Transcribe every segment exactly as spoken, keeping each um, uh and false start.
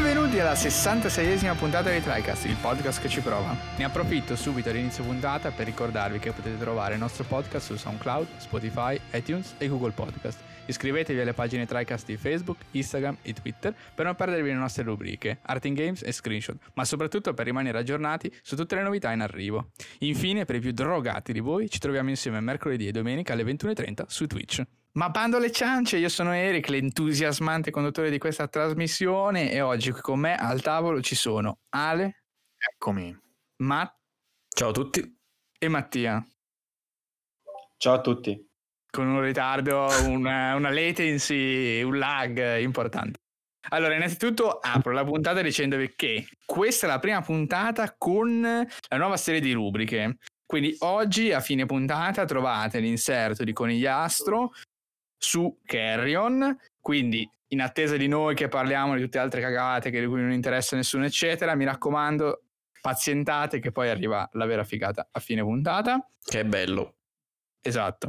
Benvenuti alla sessantaseiesima puntata di TriCast, il podcast che ci prova. Ne approfitto subito all'inizio puntata per ricordarvi che potete trovare il nostro podcast su SoundCloud, Spotify, iTunes e Google Podcast. Iscrivetevi alle pagine TriCast di Facebook, Instagram e Twitter per non perdervi le nostre rubriche, Art in Games e Screenshot, ma soprattutto per rimanere aggiornati su tutte le novità in arrivo. Infine, per i più drogati di voi, ci troviamo insieme mercoledì e domenica alle ventuno e trenta su Twitch. Ma bando le ciance, io sono Eric, l'entusiasmante conduttore di questa trasmissione, e oggi qui con me al tavolo ci sono Ale, eccomi, Matt, ciao a tutti, e Mattia. Ciao a tutti. Con un ritardo, una, una latency, un lag importante. Allora, innanzitutto apro la puntata dicendovi che questa è la prima puntata con la nuova serie di rubriche. Quindi oggi a fine puntata trovate l'inserto di Conigliastro su Carrion, quindi in attesa di noi che parliamo di tutte le altre cagate che di cui non interessa nessuno eccetera, mi raccomando pazientate che poi arriva la vera figata a fine puntata. Che è bello. Esatto.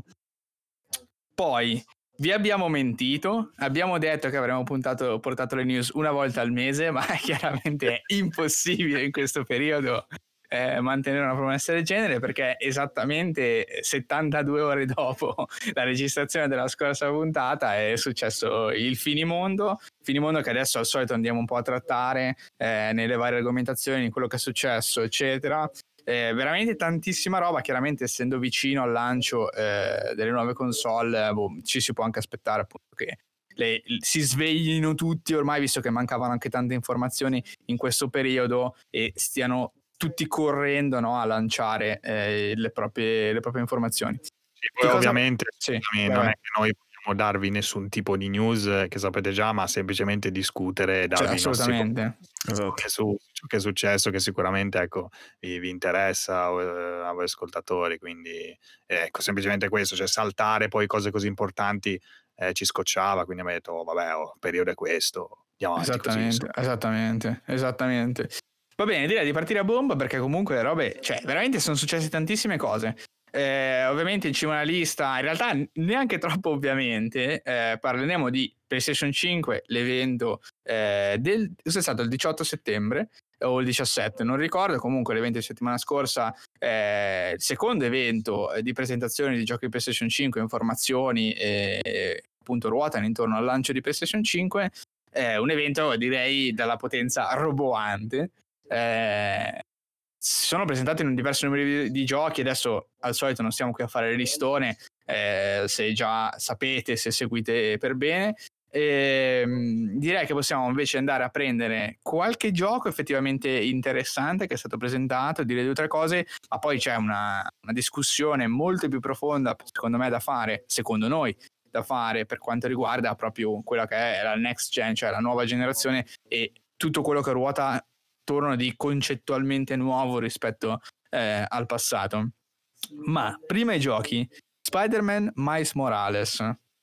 Poi vi abbiamo mentito, abbiamo detto che avremmo puntato, portato le news una volta al mese, ma chiaramente è impossibile in questo periodo Eh, mantenere una promessa del genere, perché esattamente settantadue ore dopo la registrazione della scorsa puntata è successo il finimondo finimondo che adesso al solito andiamo un po' a trattare eh, nelle varie argomentazioni, quello che è successo eccetera. Eh, veramente tantissima roba, chiaramente essendo vicino al lancio eh, delle nuove console, boh, ci si può anche aspettare appunto che le, si sveglino tutti ormai, visto che mancavano anche tante informazioni in questo periodo e stiano tutti correndo, no, a lanciare eh, le, proprie, le proprie informazioni. Sì, poi ovviamente sì, scusami, non è che noi vogliamo darvi nessun tipo di news che sapete già, ma semplicemente discutere e darvi cioè, assolutamente esatto. che su ciò che è successo, che sicuramente ecco vi, vi interessa eh, a voi ascoltatori, quindi ecco semplicemente questo, cioè saltare poi cose così importanti eh, ci scocciava, quindi abbiamo detto oh, vabbè, oh, il periodo è questo, andiamo avanti esattamente, così, esattamente, esattamente. Va bene, direi di partire a bomba perché comunque le robe, cioè veramente sono successe tantissime cose. Eh, ovviamente in cima alla lista, in realtà neanche troppo ovviamente, eh, parleremo di PlayStation cinque, l'evento eh, del, è stato il diciotto settembre o il diciassette, non ricordo, comunque l'evento di settimana scorsa, eh, il secondo evento di presentazione di giochi di PlayStation cinque, informazioni e appunto ruotano intorno al lancio di PlayStation cinque, è un evento direi dalla potenza roboante. Eh, si sono presentati in un diverso numero di, di giochi. Adesso al solito non stiamo qui a fare le listone, eh, se già sapete, se seguite per bene. E, direi che possiamo invece andare a prendere qualche gioco effettivamente interessante che è stato presentato, dire due o tre cose, ma poi c'è una, una discussione molto più profonda secondo me da fare, secondo noi da fare per quanto riguarda proprio quella che è la next gen, cioè la nuova generazione e tutto quello che ruota attorno di concettualmente nuovo rispetto eh, al passato. Ma prima i giochi, Spider-Man Miles Morales.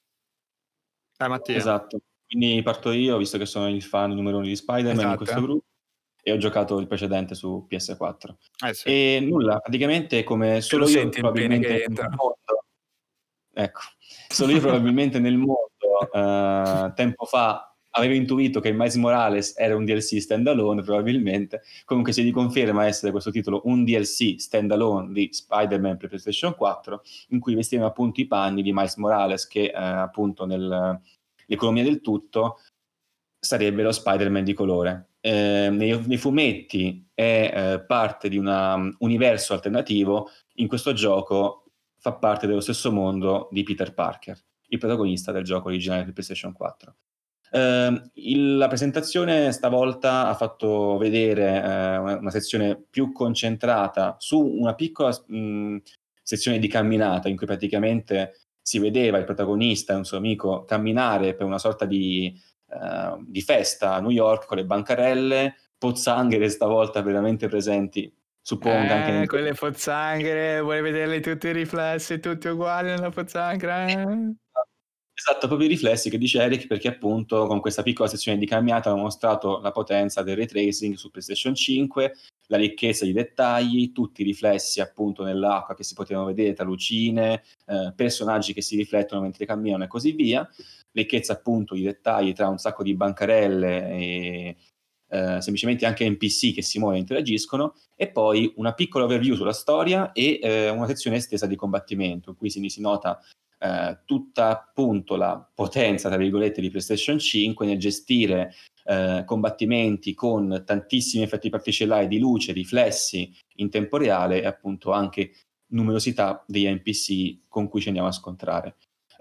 Eh, Mattia. Esatto, quindi parto io, visto che sono il fan numero uno di Spider-Man esatto. in questo gruppo, e ho giocato il precedente su P S quattro. Eh sì. E nulla, praticamente come solo io probabilmente nel mondo, ecco, solo io probabilmente nel mondo eh, tempo fa avevo intuito che Miles Morales era un D L C standalone, probabilmente. Comunque si riconferma essere questo titolo un D L C standalone di Spider-Man per PlayStation quattro, in cui vestivano appunto i panni di Miles Morales, che eh, appunto nell'economia del tutto sarebbe lo Spider-Man di colore. Eh, nei, nei fumetti è eh, parte di un universo alternativo, in questo gioco fa parte dello stesso mondo di Peter Parker, il protagonista del gioco originale per PlayStation quattro. Uh, il, la presentazione stavolta ha fatto vedere uh, una, una sezione più concentrata su una piccola mh, sezione di camminata in cui praticamente si vedeva il protagonista e un suo amico camminare per una sorta di, uh, di festa a New York con le bancarelle, pozzanghere stavolta veramente presenti, suppongo eh, anche nel... quelle pozzanghere, vuoi vederle tutti i riflessi tutti uguali nella pozzanghera? Eh? Esatto, proprio i riflessi che dice Eric, perché appunto con questa piccola sezione di camminata hanno mostrato la potenza del ray tracing su PlayStation cinque, la ricchezza di dettagli, tutti i riflessi appunto nell'acqua che si potevano vedere tra lucine, eh, personaggi che si riflettono mentre camminano e così via, ricchezza appunto di dettagli tra un sacco di bancarelle e eh, semplicemente anche N P C che si muovono e interagiscono, e poi una piccola overview sulla storia e eh, una sezione estesa di combattimento, in cui si, si nota eh, tutta appunto la potenza, tra virgolette, di PlayStation cinque nel gestire eh, combattimenti con tantissimi effetti particellari di luce, riflessi in tempo reale e appunto anche numerosità degli N P C con cui ci andiamo a scontrare.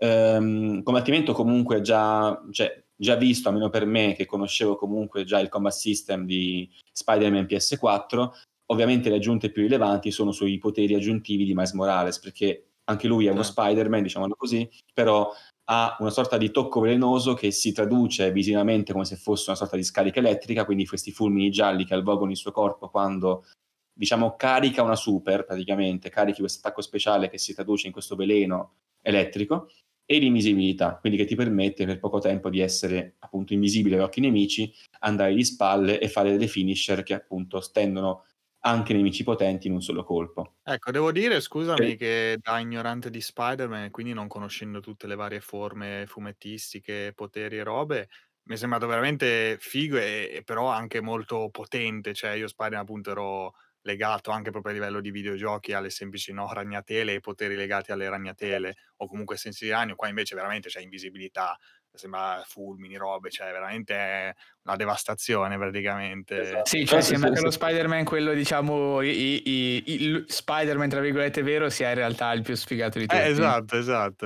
Um, combattimento comunque già, cioè, già visto, almeno per me, che conoscevo comunque già il combat system di Spider-Man P S quattro. Ovviamente le aggiunte più rilevanti sono sui poteri aggiuntivi di Miles Morales, perché anche lui è uno Spider-Man, diciamolo così, però ha una sorta di tocco velenoso che si traduce visivamente come se fosse una sorta di scarica elettrica, quindi questi fulmini gialli che avvolgono il suo corpo quando, diciamo, carica una super, praticamente, carichi questo attacco speciale che si traduce in questo veleno elettrico, e l'invisibilità, quindi che ti permette per poco tempo di essere appunto invisibile agli occhi nemici, andare di spalle e fare delle finisher che appunto stendono anche nemici potenti in un solo colpo. Ecco, devo dire, scusami, eh. che da ignorante di Spider-Man, quindi non conoscendo tutte le varie forme fumettistiche, poteri e robe, mi è sembrato veramente figo e, e però anche molto potente. Cioè io Spider-Man appunto ero legato anche proprio a livello di videogiochi alle semplici no, ragnatele e poteri legati alle ragnatele o comunque sensi di ragno. Qua invece veramente c'è invisibilità, sembra fulmini, robe, cioè veramente una devastazione praticamente. Esatto. Sì, cioè sembra che lo Spider-Man, quello diciamo i, i, i, il Spider-Man tra virgolette vero, sia in realtà il più sfigato di tutti. Eh, esatto, esatto.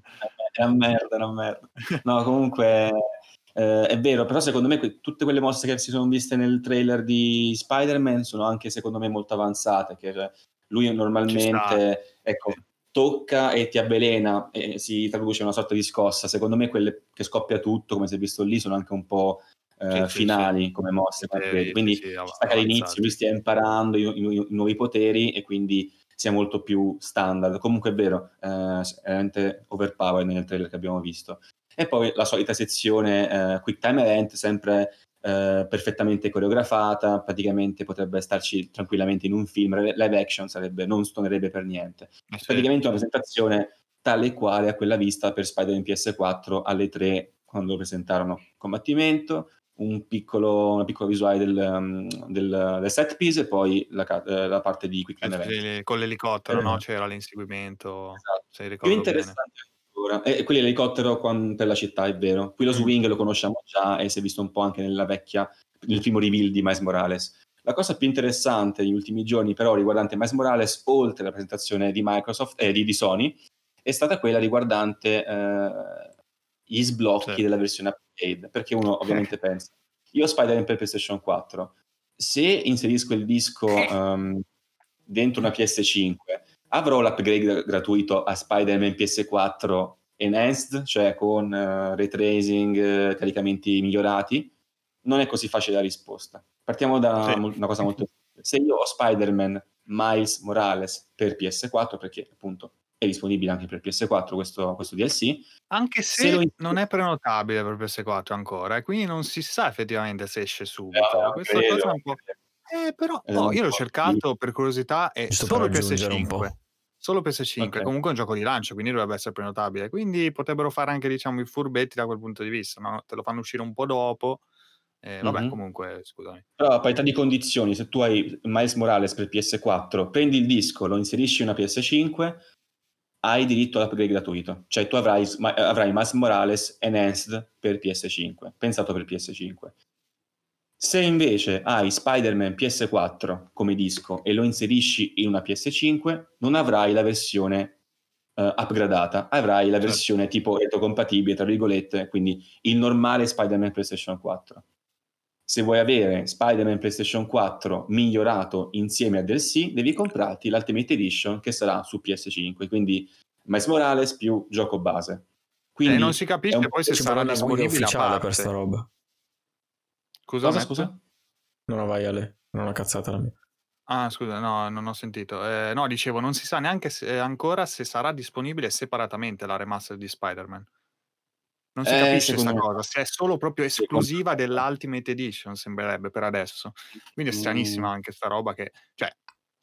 È una merda, è una merda. No, comunque eh, è vero, però secondo me que- tutte quelle mosse che si sono viste nel trailer di Spider-Man sono anche secondo me molto avanzate, che cioè, lui normalmente ecco, tocca e ti avvelena e si traduce in una sorta di scossa. Secondo me quelle che scoppia tutto, come si è visto lì, sono anche un po' eh, sì, finali sì, come mosse, sì, quindi sì, ci sta che all'inizio lui stia imparando i, i, i nuovi poteri e quindi sia molto più standard. Comunque è vero, eh, è veramente overpowered nel trailer che abbiamo visto. E poi la solita sezione eh, Quick Time Event, sempre eh, perfettamente coreografata, praticamente potrebbe starci tranquillamente in un film, live action sarebbe, non stonerebbe per niente. Eh sì. Praticamente una presentazione tale e quale a quella vista per Spider-Man P S quattro alle tre, quando lo presentarono. Combattimento, un piccolo, una piccola visuale del, um, del, del set piece e poi la, eh, la parte di Quick Time Event. Con l'elicottero, eh, no? C'era l'inseguimento. Esatto. Se ricordo più interessante ancora. E quelli l'elicottero con, per la città, è vero. Qui lo mm. swing lo conosciamo già e si è visto un po' anche nella vecchia, nel primo reveal di Miles Morales. La cosa più interessante negli ultimi giorni, però, riguardante Miles Morales, oltre alla presentazione di Microsoft e eh, di, di Sony, è stata quella riguardante eh, gli sblocchi sì. della versione upgrade, perché uno ovviamente pensa, io ho Spider-Man per PlayStation quattro, se inserisco il disco um, dentro una P S cinque, avrò l'upgrade gratuito a Spider-Man P S quattro Enhanced, cioè con uh, ray tracing, uh, caricamenti migliorati? Non è così facile la risposta. Partiamo da sì. una cosa molto semplice. Se io ho Spider-Man Miles Morales per P S quattro, perché appunto è disponibile anche per P S quattro questo, questo D L C, anche se, se lo... non è prenotabile per P S quattro ancora, e quindi non si sa effettivamente se esce subito. No, Questa credo, cosa è un po'... Eh, però oh, io l'ho cercato per curiosità e giusto solo per P S cinque. Solo P S cinque, okay. Comunque è un gioco di lancio, quindi dovrebbe essere prenotabile. Quindi potrebbero fare anche, diciamo, i furbetti da quel punto di vista, no? Te lo fanno uscire un po' dopo. Eh, vabbè, mm-hmm. comunque, scusami. Però a parità di condizioni, se tu hai Miles Morales per P S quattro, prendi il disco, lo inserisci in una P S cinque, hai diritto all'upgrade gratuito. Cioè tu avrai, avrai Miles Morales Enhanced per P S cinque, pensato per P S cinque. Se invece hai Spider-Man P S quattro come disco e lo inserisci in una P S cinque, non avrai la versione uh, upgradata, avrai la versione certo. tipo retrocompatibile, tra virgolette, quindi il normale Spider-Man PlayStation quattro. Se vuoi avere Spider-Man PlayStation quattro migliorato insieme a D L C, devi comprarti l'Ultimate Edition che sarà su P S cinque, quindi Miles Morales più gioco base. Quindi eh, non si capisce poi se sarà una disponibile guida ufficiale per sta roba. Scusa, cosa, scusa? No, no, vai Ale, non ho una cazzata la mia. Ah, scusa, no, non ho sentito. Eh, no, dicevo, non si sa neanche se, eh, ancora se sarà disponibile separatamente la remaster di Spider-Man. Non si eh, capisce questa me... cosa, se è solo proprio esclusiva dell'Ultimate Edition, sembrerebbe per adesso. Quindi è stranissima anche sta roba che, cioè,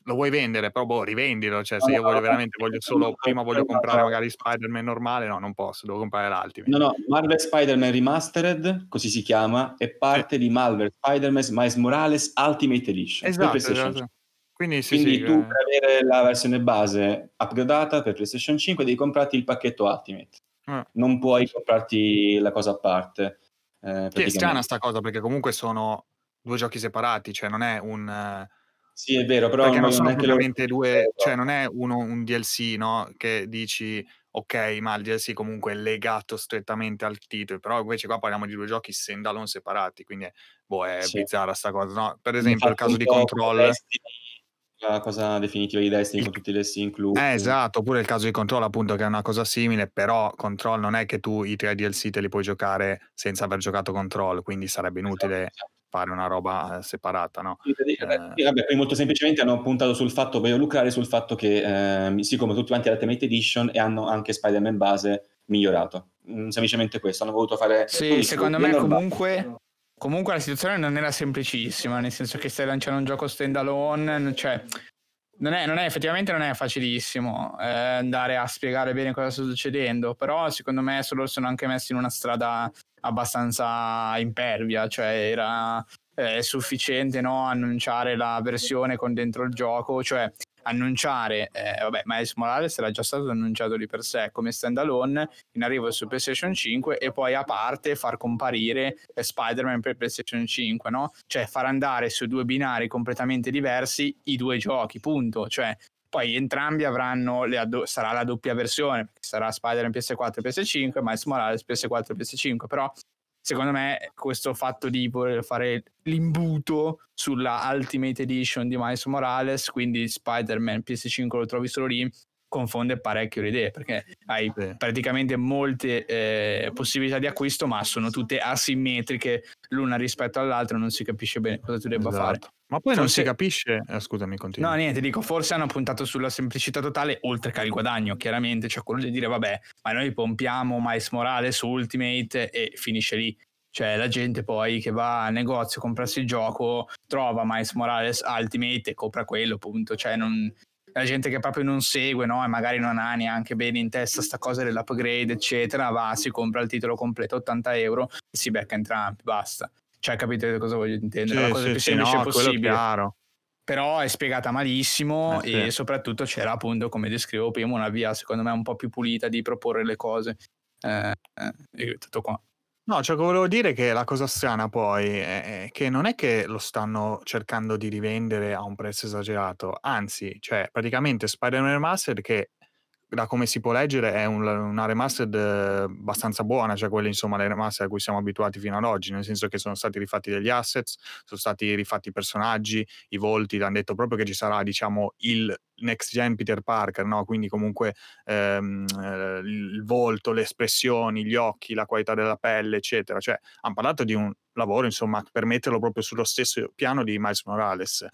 lo vuoi vendere, però boh, rivendilo, cioè No, se no, io voglio no, veramente voglio solo prima voglio comprare magari Spider-Man normale, no, non posso, devo comprare l'Ultimate. No, no, Marvel Spider-Man Remastered, così si chiama, è parte Sì. di Marvel Spider-Man Miles Morales Ultimate Edition per Esatto, PlayStation esatto. cinque. Quindi sì, Quindi sì, tu eh. per avere la versione base upgradata per PlayStation cinque devi comprarti il pacchetto Ultimate. Eh, Non puoi sì, sì. comprarti la cosa a parte. Eh, Che è strana praticamente. sta cosa, perché comunque sono due giochi separati, cioè non è un Sì, è vero, però perché non non vogliono sono neanche loro propriamente due, cioè non è uno un D L C, no, che dici: "Okay, ma il D L C comunque è legato strettamente al titolo", però invece qua parliamo di due giochi standalone separati, quindi è boh, è Sì. bizzarra sta cosa, no. Per Hanno esempio il fatto caso un di po' come Control Destiny, la cosa definitiva di Destiny il con tutti i D L C inclusi. eh, esatto, oppure il caso di Control appunto che è una cosa simile, però Control non è che tu i tre D L C te li puoi giocare senza aver giocato Control, quindi sarebbe Esatto, inutile esatto. fare una roba, ehm, separata, no. Ehm Sì, vabbè, poi molto semplicemente hanno puntato sul fatto, voglio lucrare sul fatto che, ehm, siccome tutti quanti l'Ultimate Edition e hanno anche Spider-Man base migliorato. Mhmm, semplicemente questo, hanno voluto fare Sì, secondo me normale. comunque comunque la situazione non era semplicissima, nel senso che stai lanciando un gioco standalone, cioè non è, non è effettivamente non è facilissimo eh, andare a spiegare bene cosa sta succedendo, però secondo me loro sono anche messi in una strada abbastanza impervia, cioè era eh, sufficiente, no, annunciare la versione con dentro il gioco, cioè annunciare, eh, vabbè, Miles Morales era già stato annunciato di per sé come standalone in arrivo su PlayStation cinque e poi a parte far comparire Spider-Man per PlayStation cinque, no? Cioè far andare su due binari completamente diversi i due giochi, punto. Cioè poi entrambi avranno le addo- sarà la doppia versione, perché sarà Spider-Man P S quattro e P S cinque, Miles Morales P S quattro e P S cinque, però secondo me questo fatto di voler fare l'imbuto sulla Ultimate Edition di Miles Morales, quindi Spider-Man P S cinque lo trovi solo lì, confonde parecchio le idee, perché hai Sì. praticamente molte eh, possibilità di acquisto, ma sono tutte asimmetriche l'una rispetto all'altra, non si capisce bene cosa tu debba Esatto. fare. Ma poi non si Forse capisce eh, scusami, continua. No, niente, dico, forse hanno puntato sulla semplicità totale, oltre che al guadagno, chiaramente, cioè quello di dire, vabbè, ma noi pompiamo Miles Morales su Ultimate e finisce lì. Cioè la gente poi che va al negozio a comprarsi il gioco, trova Miles Morales Ultimate e compra quello, punto. Cioè non... la gente che proprio non segue, no? E magari non ha neanche bene in testa sta cosa dell'upgrade, eccetera, va, si compra il titolo completo ottanta euro e si becca entrambi, basta. Cioè capite cosa voglio intendere? La Sì, cosa sì, più sì, semplice no, quello possibile. chiaro. Però è spiegata malissimo Eh, sì. e soprattutto c'era appunto, come descrivevo prima, una via secondo me un po' più pulita di proporre le cose. Eh, eh, tutto qua. No, ciò che volevo dire è che la cosa strana poi è, è che non è che lo stanno cercando di rivendere a un prezzo esagerato, anzi, cioè praticamente Spider-Man Remastered che da come si può leggere è un, una remastered abbastanza buona, cioè quelle insomma le remastered a cui siamo abituati fino ad oggi, nel senso che sono stati rifatti degli assets, sono stati rifatti i personaggi, i volti, hanno detto proprio che ci sarà diciamo il next gen Peter Parker, no? Quindi comunque ehm, eh, il volto, le espressioni, gli occhi, la qualità della pelle, eccetera, cioè hanno parlato di un lavoro insomma per metterlo proprio sullo stesso piano di Miles Morales.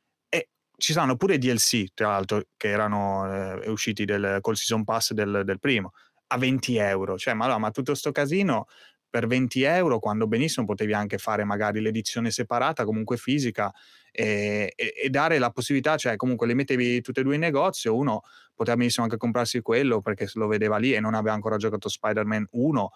E ci saranno pure D L C, tra l'altro, che erano eh, usciti del, col season pass del, del primo, a venti euro. Cioè, ma, no, ma tutto sto casino per venti euro, quando benissimo potevi anche fare magari l'edizione separata, comunque fisica, e, e, e dare la possibilità, cioè comunque le mettevi tutte e due in negozio, uno poteva benissimo anche comprarsi quello perché lo vedeva lì e non aveva ancora giocato Spider-Man uno,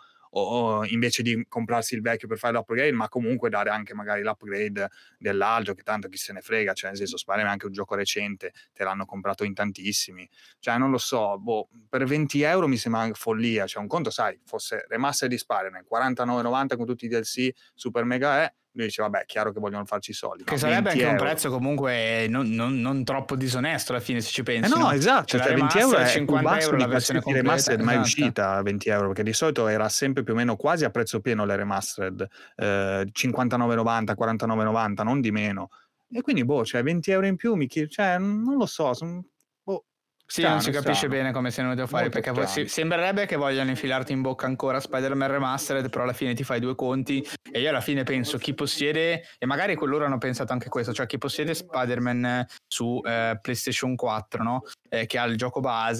o invece di comprarsi il vecchio per fare l'upgrade, ma comunque dare anche magari l'upgrade dell'altro, che tanto chi se ne frega, cioè nel senso Spider-Man è anche un gioco recente, te l'hanno comprato in tantissimi, cioè non lo so, boh, per venti euro mi sembra follia, cioè un conto sai, fosse remaster di Spider-Man, quarantanove e novanta con tutti i D L C, super mega è, lui dice vabbè, è chiaro che vogliono farci i soldi, Che ma sarebbe anche venti euro. un prezzo comunque non, non, non troppo disonesto alla fine se ci pensi, Eh no, no? esatto, C'è la cioè venti euro remaster, è più cinquanta basso euro di la versione qualsiasi completa, remastered mai esatto. uscita a venti euro, perché di solito era sempre più o meno quasi a prezzo pieno le remastered, eh, cinquantanove e novanta, quarantanove e novanta, non di meno. E quindi boh, cioè venti euro in più mi chied- cioè non lo so, son, boh, Sì, non si strano, capisce strano. bene come siano venuti a fare, Molto perché strano. si- sembrerebbe che vogliano infilarti in bocca ancora Spider-Man Remastered, però alla fine ti fai due conti e io alla fine penso chi possiede, e magari con loro hanno pensato anche questo, cioè chi possiede Spider-Man su eh, PlayStation quattro, no? Eh, che ha il gioco base,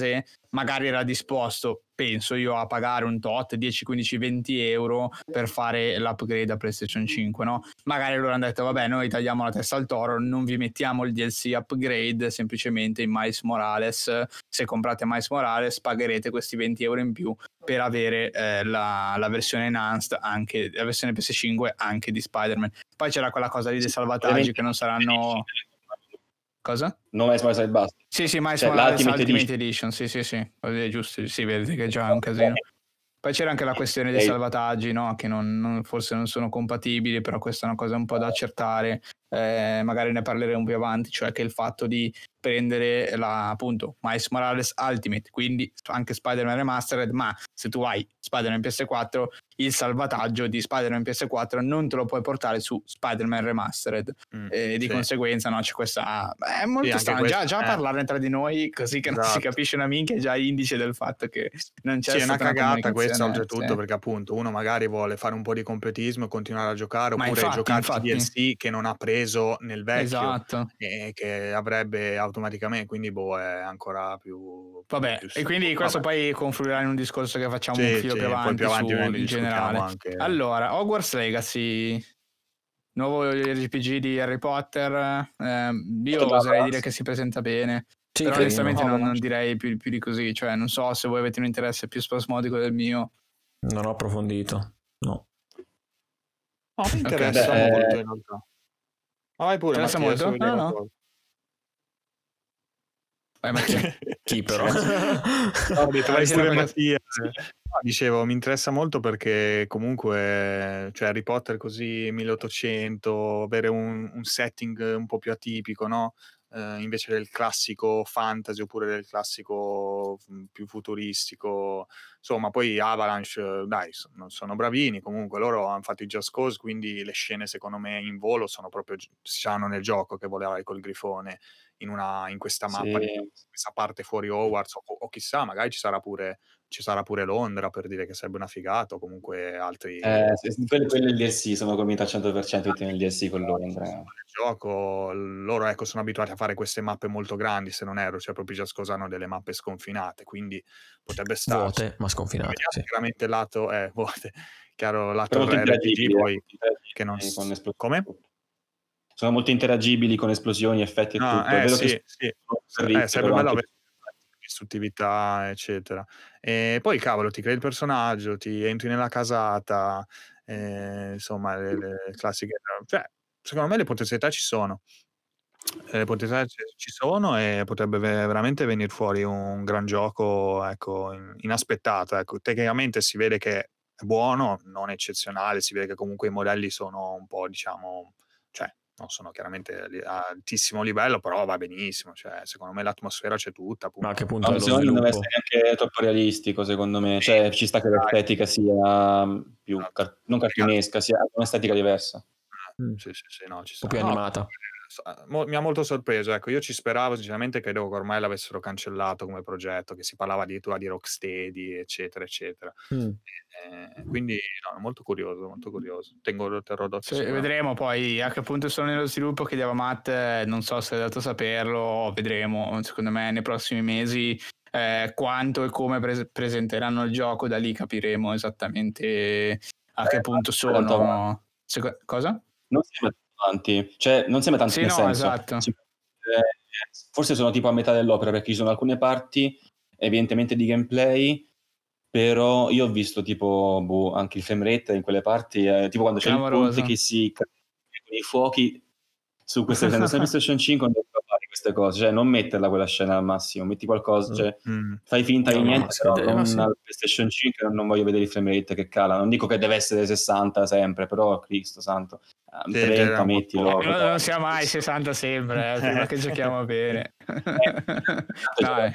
magari era disposto, penso io, a pagare un tot, dieci, quindici, venti euro per fare l'upgrade a PlayStation cinque, no? Magari loro hanno detto, vabbè, noi tagliamo la testa al toro, non vi mettiamo il D L C upgrade, semplicemente in Miles Morales, se comprate Miles Morales pagherete questi venti euro in più per avere eh, la, la versione enhanced, anche la versione P S cinque anche di Spider-Man. Poi c'era quella cosa lì dei salvataggi che non saranno... Cosa? No, Miles Morales e basta. Sì, sì, Miles Cioè, Morales l'Ultimate Ultimate Edition. Edition, sì, sì, sì, è giusto, sì, vedete che già è un casino. Poi c'era anche la questione dei salvataggi, no? Che non, non, forse non sono compatibili, però questa è una cosa un po' da accertare, eh, magari ne parleremo più avanti, cioè che il fatto di prendere la, appunto, Miles Morales Ultimate, quindi anche Spider-Man Remastered, ma se tu hai Spider-Man P S quattro, il salvataggio di Spider-Man P S quattro non te lo puoi portare su Spider-Man Remastered, mm, e di sì. conseguenza no, c'è questa... Beh, è molto sì, strano, già, già eh. parlarne tra di noi così che esatto. non si capisce una minchia è già indice del fatto che non c'è sì, stata è una cagata questa oltretutto, sì. perché appunto uno magari vuole fare un po' di completismo e continuare a giocare, ma oppure infatti, giocarsi infatti. D L C che non ha preso nel vecchio, esatto. e che avrebbe automaticamente, quindi boh, è ancora più... Vabbè, più e quindi questo vabbè. Poi confluirà in un discorso che facciamo sì, un filo sì, più avanti, più avanti su in generale. Anche... Allora, Hogwarts Legacy, nuovo R P G di Harry Potter, eh, io oserei dire che si presenta bene, sì, però onestamente non, non direi più, più di così, cioè non so se voi avete un interesse più spasmodico del mio. Non ho approfondito, no. No, mi interessa okay, molto eh... in realtà. Ma vai pure, interessa Mattia, molto? No, no. Vai Mattia. Chi però? No, ho detto, vai pure Mattia. No, dicevo, mi interessa molto perché comunque, cioè Harry Potter così milleottocento, avere un, un setting un po' più atipico, no? Eh, invece del classico fantasy oppure del classico più futuristico. Insomma, poi Avalanche, dai, sono, sono bravini, comunque loro hanno fatto i Just Cause, quindi le scene secondo me in volo sono proprio, si hanno nel gioco che voleva col grifone in, una, in questa mappa, sì. in questa parte fuori Hogwarts, o, o chissà, magari ci sarà pure ci sarà pure Londra, per dire che sarebbe una figata, o comunque altri... Eh, quelli del D L C, sono convinto al cento per cento nel D L C con Londra. Il gioco, loro ecco sono abituati a fare queste mappe molto grandi, se non erro, cioè proprio già scosano delle mappe sconfinate, quindi potrebbe starci. Vuote, ma sconfinate, sì. Sicuramente il lato, eh, vuote, chiaro, lato R P G poi, che non... Con Come? Sono molto interagibili con esplosioni, effetti e no, tutto. Eh, è vero sì, che sì. Eh, sarebbe bello avere distruttività, eccetera. E poi, cavolo, ti crei il personaggio, ti entri nella casata, eh, insomma, le, le classiche... Cioè, secondo me le potenzialità ci sono. Le potenzialità ci sono e potrebbe veramente venire fuori un gran gioco, ecco, inaspettato. Ecco. Tecnicamente si vede che è buono, non eccezionale, si vede che comunque i modelli sono un po', diciamo... cioè non sono chiaramente a altissimo livello, però va benissimo, cioè secondo me l'atmosfera c'è tutta, appunto. Ma a che punto no, è lo non deve essere neanche troppo realistico, secondo me, cioè ci sta che l'estetica sia più esatto. car- non cartunesca, sia un'estetica diversa. Mm. Sì, sì, sì, no, ci sta. Un po' più no, animata. Mi ha molto sorpreso, ecco, io ci speravo, sinceramente credevo che ormai l'avessero cancellato come progetto, che si parlava addirittura di Rocksteady, eccetera, eccetera. Mm. Eh, quindi no, molto curioso, molto curioso. Tengo terrò d'occhio. Sì, vedremo poi a che punto sono nello sviluppo, chiedeva Matt, non so se è dato saperlo, vedremo, secondo me nei prossimi mesi eh, quanto e come pre- presenteranno il gioco, da lì capiremo esattamente a eh, che punto sono. Seco- cosa? Non sembra avanti, cioè non sembra tanto sì, nel no, senso. esatto. Forse sono tipo a metà dell'opera, perché ci sono alcune parti evidentemente di gameplay, però io ho visto tipo boh, anche il frame rate in quelle parti, eh, tipo quando Clamoroso. C'è il ponte che si con i fuochi su queste presentazioni PlayStation cinque, non devo fare queste cose, cioè non metterla quella scena al massimo, metti qualcosa, cioè mm. fai finta di no, niente, no, però non sì. al PlayStation cinque, non voglio vedere il frame rate che cala, non dico che deve essere sessanta sempre, però Cristo santo, sì, trenta mettilo. Non, non sia mai sessanta sempre, eh, prima che giochiamo bene. Dai.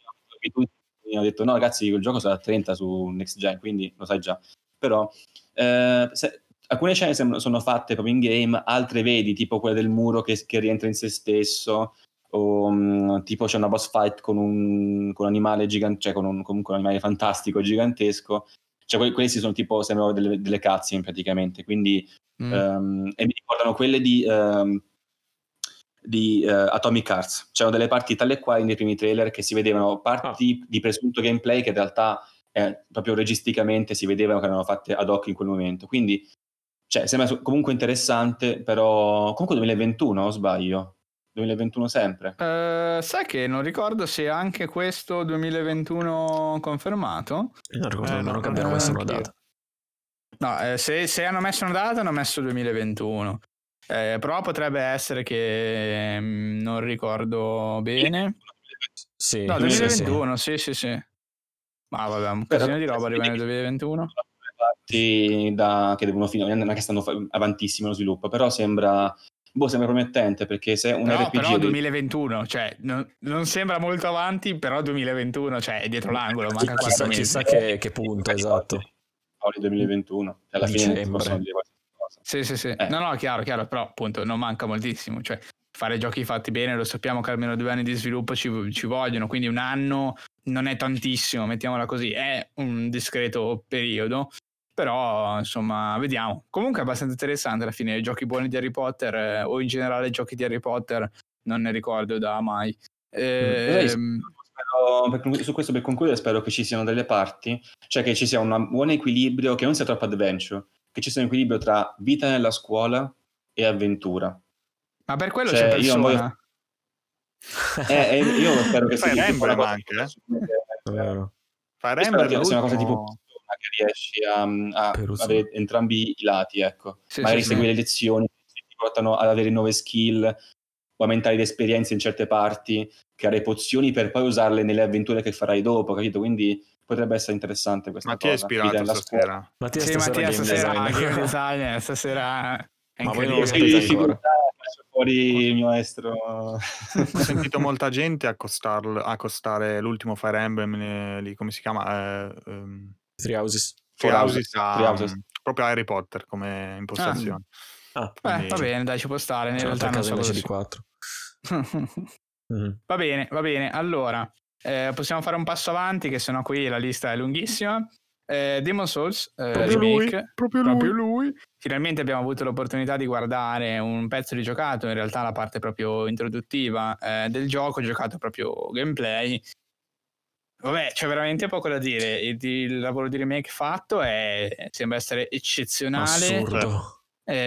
Ho detto no ragazzi, il gioco sarà a trenta su Next Gen, quindi lo sai già, però eh, se, alcune scene sem- sono fatte proprio in game, altre vedi tipo quella del muro che, che rientra in se stesso, o um, tipo c'è una boss fight con un, con un animale gigante, cioè con un, comunque un animale fantastico gigantesco, cioè que- questi sono tipo sembrano delle, delle cutscene praticamente, quindi mm. um, e mi ricordano quelle di um, di uh, Atomic Hearts. C'erano delle parti tale e quali nei primi trailer che si vedevano parti ah. di presunto gameplay che in realtà eh, proprio registicamente si vedevano che erano fatte ad hoc in quel momento. Quindi cioè, sembra comunque interessante, però comunque duemilaventuno o sbaglio? duemilaventuno sempre. Uh, sai che non ricordo se anche questo duemilaventuno confermato. Non ricordo eh, nemmeno no, che abbiano messo una data. No, eh, se, se hanno messo una data hanno messo duemilaventuno. Eh, però potrebbe essere che mh, non ricordo bene. Sì, no, duemilaventuno, sì, sì, sì. sì. Ma vabbè, un casino di roba arriva nel duemilaventuno. Parti da, che devono finire, non è che stanno avantissimo lo sviluppo, però sembra boh, sembra promettente, perché se un però, R P G però duemilaventuno, cioè non, non sembra molto avanti, però duemilaventuno, cioè è dietro l'angolo, manca chissà, quattro mesi. Chissà che, che punto, esatto. duemilaventuno, cioè alla Dicembre. fine possono dire qualsiasi cosa. Sì, sì, sì. Eh. No, no, chiaro, chiaro, però appunto non manca moltissimo, cioè fare giochi fatti bene, lo sappiamo che almeno due anni di sviluppo ci, ci vogliono, quindi un anno non è tantissimo, mettiamola così, è un discreto periodo. Però insomma vediamo, comunque è abbastanza interessante alla fine. I giochi buoni di Harry Potter eh, o in generale giochi di Harry Potter non ne ricordo da mai. eh, spero, per, su questo per concludere spero che ci siano delle parti, cioè che ci sia un buon equilibrio, che non sia troppo adventure, che ci sia un equilibrio tra vita nella scuola e avventura. Ma per quello cioè, c'è Persona. Io, eh, eh, io spero che sia Emblem anche eh? Fire Emblem che sia una cosa tipo che riesci a, a avere entrambi i lati, ecco. Sì, magari sì, segui sì. le lezioni che ti portano ad avere nuove skill o aumentare le esperienze in certe parti, creare pozioni per poi usarle nelle avventure che farai dopo, capito? Quindi potrebbe essere interessante questa Mattia cosa. Mattia è ispirato stasera. Mattia sì, stasera Mattia stasera game game designer, stasera è ma voi non lo sapete ancora. Faccio fuori il mio estro. Ho sentito molta gente accostarlo, accostare l'ultimo Fire Emblem lì, come si chiama? Eh, um... Three Houses. Three Houses, a, Three Houses. Um, proprio Harry Potter come impostazione. Ah. Ah, Quindi... Beh, va bene, dai, ci può stare. In C'è realtà non so invece cosa di quattro. mm-hmm. Va bene, va bene. Allora, eh, possiamo fare un passo avanti, che sennò qui la lista è lunghissima. Eh, Demon's Souls, eh, proprio, remake, lui, proprio, proprio lui. lui. Finalmente abbiamo avuto l'opportunità di guardare un pezzo di giocato, in realtà la parte proprio introduttiva eh, del gioco, giocato proprio gameplay. Vabbè, c'è veramente poco da dire. Il, il lavoro di remake fatto è, sembra essere eccezionale. Assurdo.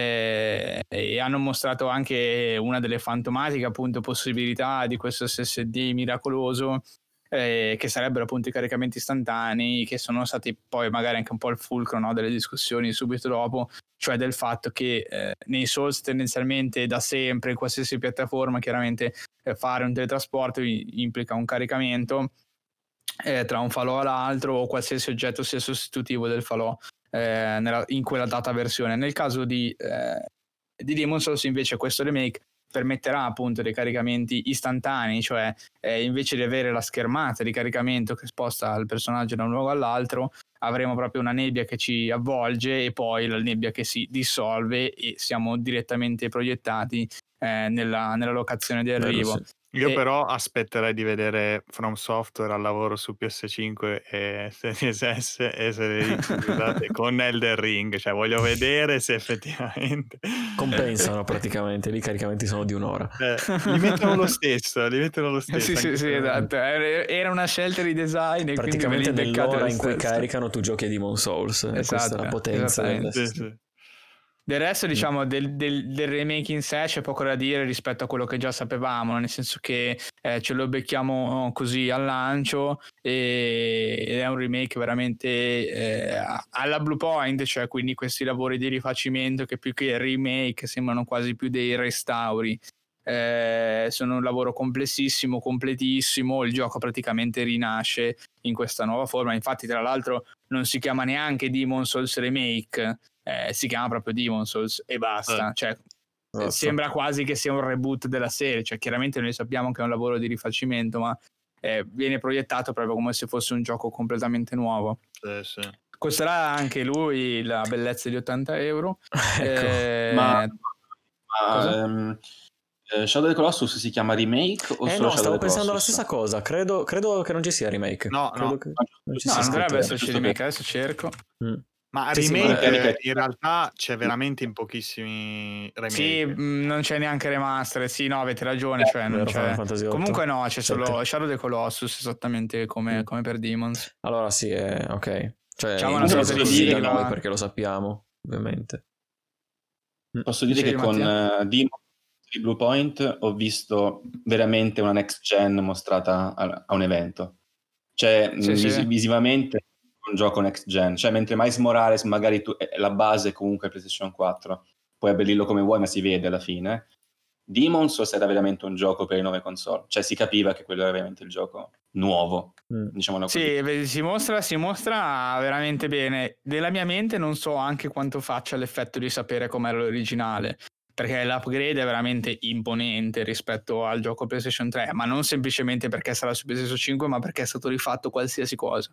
Eh, e hanno mostrato anche una delle fantomatiche appunto possibilità di questo S S D miracoloso, eh, che sarebbero appunto i caricamenti istantanei, che sono stati poi magari anche un po' il fulcro, no, delle discussioni subito dopo, cioè del fatto che eh, nei Souls tendenzialmente da sempre in qualsiasi piattaforma chiaramente eh, fare un teletrasporto implica un caricamento Eh, tra un falò all'altro o qualsiasi oggetto sia sostitutivo del falò eh, nella, in quella data versione. Nel caso di, eh, di Demon's Souls invece questo remake permetterà appunto dei caricamenti istantanei, cioè eh, invece di avere la schermata di caricamento che sposta il personaggio da un luogo all'altro, avremo proprio una nebbia che ci avvolge e poi la nebbia che si dissolve e siamo direttamente proiettati eh, nella, nella locazione di arrivo. Bello, sì. Io e... però aspetterei di vedere From Software al lavoro su P S cinque e Series S e Series X, scusate, con Elden Ring, cioè voglio vedere se effettivamente compensano praticamente, lì i caricamenti sono di un'ora. Eh, li mettono lo stesso, li mettono lo stesso. Sì, sì, sì, esatto. Era una scelta di design e praticamente quindi nell'ora in cui caricano tu giochi a Demon's Souls. Esatto, questa è la potenza del... sì, sì. Del resto, diciamo, del, del, del remake in sé c'è poco da dire rispetto a quello che già sapevamo, nel senso che eh, ce lo becchiamo così al lancio e, ed è un remake veramente eh, alla Blue Point, cioè quindi questi lavori di rifacimento che più che remake sembrano quasi più dei restauri. Eh, sono un lavoro complessissimo, completissimo, il gioco praticamente rinasce in questa nuova forma, infatti tra l'altro non si chiama neanche Demon's Souls Remake, eh, si chiama proprio Demon's Souls e basta, eh. cioè eh, sembra quasi che sia un reboot della serie, cioè chiaramente noi sappiamo che è un lavoro di rifacimento, ma eh, viene proiettato proprio come se fosse un gioco completamente nuovo. Eh, sì. Costerà anche lui la bellezza di ottanta euro. Ecco. eh, ma, ma um, Shadow of the Colossus si chiama remake o eh solo no, stavo pensando alla stessa cosa, credo, credo che non ci sia remake. No, credo no, che no, non, ci no, sia non dovrebbe esserci giusto remake, per... adesso cerco. Mm. Ma Sì, sì, remake ma- eh, in realtà c'è veramente in pochissimi remake. Sì, mh, non c'è neanche remaster. Sì, no, avete ragione. Eh, Cioè, non vero, Final c'è. Fantasy otto. Comunque, no, c'è Sette. solo Shadow of the Colossus, esattamente come, Mm. come per Demons. Allora sì, è ok. Cioè, Diciamo in una caso sorta lo di sì da sigla. noi perché lo sappiamo, ovviamente. Mm. Posso dire Dicevi, che con Mattia? uh, Demon di Blue Point ho visto veramente una next gen mostrata a, a un evento. Cioè, Sì, mh, sì. vis- visivamente un gioco next gen. Cioè, mentre Miles Morales magari tu, è la base comunque è PlayStation quattro, puoi abbellirlo come vuoi, ma si vede alla fine. Demon's Souls era veramente un gioco per le nuove console. Cioè, si capiva che quello era veramente il gioco nuovo, Mm. diciamolo così. Sì, vedi, si mostra, si mostra veramente bene. Nella mia mente non so anche quanto faccia l'effetto di sapere com'era l'originale, perché l'upgrade è veramente imponente rispetto al gioco PlayStation tre, ma non semplicemente perché sarà su PlayStation cinque, ma perché è stato rifatto qualsiasi cosa.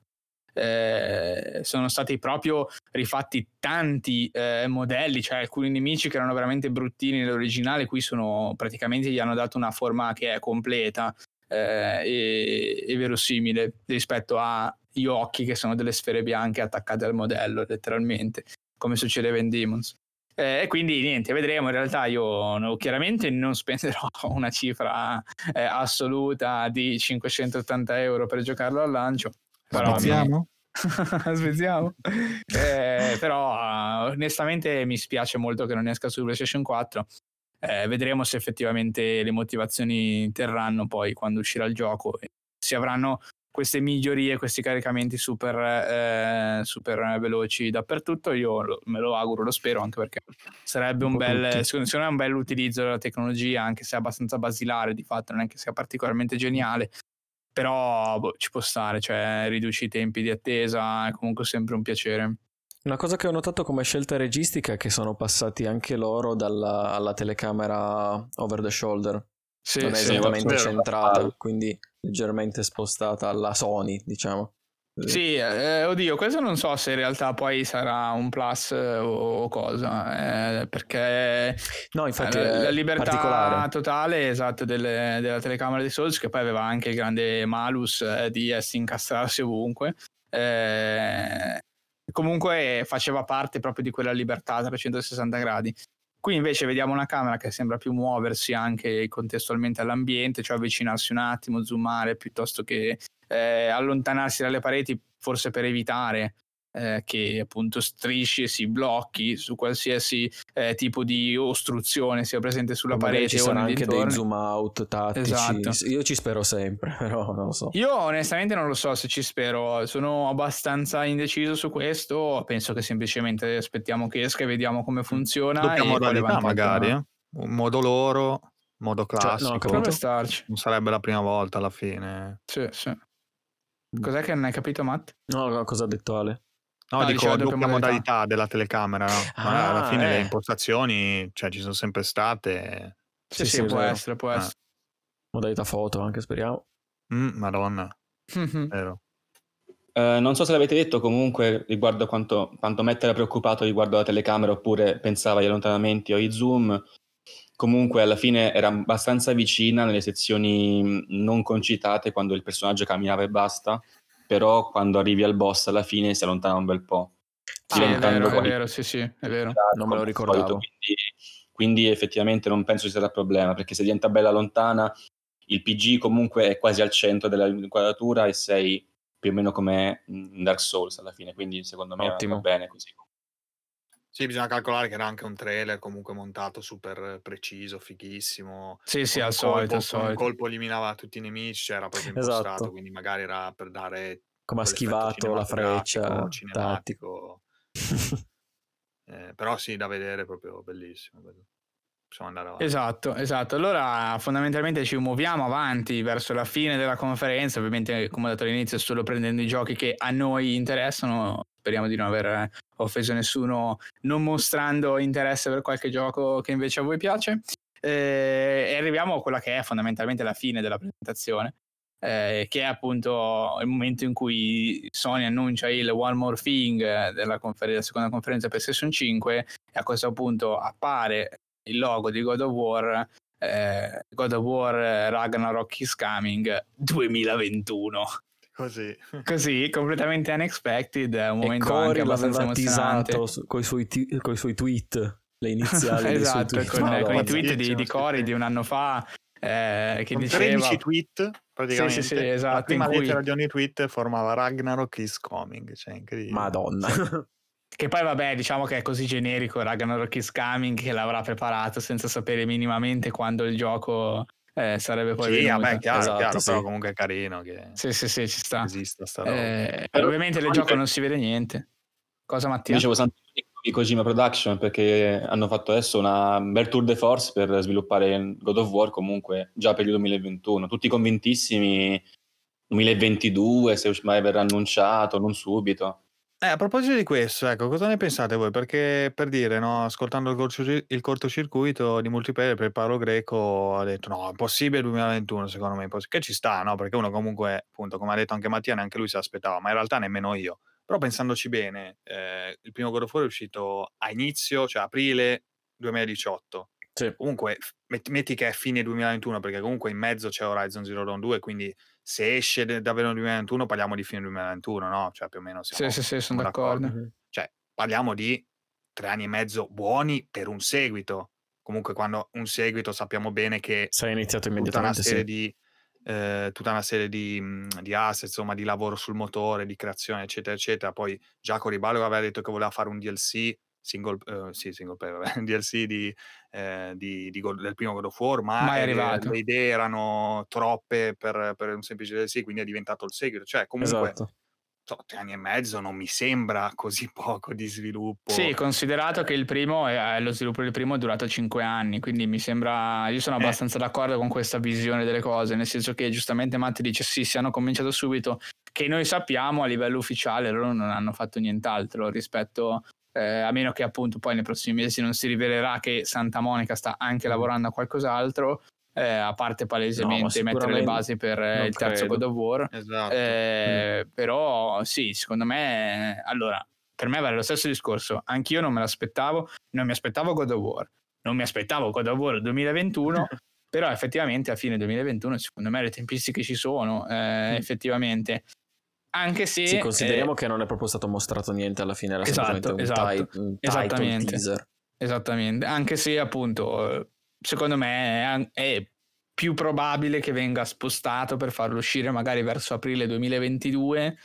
Eh, sono stati proprio rifatti tanti eh, modelli, cioè alcuni nemici che erano veramente bruttini nell'originale, qui sono praticamente gli hanno dato una forma che è completa eh, e, e verosimile rispetto agli occhi che sono delle sfere bianche attaccate al modello, letteralmente, come succedeva in Demons. Eh, e quindi niente, vedremo. In realtà io no, chiaramente non spenderò una cifra eh, assoluta di cinquecentottanta euro per giocarlo al lancio. Però Spaziamo? Svizziamo. eh, però onestamente mi spiace molto che non esca su PlayStation quattro. Eh, vedremo se effettivamente le motivazioni terranno poi quando uscirà il gioco e si avranno queste migliorie, questi caricamenti super, eh, super veloci dappertutto. Io lo, me lo auguro, lo spero, anche perché sarebbe un, un bel secondo me è un bel utilizzo della tecnologia, anche se è abbastanza basilare, di fatto non è che sia particolarmente geniale, però boh, ci può stare, cioè riduci i tempi di attesa, è comunque sempre un piacere. Una cosa che ho notato come scelta registica è che sono passati anche loro dalla, alla telecamera over the shoulder. Sì, non è sì, esattamente vero. centrata, quindi leggermente spostata alla Sony, diciamo. Sì, eh, oddio, questo non so se in realtà poi sarà un plus o cosa, eh, perché no, infatti la, la è libertà particolare. totale, esatto, delle, della telecamera di Souls, che poi aveva anche il grande malus eh, di essi incastrarsi ovunque, eh, comunque faceva parte proprio di quella libertà a trecentosessanta gradi. Qui invece vediamo una camera che sembra più muoversi anche contestualmente all'ambiente, cioè avvicinarsi un attimo, zoomare piuttosto che eh, allontanarsi dalle pareti, forse per evitare eh, che appunto strisci e si blocchi su qualsiasi eh, tipo di ostruzione sia presente sulla o magari parete ci o sarà nei anche dintorni. dei zoom out tattici. Esatto. Io ci spero sempre, però non lo so. Io onestamente non lo so se ci spero, sono abbastanza indeciso su questo, penso che semplicemente aspettiamo che esca e vediamo come funziona. Doppia e modalità magari, eh? Un modo loro, modo classico. Cioè, no, potrebbe starci. Non sarebbe la prima volta alla fine. Sì, sì. Cos'è che non hai capito, Matt? No, no, cosa ha detto Ale? No, No, dico diceva doppia doppia modalità. modalità della telecamera, no? Ma Ah, alla fine eh. le impostazioni, cioè, ci sono sempre state. Sì, Sì, sì, sì, può vero. essere, può Eh. essere. Modalità foto anche, speriamo. Mm, Madonna, vero. Uh, non so se l'avete detto comunque riguardo a quanto, quanto Matt era preoccupato riguardo alla telecamera oppure pensava agli allontanamenti o ai zoom. Comunque alla fine era abbastanza vicina nelle sezioni non concitate quando il personaggio camminava e basta, però quando arrivi al boss alla fine si allontana un bel po'. Sì, è vero, poi è vero, sì, sì, è vero. Non me lo ricordavo. Solito, quindi, quindi effettivamente non penso ci sarà problema, perché se diventa bella lontana il P G comunque è quasi al centro dell'inquadratura e sei più o meno come in Dark Souls alla fine, quindi secondo me Ottimo. va bene così. Sì, bisogna calcolare che era anche un trailer comunque montato super preciso, fighissimo. Sì, sì, Con al un solito, colpo, al con un solito. colpo eliminava tutti i nemici, cioè era proprio impostato, Esatto. quindi magari era per dare Come ha quell'effetto schivato la cinematografico, freccia. cinematico. eh, però sì, da vedere, proprio bellissimo. Possiamo andare avanti. Esatto, esatto. Allora fondamentalmente ci muoviamo avanti verso la fine della conferenza, ovviamente come ho detto all'inizio solo prendendo i giochi che a noi interessano, speriamo di non aver offeso nessuno non mostrando interesse per qualche gioco che invece a voi piace, eh, e arriviamo a quella che è fondamentalmente la fine della presentazione, eh, che è appunto il momento in cui Sony annuncia il One More Thing della confer- seconda conferenza PlayStation cinque e a questo punto appare il logo di God of War, eh, God of War Ragnarok is Coming duemilaventuno. Così. Così, completamente unexpected, è un E momento anche Cory abbastanza l'aveva emozionante. teasato coi suoi, ti- coi suoi tweet, le iniziali dei suoi Esatto, tweet. con, con i Madonna. tweet di, di Pazzissimo, Cory sì, di sì. un anno fa eh, che Con diceva tredici tweet, sì sì praticamente, sì la esatto, in prima cui lettera di ogni tweet formava Ragnarok is coming, cioè incredibile. Madonna. sì. Che poi vabbè, diciamo che è così generico Ragnarok is coming che l'avrà preparato senza sapere minimamente quando il gioco eh, sarebbe poi Sì, venuto. vabbè, chiaro, Esatto, chiaro, sì. però comunque è carino che Sì sì sì, ci sta. esista sta roba. Eh, Però ovviamente nel gioco non si vede niente. Cosa, Mattia? dicevo Santa Monica di Kojima Production perché hanno fatto adesso una bel tour de force per sviluppare God of War comunque già per il duemilaventuno, tutti convintissimi duemilaventidue se mai verrà annunciato, non subito. Eh, a proposito di questo, ecco, cosa ne pensate voi? Perché per dire, no, ascoltando il, corci- il cortocircuito di multiplayer per Paolo Greco ha detto no, è possibile il duemilaventuno secondo me, imposs- che ci sta, no? Perché uno comunque, appunto, come ha detto anche Mattia, neanche lui si aspettava, ma in realtà nemmeno io. Però pensandoci bene, eh, il primo God of War è uscito a inizio, cioè aprile duemiladiciotto. Sì. Comunque, f- metti, metti che è fine duemilaventuno, perché comunque in mezzo c'è Horizon Zero Dawn due, quindi se esce de- davvero nel duemilaventuno parliamo di fine duemilaventuno, no? Cioè più o meno siamo, Sì sì sì, sono siamo d'accordo. d'accordo. Mhm. Cioè parliamo di tre anni e mezzo buoni per un seguito. Comunque quando un seguito sappiamo bene che Sarà iniziato tutta una immediatamente, serie sì. di eh, tutta una serie di, mh, di asset, insomma, di lavoro sul motore, di creazione, eccetera, eccetera. Poi Giacomo Riballo aveva detto che voleva fare un D L C single, eh, sì, single player, vabbè, un D L C di, eh, di, di God- del primo God of War, ma Mai eh, le, arrivato. le idee erano troppe per, per un semplice D L C, quindi è diventato il seguito. Cioè, comunque, Esatto. so, tre anni e mezzo non mi sembra così poco di sviluppo. Sì, considerato Eh, che il primo, è, lo sviluppo del primo è durato cinque anni, quindi mi sembra, io sono eh, abbastanza d'accordo con questa visione delle cose, nel senso che giustamente Matti dice sì, si hanno cominciato subito, che noi sappiamo a livello ufficiale loro non hanno fatto nient'altro rispetto, eh, a meno che appunto poi nei prossimi mesi non si rivelerà che Santa Monica sta anche Mm. lavorando a qualcos'altro, eh, a parte No, ma palesemente mettere le sicuramente basi per eh, non il terzo God credo. of War, esatto. eh, Mm. però sì, secondo me, allora, per me vale lo stesso discorso, anch'io non me l'aspettavo, non mi aspettavo God of War, non mi aspettavo God of War duemilaventuno, però effettivamente a fine duemilaventuno secondo me le tempistiche ci sono, eh, Mm. effettivamente, anche se... Sì, consideriamo eh, che non è proprio stato mostrato niente alla fine, era semplicemente esatto, un, esatto, tit- un title esattamente, teaser. esattamente, anche se appunto eh, secondo me è, è più probabile che venga spostato per farlo uscire magari verso aprile duemilaventidue,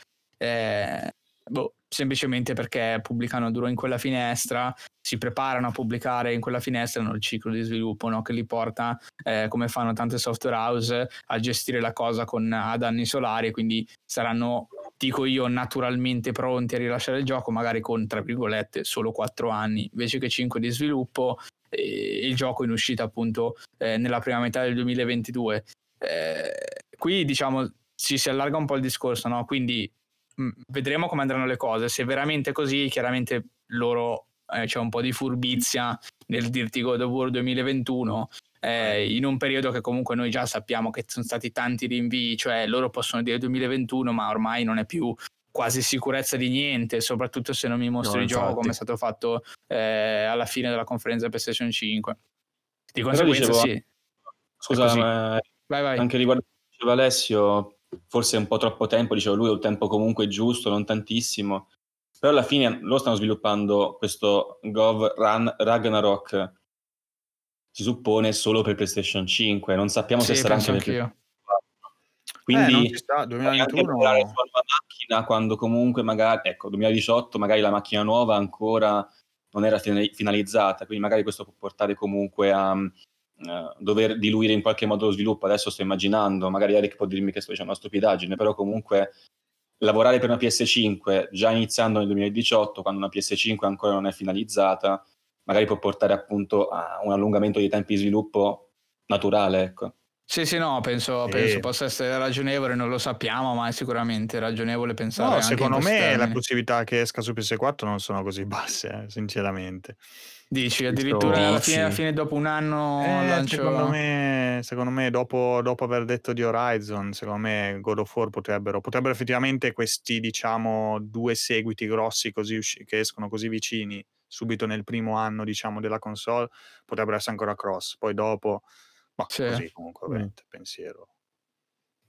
eh, boh, semplicemente perché pubblicano duro in quella finestra, si preparano a pubblicare in quella finestra, hanno il ciclo di sviluppo, no, che li porta, eh, come fanno tante software house, a gestire la cosa con ad anni solari, quindi saranno, dico io, naturalmente pronti a rilasciare il gioco magari con, tra virgolette, solo quattro anni invece che cinque di sviluppo, e il gioco in uscita appunto eh, nella prima metà del duemilaventidue. Eh, qui diciamo ci si allarga un po' il discorso, no? Quindi mh, vedremo come andranno le cose. Se veramente così, chiaramente loro eh, c'è un po' di furbizia nel dirti God of War duemilaventuno, eh, in un periodo che comunque noi già sappiamo che sono stati tanti rinvii, cioè loro possono dire duemilaventuno, ma ormai non è più quasi sicurezza di niente, soprattutto se non mi mostri No, il gioco infatti. come è stato fatto eh, alla fine della conferenza PlayStation cinque. Di Però conseguenza dicevo, sì, è scusa, così. ma Vai, vai. anche riguardo a quello che diceva Alessio, forse è un po' troppo tempo, dicevo lui, è un tempo comunque giusto, non tantissimo, però alla fine loro stanno sviluppando questo Gov Run Ragnarok, si suppone solo per PlayStation cinque, non sappiamo se Sì, sarà penso anche per anch'io. PlayStation quattro. Eh, non Quindi ci sta, puoi anche lavorare duemilaventuno. sulla nuova macchina quando comunque magari, ecco, duemiladiciotto magari la macchina nuova ancora non era finalizzata, quindi magari questo può portare comunque a uh, dover diluire in qualche modo lo sviluppo. Adesso sto immaginando, magari Eric può dirmi che sto dicendo una stupidaggine, però comunque lavorare per una P S cinque già iniziando nel duemiladiciotto, quando una P S cinque ancora non è finalizzata, magari può portare appunto a un allungamento dei tempi di sviluppo naturale, ecco. Sì, sì, no, penso, Sì. penso possa essere ragionevole, non lo sappiamo, ma è sicuramente ragionevole pensare No, anche in secondo questi me le termini. possibilità che esca su P S quattro non sono così basse, eh, sinceramente. Dici, Visto- addirittura alla fine, alla Dici? fine dopo un anno Eh, lancio... secondo me, secondo me dopo, dopo aver detto di Horizon, secondo me God of War potrebbero, potrebbero effettivamente questi, diciamo, due seguiti grossi così usci- che escono così vicini subito nel primo anno, diciamo, della console, potrebbero essere ancora cross. Poi dopo, boh, Sì. così comunque, Mm. ovviamente, pensiero.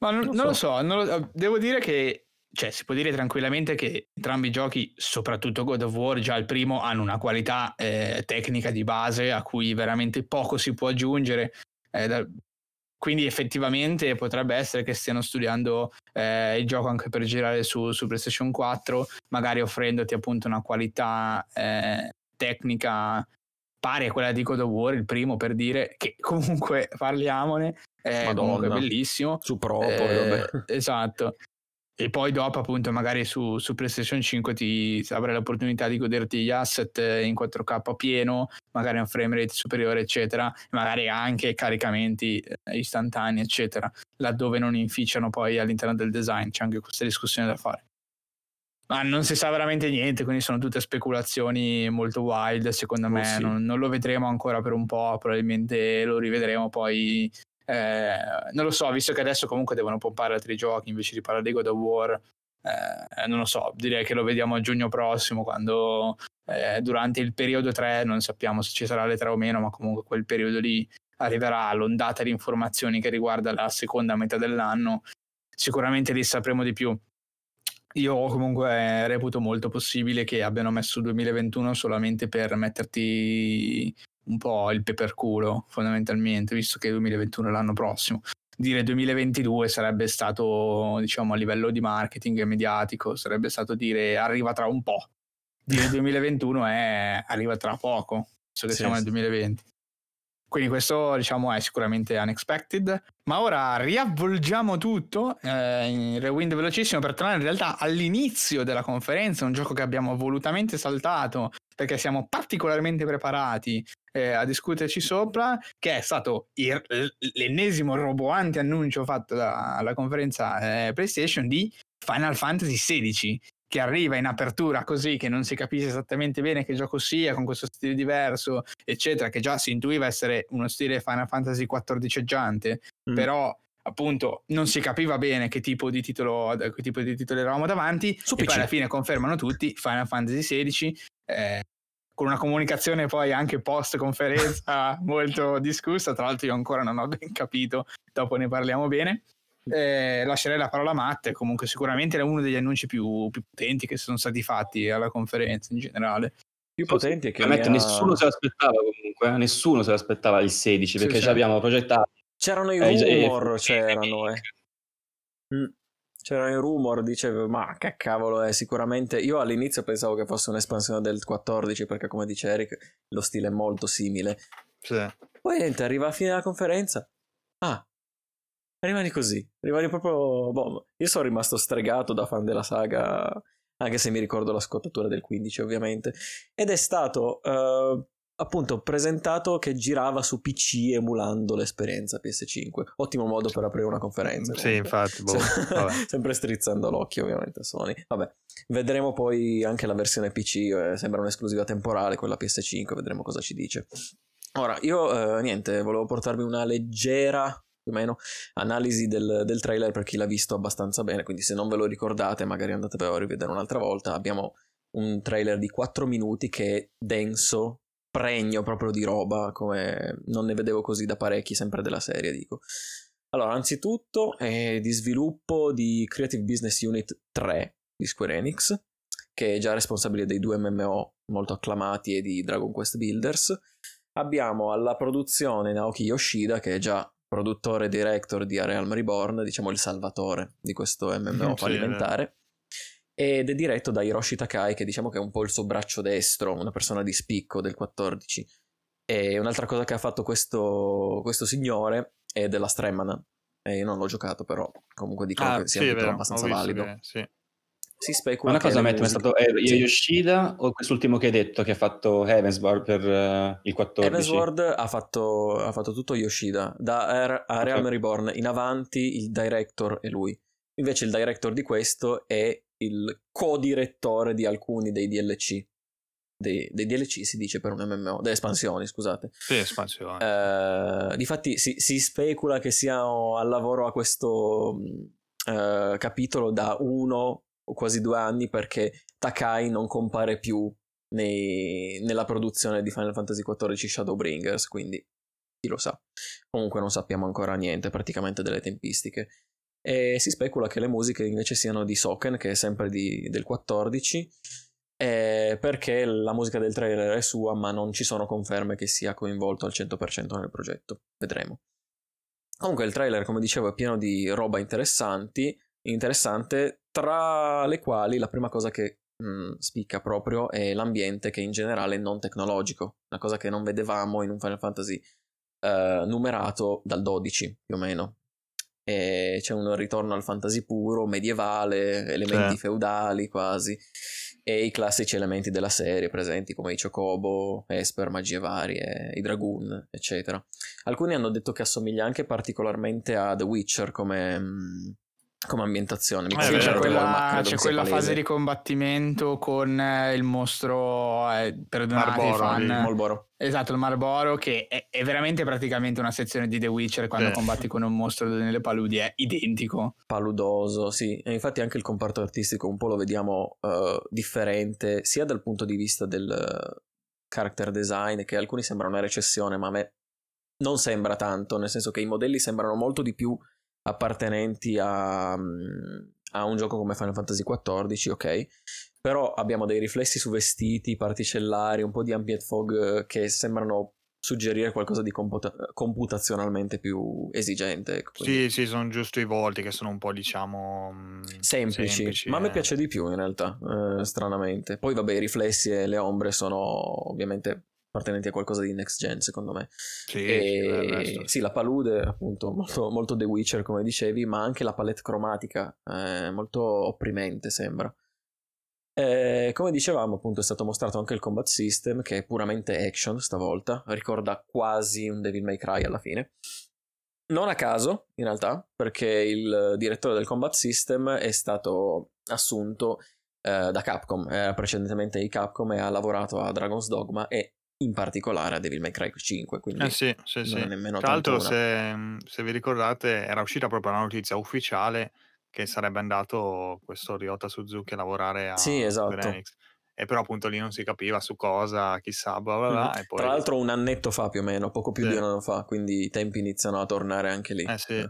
Ma non, Non non lo so. so, non lo- devo dire che, cioè, si può dire tranquillamente che entrambi i giochi, soprattutto God of War, già il primo, hanno una qualità eh, tecnica di base a cui veramente poco si può aggiungere. eh, da- quindi effettivamente potrebbe essere che stiano studiando eh, il gioco anche per girare su, su PlayStation quattro, magari offrendoti appunto una qualità eh, tecnica pari a quella di God of War, il primo, per dire, che comunque parliamone, è comunque Madonna. bellissimo. Su Pro, poi Eh, vabbè. esatto. E poi dopo appunto magari su, su PlayStation cinque ti avrai l'opportunità di goderti gli asset in quattro K pieno, magari un frame rate superiore eccetera, magari anche caricamenti eh, istantanei eccetera, laddove non inficiano poi all'interno del design. C'è anche questa discussione da fare, ma non si sa veramente niente, quindi sono tutte speculazioni molto wild. Secondo Oh, me sì. non, non lo vedremo ancora per un po', probabilmente lo rivedremo poi. Eh, non lo so, visto che adesso comunque devono pompare altri giochi invece di parlare di God of War, eh, non lo so, direi che lo vediamo a giugno prossimo, quando eh, durante il periodo tre, non sappiamo se ci sarà le tre o meno, ma comunque quel periodo lì arriverà l'ondata di informazioni che riguarda la seconda metà dell'anno, sicuramente lì sapremo di più. Io comunque reputo molto possibile che abbiano messo duemilaventuno solamente per metterti un po' il peperculo, fondamentalmente, visto che duemilaventuno è l'anno prossimo. Dire duemilaventidue sarebbe stato, diciamo, a livello di marketing e mediatico, sarebbe stato dire arriva tra un po'. Dire duemilaventuno è arriva tra poco, visto che Sì, siamo nel sì. duemilaventi. Quindi questo, diciamo, è sicuramente unexpected. Ma ora riavvolgiamo tutto eh, in rewind velocissimo per tornare in realtà all'inizio della conferenza, un gioco che abbiamo volutamente saltato perché siamo particolarmente preparati eh, a discuterci sopra, che è stato il, l'ennesimo roboante annuncio fatto dalla conferenza eh, PlayStation di Final Fantasy sedici, che arriva in apertura così, che non si capisce esattamente bene che gioco sia, con questo stile diverso eccetera, che già si intuiva essere uno stile Final Fantasy quattordiceggiante, mm. però appunto non si capiva bene che tipo di titolo che tipo di titolo eravamo davanti. Su e P C. Poi alla fine confermano tutti Final Fantasy sedici, eh, con una comunicazione poi anche post conferenza molto discussa, tra l'altro io ancora non ho ben capito, dopo ne parliamo bene. Eh, lascerei la parola a Matt. Comunque sicuramente era uno degli annunci più, più potenti che sono stati fatti alla conferenza in generale, più potenti, che ha... nessuno se l'aspettava, comunque eh? nessuno se l'aspettava il sedici, perché sì, ci sì. abbiamo progettato, c'erano i rumor, eh, c'erano eh. Mm. c'erano i rumor, dicevo ma che cavolo è. Sicuramente io all'inizio pensavo che fosse un'espansione del quattordici, perché come dice Eric lo stile è molto simile, sì. Poi niente, arriva a fine della conferenza, ah rimani così, rimani proprio boh. Io sono rimasto stregato da fan della saga, anche se mi ricordo la scottatura del quindici ovviamente, ed è stato uh, appunto presentato che girava su P C emulando l'esperienza P S cinque. Ottimo modo per aprire una conferenza comunque. Sì, infatti boh, sempre strizzando l'occhio ovviamente a Sony. Vabbè, vedremo poi anche la versione P C, eh, sembra un'esclusiva temporale quella P S cinque, vedremo cosa ci dice. Ora io eh, niente, volevo portarvi una leggera più o meno analisi del, del trailer per chi l'ha visto abbastanza bene, quindi se non ve lo ricordate magari andatevelo a rivedere un'altra volta. Abbiamo un trailer di quattro minuti che è denso, pregno proprio di roba, come non ne vedevo così da parecchi, sempre della serie dico. Allora, anzitutto è di sviluppo di Creative Business Unit tre di Square Enix, che è già responsabile dei due M M O molto acclamati e di Dragon Quest Builders. Abbiamo alla produzione Naoki Yoshida, che è già produttore e director di A Realm Reborn, diciamo il salvatore di questo M M O fallimentare, ed è diretto da Hiroshi Takai, che diciamo che è un po' il suo braccio destro, una persona di spicco del quattordici. E un'altra cosa che ha fatto questo, questo signore è della Stremman, e io non l'ho giocato, però comunque dicono ah, che sia sì, un titolo abbastanza valido. Che, sì. Si specula. Ma una cosa, Matt, ma è stato eh, sì. Yoshida o quest'ultimo che hai detto che ha fatto Heavensward per uh, il quattordici? Heavensward ha fatto, ha fatto tutto Yoshida. Da A okay. Realm Reborn in avanti il director è lui. Invece il director di questo è il co-direttore di alcuni dei D L C. Dei, dei D L C si dice per un M M O, delle espansioni, scusate. Sì, espansioni. Uh, difatti si, si specula che siano al lavoro a questo uh, capitolo da uno o quasi due anni, perché Takai non compare più nei, nella produzione di Final Fantasy quattordici Shadowbringers, quindi chi lo sa. Comunque non sappiamo ancora niente praticamente delle tempistiche. e si specula che le musiche invece siano di Soken, che è sempre di, del quattordici, eh, perché la musica del trailer è sua, ma non ci sono conferme che sia coinvolto al cento per cento nel progetto. Vedremo. Comunque il trailer, come dicevo, è pieno di roba interessanti, interessante, tra le quali la prima cosa che mh, spicca proprio è l'ambiente, che in generale è non tecnologico, una cosa che non vedevamo in un Final Fantasy eh, numerato dal dodici più o meno. E c'è un ritorno al fantasy puro, medievale, elementi Sì. feudali quasi, e i classici elementi della serie presenti come i Chocobo, Esper, magie varie, i Dragoon, eccetera. Alcuni hanno detto che assomiglia anche particolarmente a The Witcher come, mh, come ambientazione. Mi Eh, Sì, confermo, c'è vero, quella, ma credo c'è che sia quella palese. fase di combattimento con eh, il mostro, eh, perdonate i Marboro, fan, lì. Molboro. esatto, il Marboro, che è, è veramente praticamente una sezione di The Witcher quando Sì. combatti con un mostro nelle paludi, è identico. Paludoso, sì, e infatti anche il comparto artistico un po' lo vediamo uh, differente, sia dal punto di vista del uh, character design, che alcuni sembra una recessione, ma a me non sembra tanto, nel senso che i modelli sembrano molto di più appartenenti a, um, a un gioco come Final Fantasy quattordici, ok? Però abbiamo dei riflessi su vestiti, particellari, un po' di ambient fog uh, che sembrano suggerire qualcosa di computa- computazionalmente più esigente. Ecco, sì, sì, sono giusto i volti che sono un po', diciamo, semplici, semplici ma a me eh. piace di più in realtà, eh, stranamente. Poi vabbè, i riflessi e le ombre sono ovviamente appartenenti a qualcosa di next gen, secondo me. Sì, e sì, del resto, sì, sì. la palude appunto molto, molto The Witcher, come dicevi, ma anche la palette cromatica eh, molto opprimente sembra. Eh, come dicevamo, appunto, è stato mostrato anche il combat system, che è puramente action stavolta, ricorda quasi un Devil May Cry alla fine. Non a caso, in realtà, perché il direttore del combat system è stato assunto eh, da Capcom, era precedentemente di Capcom e ha lavorato a Dragon's Dogma e in particolare a Devil May Cry cinque, quindi Eh sì, sì, non sì. è nemmeno Tra tanto l'altro, una... se, se vi ricordate, era uscita proprio la notizia ufficiale che sarebbe andato questo Ryota Suzuki a lavorare Sì, a Square esatto. Enix. E però appunto lì non si capiva su cosa, chissà, bla bla Mm. bla, e Tra poi... l'altro un annetto fa più o meno, poco più Sì. di un anno fa, quindi i tempi iniziano a tornare anche lì. Eh sì.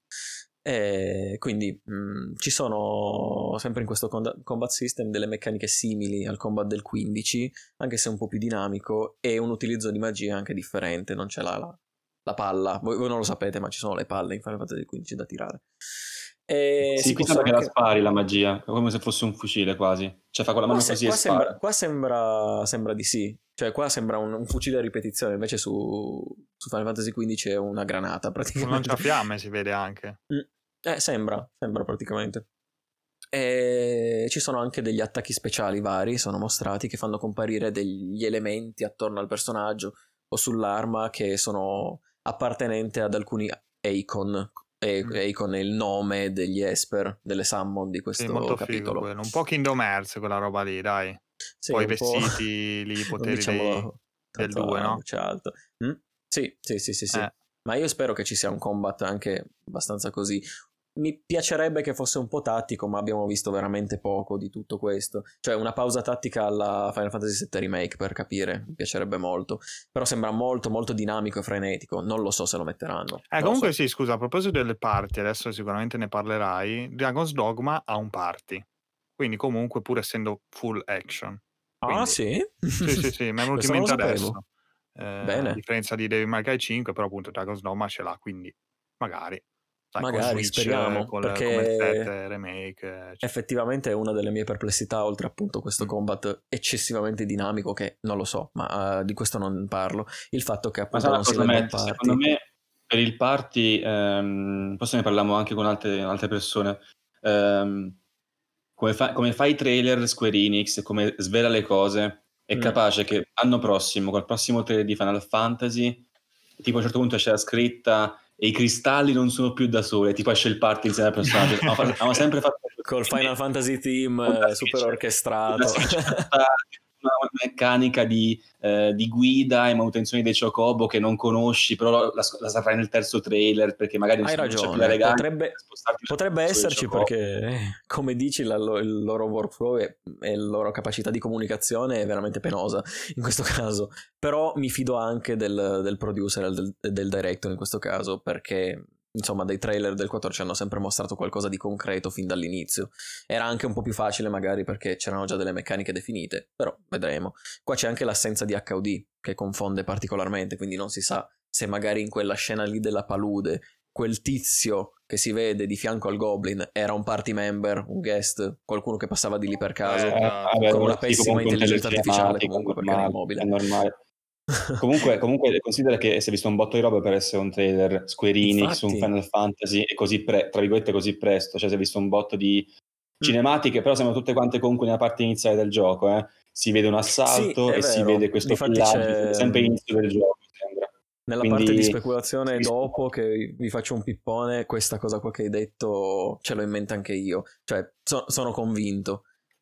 E quindi mh, ci sono sempre in questo combat system delle meccaniche simili al combat del quindici, anche se un po' più dinamico, e un utilizzo di magia anche differente. Non c'è la, la, la palla, voi, voi non lo sapete, ma ci sono le palle in Final Fantasy quindici da tirare. E sì, si qui possono sembra che anche... la spari la magia, come se fosse un fucile quasi. Cioè fa con la Qua, mano se, così qua, e spara. sembra, qua sembra, sembra di sì. Cioè qua sembra un, un fucile a ripetizione, invece su, su Final Fantasy quindici è una granata Un praticamente. lanciafiamme si vede anche. Eh, sembra, sembra praticamente. E ci sono anche degli attacchi speciali vari, sono mostrati, che fanno comparire degli elementi attorno al personaggio o sull'arma che sono appartenenti ad alcuni icon. E Mm. icon è il nome degli Esper, delle summon di questo Sì, molto capitolo. figo quello. Un po' Kingdom Hearts quella roba lì, dai. Sì, Poi i un po'... vestiti lì, i non poteri diciamolo dei, del tanto due, a no? voce alta. Mm? Sì, sì, sì, sì, sì. Eh. Ma io spero che ci sia un combat anche abbastanza così. Mi piacerebbe che fosse un po' tattico, ma abbiamo visto veramente poco di tutto questo. Cioè una pausa tattica alla Final Fantasy sette Remake, per capire, mi piacerebbe molto. Però sembra molto molto dinamico e frenetico, non lo so se lo metteranno. Eh, Non comunque lo so. sì, scusa, a proposito delle parti, adesso sicuramente ne parlerai, Dragon's Dogma ha un party, quindi comunque pur essendo full action. Quindi, Ah sì? Sì, sì, sì, mi è venuto in Questo non lo mente sapevo. adesso. Eh, a Bene. differenza di Devil May Cry cinque, però appunto Dragon's Dogma ce l'ha, quindi magari, sai, con Magari, Switch, speriamo, col, perché come il sette Remake. Cioè. effettivamente è una delle mie perplessità, oltre appunto questo Mm. combat eccessivamente dinamico, che non lo so, ma uh, di questo non parlo. Il fatto che Ma appunto sai una non si cosa, legga un Matt? party. Secondo me per il party, ehm, forse ne parliamo anche con altre, altre persone, ehm, come, fa, come fa i trailer Square Enix, come svela le cose, è Mm. capace che l'anno prossimo, col prossimo trailer di Final Fantasy, tipo a un certo punto c'è la scritta e i cristalli non sono più da sole, tipo esce il party insieme al personaggio. Abbiamo, abbiamo sempre fatto Col Final Fantasy Team una eh, super sketch- orchestrato. una sketchata, una meccanica di, eh, di guida e manutenzione dei Chocobo che non conosci, però la, la saprai nel terzo trailer perché magari Hai non c'è più la ragione, regata, potrebbe, potrebbe esserci perché, eh, come dici, la, il loro workflow e, e la loro capacità di comunicazione è veramente penosa in questo caso. Però mi fido anche del, del producer e del, del director in questo caso, perché insomma dei trailer del quattordici hanno sempre mostrato qualcosa di concreto fin dall'inizio. Era anche un po' più facile magari perché c'erano già delle meccaniche definite, però vedremo. Qua c'è anche l'assenza di H U D che confonde particolarmente, quindi non si sa se magari in quella scena lì della palude quel tizio che si vede di fianco al Goblin era un party member, un guest, qualcuno che passava di lì per caso, Eh, vabbè, con una sì, pessima comunque un intelligenza trailer artificiale cinematico, comunque perché era normale, immobile. è normale. Comunque, comunque considera che si è visto un botto di roba per essere un trailer Square Enix, un Infatti. Final Fantasy e così pre- tra virgolette così presto, cioè si è visto un botto di cinematiche, però sembrano tutte quante comunque nella parte iniziale del gioco, eh. Si vede un assalto Sì, e è si vero. vede questo Difatti villaggio, c'è, sempre inizio del gioco, sembra. nella Quindi, parte di speculazione sì, dopo che vi faccio un pippone, questa cosa qua che hai detto ce l'ho in mente anche io, cioè so- sono convinto.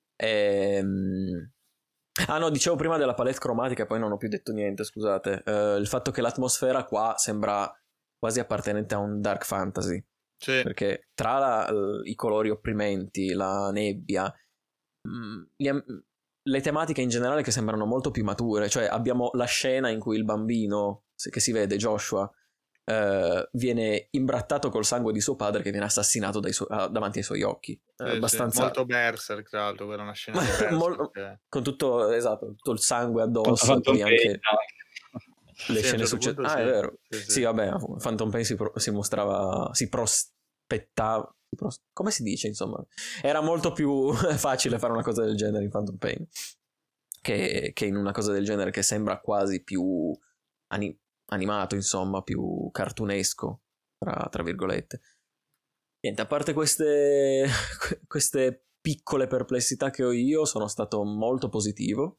Ehm... Ah no, dicevo prima della palette cromatica e poi non ho più detto niente, scusate. Eh, il fatto che l'atmosfera qua sembra quasi appartenente a un dark fantasy, Sì. perché tra la, l- i colori opprimenti, la nebbia, mh, gli am- le tematiche in generale che sembrano molto più mature, cioè abbiamo la scena in cui il bambino, se- che si vede, Joshua, eh, viene imbrattato col sangue di suo padre che viene assassinato dai su- ah, davanti ai suoi occhi. Eh, Sì, sì. abbastanza... Molto Berserk, tra l'altro, quella è una scena di Berserk. Mol- che- con tutto, esatto, tutto il sangue Molto addosso e Phantom poi Pain, anche anche. le Sì, a un scene certo successive. punto Ah, sì. è vero. Sì, Sì, sì. vabbè, Phantom Pain si, pro- si mostrava, si prospettava, si pros- come si dice, insomma. Era molto più facile fare una cosa del genere in Phantom Pain che, che in una cosa del genere che sembra quasi più ani- animato, insomma, più cartunesco, tra, tra virgolette. Niente, a parte queste, queste piccole perplessità che ho io, sono stato molto positivo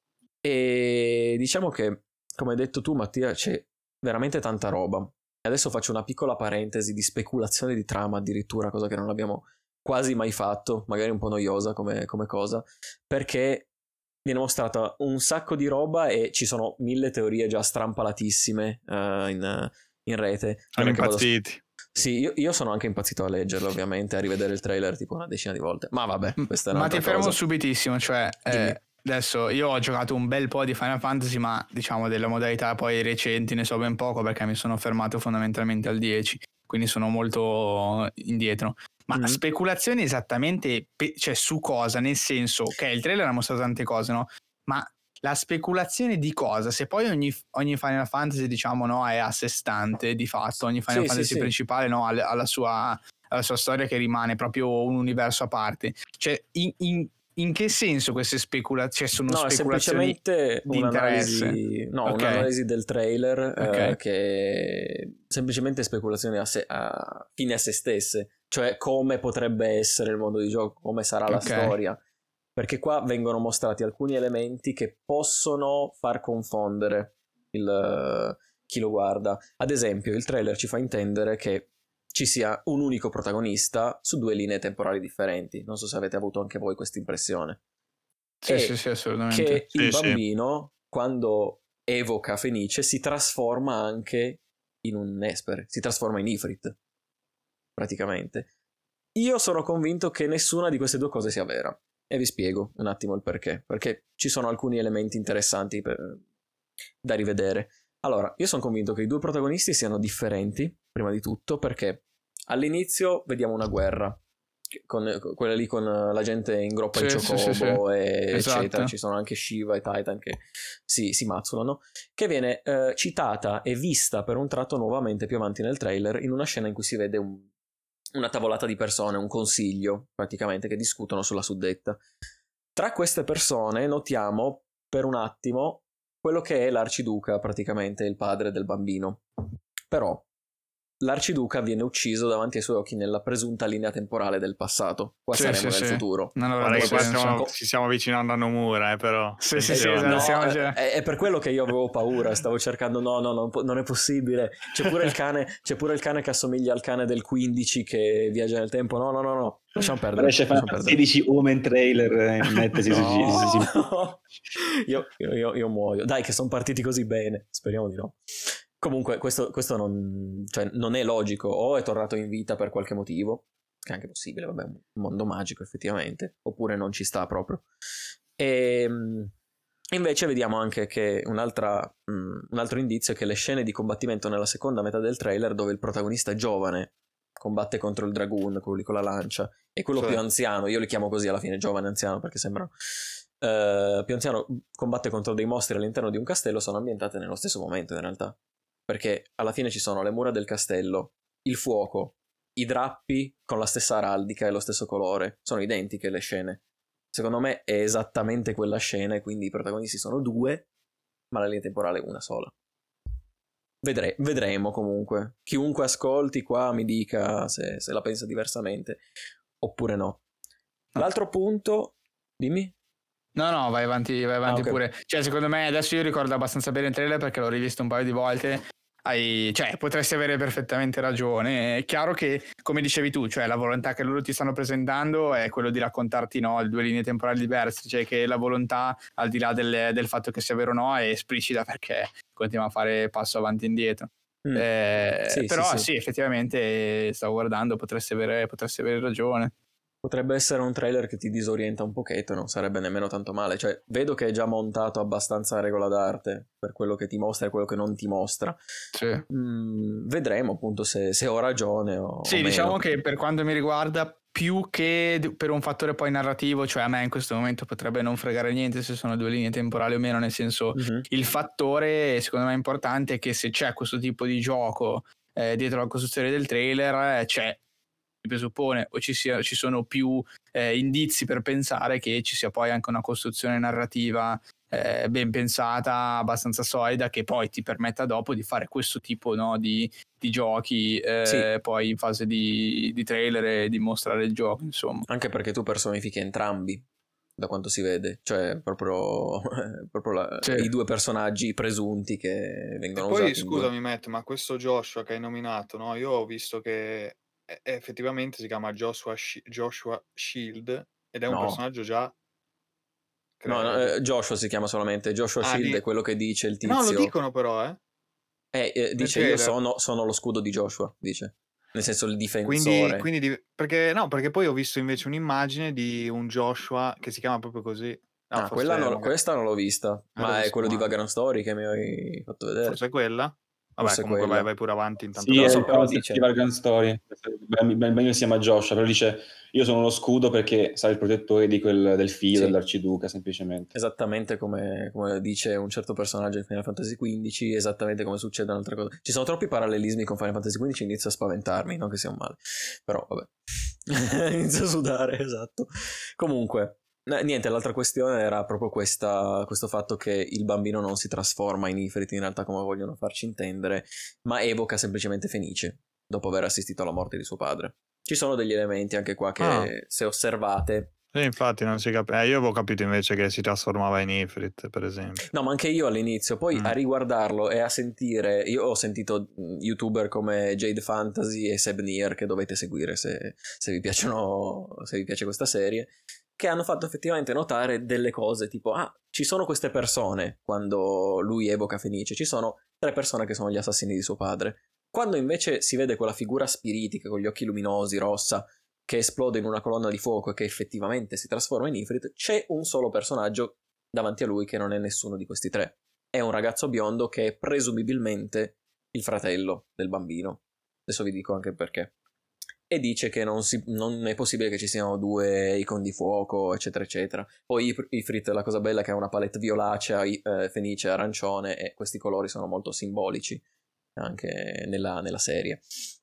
e diciamo che, come hai detto tu Mattia, c'è veramente tanta roba. E adesso faccio una piccola parentesi di speculazione di trama addirittura, cosa che non abbiamo quasi mai fatto, magari un po' noiosa come, come cosa, perché viene mostrata un sacco di roba e ci sono mille teorie già strampalatissime uh, in, in rete. Sono Non è che vado a impazziti. Sì, io, io sono anche impazzito a leggerlo, ovviamente, a rivedere il trailer tipo una decina di volte. Ma vabbè, questa è Ma un'altra ti fermo cosa. subitissimo, cioè Dimmi. eh, adesso io ho giocato un bel po' di Final Fantasy, ma diciamo delle modalità poi recenti ne so ben poco perché mi sono fermato fondamentalmente al dieci, quindi sono molto indietro. Ma Mhm. speculazioni esattamente, pe- cioè su cosa? Nel senso, ok, il trailer ha mostrato tante cose, no? Ma la speculazione di cosa? Se poi ogni, ogni Final Fantasy, diciamo, no, è a sé stante, di fatto, ogni Final Sì, Fantasy sì, sì. principale, no, ha la- ha la sua, la sua storia che rimane proprio un universo a parte. Cioè, in, in, in che senso queste speculazioni? Cioè, sono No, è speculazioni semplicemente di interesse? un'analisi, no, Ok. un'analisi del trailer eh, Ok. che semplicemente speculazioni a, se- a fine a se stesse, cioè come potrebbe essere il mondo di gioco, come sarà la Ok. storia, perché qua vengono mostrati alcuni elementi che possono far confondere il, chi lo guarda. Ad esempio, il trailer ci fa intendere che ci sia un unico protagonista su due linee temporali differenti. Non so se avete avuto anche voi questa impressione. Sì, E sì, sì, assolutamente. che Sì, il sì. bambino, quando evoca Fenice, si trasforma anche in un Esper, si trasforma in Ifrit, praticamente. Io sono convinto che nessuna di queste due cose sia vera. E vi spiego un attimo il perché. Perché ci sono alcuni elementi interessanti per, da rivedere. Allora, io sono convinto che i due protagonisti siano differenti, prima di tutto, perché all'inizio vediamo una guerra, con, con- quella lì con la gente in groppa Sì, in sì, sì, Chocobo, sì. e Esatto. eccetera. Ci sono anche Shiva e Titan che si, si mazzolano, che viene eh, citata e vista per un tratto nuovamente più avanti nel trailer in una scena in cui si vede un, una tavolata di persone, un consiglio praticamente, che discutono sulla suddetta. Tra queste persone notiamo per un attimo quello che è l'arciduca, praticamente il padre del bambino. Però l'arciduca viene ucciso davanti ai suoi occhi nella presunta linea temporale del passato. Qua Sì, saremo sì, nel sì. futuro. Non Guarda avrebbe che qua senso. stiamo, ci stiamo avvicinando a Nomura, eh, però. Sì, sì, sì, Attenzione. esatto. No, siamo già- è, è per quello che io avevo paura, stavo cercando, no, no, non, non è possibile. C'è pure il cane, c'è pure il cane che assomiglia al cane del quindici che viaggia nel tempo. No, no, no, no, lasciamo perdere. Esce Lasciamo Final perdere. sedici Omen trailer in mettesi su No! io, io, io muoio. Dai, che sono partiti così bene. Speriamo di no. Comunque, questo, questo non, cioè, non è logico. O è tornato in vita per qualche motivo, che è anche possibile, vabbè, un mondo magico effettivamente, oppure non ci sta proprio. E, Invece vediamo anche che un'altra, mh, un altro indizio è che le scene di combattimento nella seconda metà del trailer, dove il protagonista giovane combatte contro il Dragoon, quello lì con la lancia, e quello Sì. più anziano, io li chiamo così alla fine, giovane anziano, perché sembrano eh, più anziano, combatte contro dei mostri all'interno di un castello, sono ambientate nello stesso momento in realtà, perché alla fine ci sono le mura del castello, il fuoco, i drappi con la stessa araldica e lo stesso colore, sono identiche le scene. Secondo me è esattamente quella scena, e quindi i protagonisti sono due, ma la linea temporale è una sola. Vedre- vedremo comunque. Chiunque ascolti qua mi dica se, se la pensa diversamente oppure no. L'altro punto, dimmi. No, no, vai avanti, vai avanti Ah, okay. pure. Cioè, secondo me adesso io ricordo abbastanza bene il trailer perché l'ho rivisto un paio di volte. Hai, cioè, potresti avere perfettamente ragione. È chiaro che, come dicevi tu, cioè la volontà che loro ti stanno presentando è quello di raccontarti, no, due linee temporali diverse, cioè che la volontà, al di là del, del fatto che sia vero o no, è esplicita perché continua a fare passo avanti e indietro. Mm. Eh, Sì, però sì, sì, sì. effettivamente stavo guardando, potresti avere, potresti avere ragione. Potrebbe essere un trailer che ti disorienta un pochetto, non sarebbe nemmeno tanto male. Cioè, vedo che è già montato abbastanza a regola d'arte per quello che ti mostra e quello che non ti mostra. Sì. Mm, vedremo appunto se, se ho ragione o, Sì, o diciamo meno. che per quanto mi riguarda, più che per un fattore poi narrativo, cioè a me in questo momento potrebbe non fregare niente se sono due linee temporali o meno, nel senso Mm-hmm. il fattore secondo me importante è che se c'è questo tipo di gioco eh, dietro la costruzione del trailer, eh, c'è, si presuppone, o ci, sia, ci sono più eh, indizi per pensare che ci sia poi anche una costruzione narrativa eh, ben pensata, abbastanza solida, che poi ti permetta dopo di fare questo tipo, no, di, di giochi eh, Sì. poi in fase di, di trailer e di mostrare il gioco, insomma. Anche perché tu personifichi entrambi, da quanto si vede, cioè proprio, proprio la, Sì. i due personaggi presunti che vengono E poi usati. scusami Matt, ma questo Joshua che hai nominato, no? Io ho visto che è- effettivamente si chiama Joshua, Shi- Joshua Shield ed è un No. personaggio già... No, no, credo. eh, Joshua si chiama solamente, Joshua Ah, Shield di- è quello che dice il tizio. No, lo dicono però, eh. Eh, eh, Nel dice io trailer. sono, sono lo scudo di Joshua, dice. Nel senso il Quindi, difensore. quindi di- perché no, perché poi ho visto invece un'immagine di un Joshua che si chiama proprio così. No, ah, forse quella non- magari- questa non l'ho vista, Ah, l'ho ma è visto quello di male. Vagrant Story che mi hai fatto vedere. Forse è quella? Vabbè, Forse comunque quella. vai, vai pure avanti intanto. Sì, Non è so, il però concept dice- di Vagrant Story. Ben, ben meglio si chiama Joshua, però dice io sono lo scudo perché sai il protettore di quel, del figlio Sì. dell'arciduca, semplicemente. Esattamente come, come dice un certo personaggio in Final Fantasy quindici, esattamente come succedono altre cose. Ci sono troppi parallelismi con Final Fantasy quindici, inizio a spaventarmi, non che sia un male. Però vabbè. Inizio a sudare, esatto. Comunque, n- niente, l'altra questione era proprio questa, questo fatto che il bambino non si trasforma in Ifrit, in realtà come vogliono farci intendere, ma evoca semplicemente Fenice, dopo aver assistito alla morte di suo padre. Ci sono degli elementi anche qua che, Ah. se osservate... Sì, infatti non si capisce. Eh, io avevo capito invece che si trasformava in Ifrit, per esempio. No, ma anche io all'inizio, poi Mm. a riguardarlo e a sentire, io ho sentito youtuber come Jade Fantasy e Seb Nier, che dovete seguire se, se vi piacciono, se vi piace questa serie, che hanno fatto effettivamente notare delle cose tipo, ah, ci sono queste persone quando lui evoca Fenice, ci sono tre persone che sono gli assassini di suo padre. Quando invece si vede quella figura spiritica con gli occhi luminosi, rossa, che esplode in una colonna di fuoco e che effettivamente si trasforma in Ifrit, c'è un solo personaggio davanti a lui che non è nessuno di questi tre. È un ragazzo biondo che è presumibilmente il fratello del bambino. Adesso vi dico anche perché. E dice che non, si, non è possibile che ci siano due icon di fuoco, eccetera, eccetera. Poi Ifrit, la cosa bella è che ha una palette violacea, eh, fenice, arancione, e questi colori sono molto simbolici anche nella, nella serie.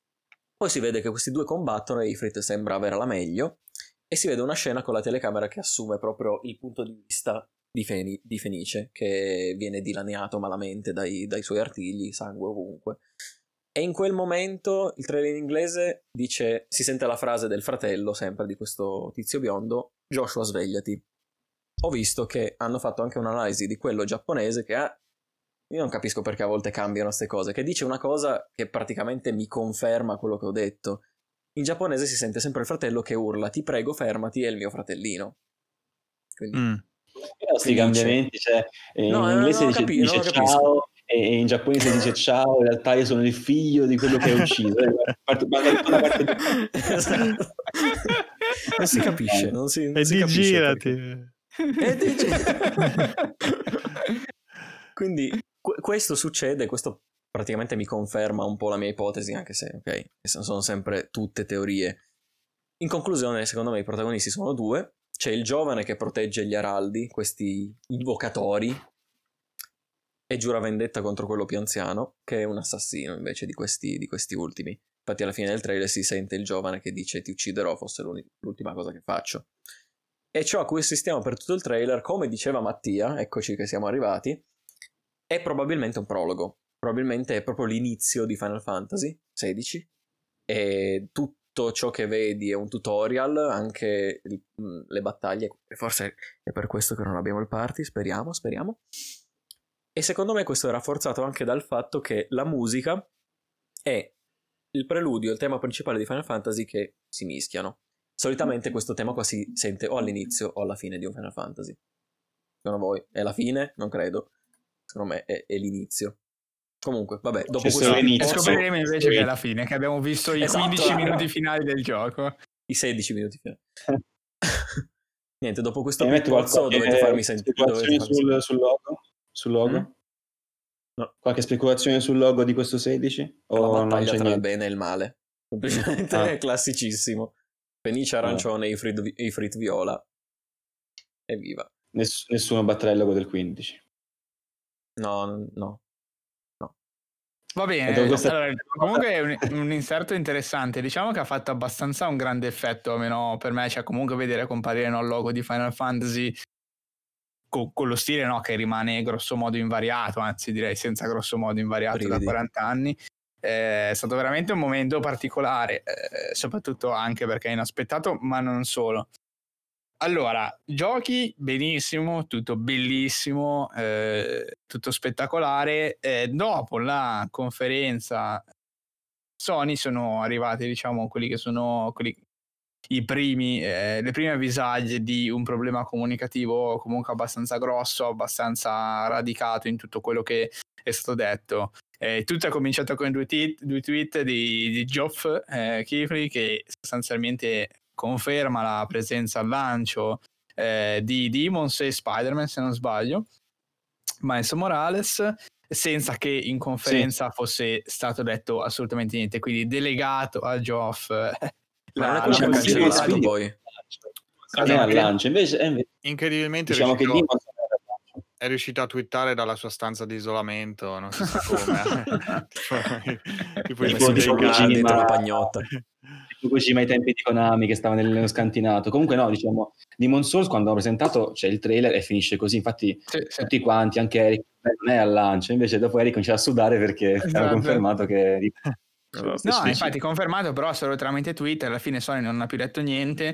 Poi si vede che questi due combattono e Ifrit sembra avere la meglio, e si vede una scena con la telecamera che assume proprio il punto di vista di, Feni- di Fenice, che viene dilaniato malamente dai, dai suoi artigli, sangue ovunque. E in quel momento il trailer in inglese dice, si sente la frase del fratello, sempre di questo tizio biondo, Joshua svegliati. Ho visto che hanno fatto anche un'analisi di quello giapponese che ha... Io non capisco perché a volte cambiano queste cose, che dice una cosa che praticamente mi conferma quello che ho detto. In giapponese si sente sempre il fratello che urla, ti prego fermati, è il mio fratellino. Quindi... Mm. Questi cambiamenti, cioè, in No, inglese non dice, capi- dice non capisco. ciao e in giapponese dice ciao, in realtà io sono il figlio di quello che hai ucciso. Parte- parte- parte di- Esatto. Non si capisce, non si, non E si di capisce girati. perché. E dici... Quindi qu- questo succede, questo praticamente mi conferma un po' la mia ipotesi, anche se, ok, sono sempre tutte teorie. In conclusione, secondo me i protagonisti sono due. C'è il giovane che protegge gli araldi, questi invocatori, e giura vendetta contro quello più anziano, che è un assassino invece di questi, di questi ultimi. Infatti alla fine del trailer si sente il giovane che dice ti ucciderò, fosse l'ultima cosa che faccio. E ciò a cui assistiamo per tutto il trailer, come diceva Mattia, eccoci che siamo arrivati, è probabilmente un prologo. Probabilmente è proprio l'inizio di Final Fantasy sedici. E tutto ciò che vedi è un tutorial, anche il, le battaglie. E forse è per questo che non abbiamo il party, speriamo, speriamo. E secondo me questo è rafforzato anche dal fatto che la musica è il preludio, il tema principale di Final Fantasy che si mischiano. Solitamente questo tema qua si sente o all'inizio o alla fine di un Final Fantasy. Secondo voi è la fine? Non credo. Secondo me è, è l'inizio. Comunque, vabbè, dopo C'è questo e scopriremo invece che è la fine, che abbiamo visto i esatto, quindici minuti finali del gioco. I sedici minuti finali. Niente, dopo questo pezzo dovete farmi sentire. Speculazioni sul, sul logo? Sul logo? Mm? No. Qualche speculazione sul logo di questo sedici? O la battaglia non c'è tra niente? il bene e il male. Semplicemente ah. è classicissimo. Fenice arancione, ah. Ifrit, Ifrit viola. Evviva. Ness- nessuno batterà il logo del quindici. No, no. no. Va bene, questa... allora, comunque è un, un inserto interessante. Diciamo che ha fatto abbastanza un grande effetto, almeno per me, cioè comunque vedere comparire no, il logo di Final Fantasy con, con lo stile no, che rimane grosso modo invariato, anzi direi senza grosso modo invariato Brividi. Da quaranta anni. Eh, è stato veramente un momento particolare, eh, soprattutto anche perché è inaspettato, ma non solo. Allora, giochi benissimo, tutto bellissimo, eh, tutto spettacolare. Eh, dopo la conferenza Sony sono arrivati, diciamo, quelli che sono quelli, i primi, eh, le prime avvisaglie di un problema comunicativo comunque abbastanza grosso, abbastanza radicato in tutto quello che è stato detto. Eh, tutto è cominciato con due tweet, due tweet di, di Geoff eh, Keighley che sostanzialmente conferma la presenza al lancio eh, di Demons e Spider-Man, se non sbaglio, Miles Morales, senza che in conferenza sì. fosse stato detto assolutamente niente, quindi delegato a Geoff la, la, la cancellato poi non è al lancio, invece, invece incredibilmente diciamo che Demons è riuscito a twittare dalla sua stanza di isolamento, non si sa come. tipo il cinema dentro la pagnotta. Kojima ai tempi di Konami che stava nello scantinato. Comunque no, diciamo, Demon's Souls quando hanno presentato c'è il trailer e finisce così, infatti sì, tutti sì. quanti, anche Eric, non è al lancio, invece dopo Eric comincia a sudare perché esatto. hanno confermato che... No, no infatti confermato, però solo tramite Twitter, alla fine Sony non ha più detto niente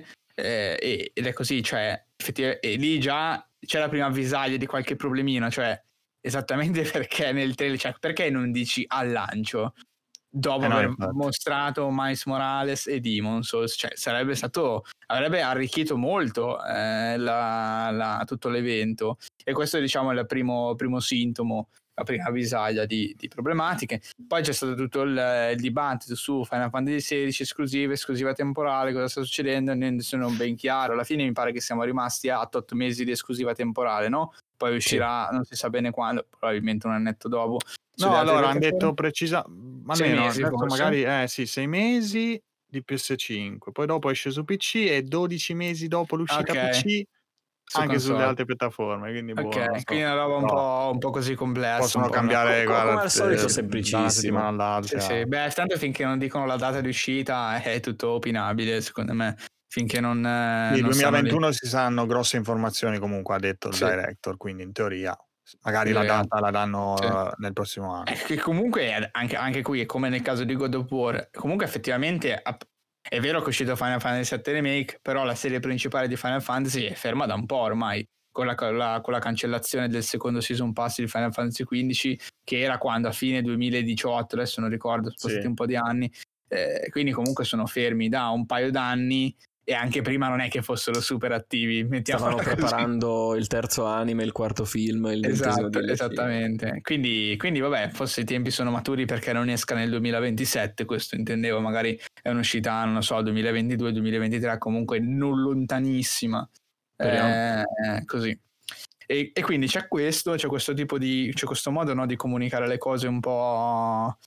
eh, ed è così, cioè effettivamente e lì già c'è la prima avvisaglia di qualche problemino, cioè esattamente perché nel trailer, cioè perché non dici al lancio dopo eh no, aver infatti. mostrato Miles Morales e Demon's Souls, cioè sarebbe stato avrebbe arricchito molto eh, la, la, tutto l'evento, e questo diciamo è il primo, primo sintomo, la prima avvisaglia di, di problematiche. Poi c'è stato tutto il, il dibattito su Final Fantasy sedici esclusive, esclusiva temporale, cosa sta succedendo, non sono ben chiaro. Alla fine mi pare che siamo rimasti a otto mesi di esclusiva temporale, no? Poi uscirà, sì. non si sa bene quando, probabilmente un annetto dopo. No, allora hanno detto precisa, almeno mesi, detto magari eh sì, sei mesi di P S cinque, poi dopo esce su P C e dodici mesi dopo l'uscita okay. P C su anche console. Sulle altre piattaforme, quindi ok, buono, so. quindi è una roba un, no. po', un po' così complessa. Possono cambiare, una... guarda, come al solito semplicissimo. Da una settimana all'altra. Sì, sì. Beh, tanto finché non dicono la data di uscita è tutto opinabile, secondo me. Finché non... Nel duemilaventuno si sanno grosse informazioni comunque, ha detto il sì. director, quindi in teoria magari sì, la data la danno sì. nel prossimo anno. È che comunque anche, anche qui, come nel caso di God of War, comunque effettivamente... È vero che è uscito Final Fantasy sette Remake, però la serie principale di Final Fantasy è ferma da un po' ormai, con la, con la, con la cancellazione del secondo season pass di Final Fantasy quindici, che era quando a fine duemiladiciotto, adesso non ricordo, sono passati sì. un po' di anni, eh, quindi comunque sono fermi da un paio d'anni, e anche prima non è che fossero super attivi. Stavano preparando il terzo anime, il quarto film, il esatto, D L C. Esattamente. Quindi, quindi vabbè, forse i tempi sono maturi perché non esca nel duemilaventisette, questo intendevo, magari è un'uscita, non lo so, duemilaventidue duemilaventitré, comunque non lontanissima eh, così. E, e quindi c'è questo, c'è questo tipo di, c'è questo modo, no, di comunicare le cose un po'...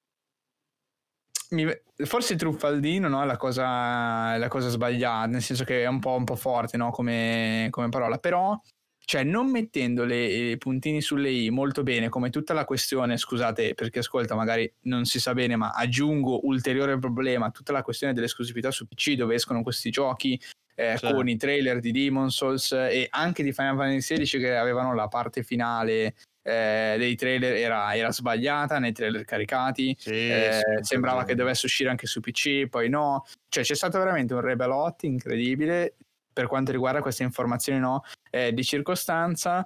Mi, forse truffaldino, no, è la cosa, è la cosa sbagliata, nel senso che è un po', un po' forte, no, come, come parola, però... Cioè, non mettendo le, i puntini sulle i molto bene, come tutta la questione, scusate, perché ascolta, magari non si sa bene, ma aggiungo ulteriore problema, tutta la questione dell'esclusività su P C, dove escono questi giochi eh, Sì. con i trailer di Demon's Souls e anche di Final Fantasy sedici, che avevano la parte finale eh, dei trailer, era, era sbagliata nei trailer caricati, Sì, eh, sì, sembrava così. che dovesse uscire anche su P C, poi no. Cioè, c'è stato veramente un rebelot incredibile per quanto riguarda queste informazioni, no, eh, di circostanza,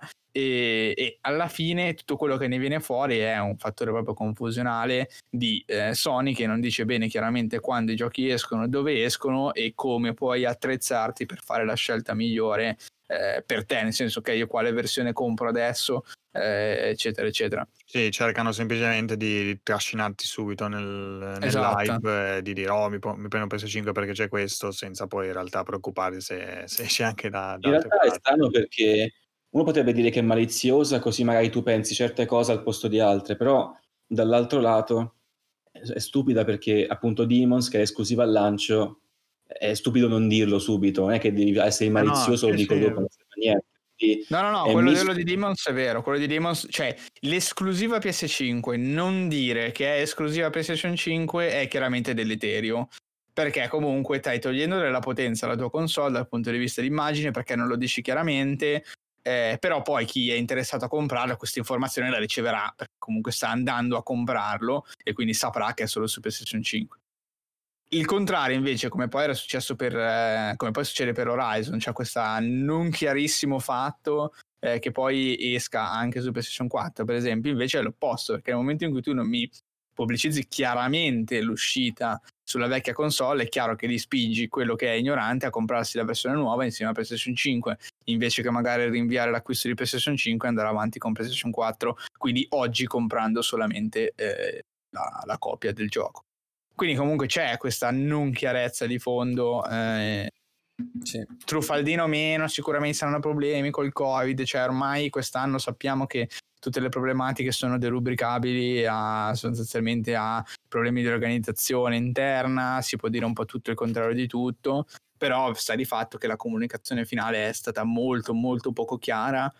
e, e alla fine tutto quello che ne viene fuori è un fattore proprio confusionale di eh, Sony, che non dice bene chiaramente quando i giochi escono, dove escono e come puoi attrezzarti per fare la scelta migliore eh, per te, nel senso che io quale versione compro adesso, eh, eccetera eccetera. Sì, cercano semplicemente di, di trascinarti subito nel, Esatto. nell'hype, eh, di dire oh mi, po- mi prendo P S cinque perché c'è questo, senza poi in realtà preoccuparsi se, se esce anche da, da In altre realtà è parti. strano perché uno potrebbe dire che è maliziosa, così magari tu pensi certe cose al posto di altre, però dall'altro lato è stupida perché appunto Demons, che è esclusiva al lancio, è stupido non dirlo subito, non è che devi essere Eh no, malizioso, sì, lo dico sì. dopo, non serve a niente. Quindi No, no, no, è quello mis- dello di Demons è vero, quello di Demons, cioè l'esclusiva P S cinque, non dire che è esclusiva PlayStation cinque è chiaramente deleterio, perché comunque stai togliendo della potenza alla tua console dal punto di vista di immagine, perché non lo dici chiaramente, eh, però poi chi è interessato a comprarlo questa informazione la riceverà, perché comunque sta andando a comprarlo e quindi saprà che è solo su PlayStation cinque. Il contrario invece, come poi era successo per eh, come poi succede per Horizon, c'è questo non chiarissimo fatto eh, che poi esca anche su PlayStation quattro, per esempio, invece è l'opposto, perché nel momento in cui tu non mi pubblicizzi chiaramente l'uscita sulla vecchia console, è chiaro che li spingi quello che è ignorante a comprarsi la versione nuova insieme a PlayStation cinque, invece che magari rinviare l'acquisto di PlayStation cinque e andare avanti con PlayStation quattro, quindi oggi comprando solamente eh, la, la copia del gioco. Quindi comunque c'è questa non chiarezza di fondo, eh, Sì. truffaldino meno, sicuramente saranno problemi col Covid, cioè ormai quest'anno sappiamo che tutte le problematiche sono derubricabili a, sostanzialmente a problemi di organizzazione interna, si può dire un po' tutto il contrario di tutto, però sta di fatto che la comunicazione finale è stata molto molto poco chiara,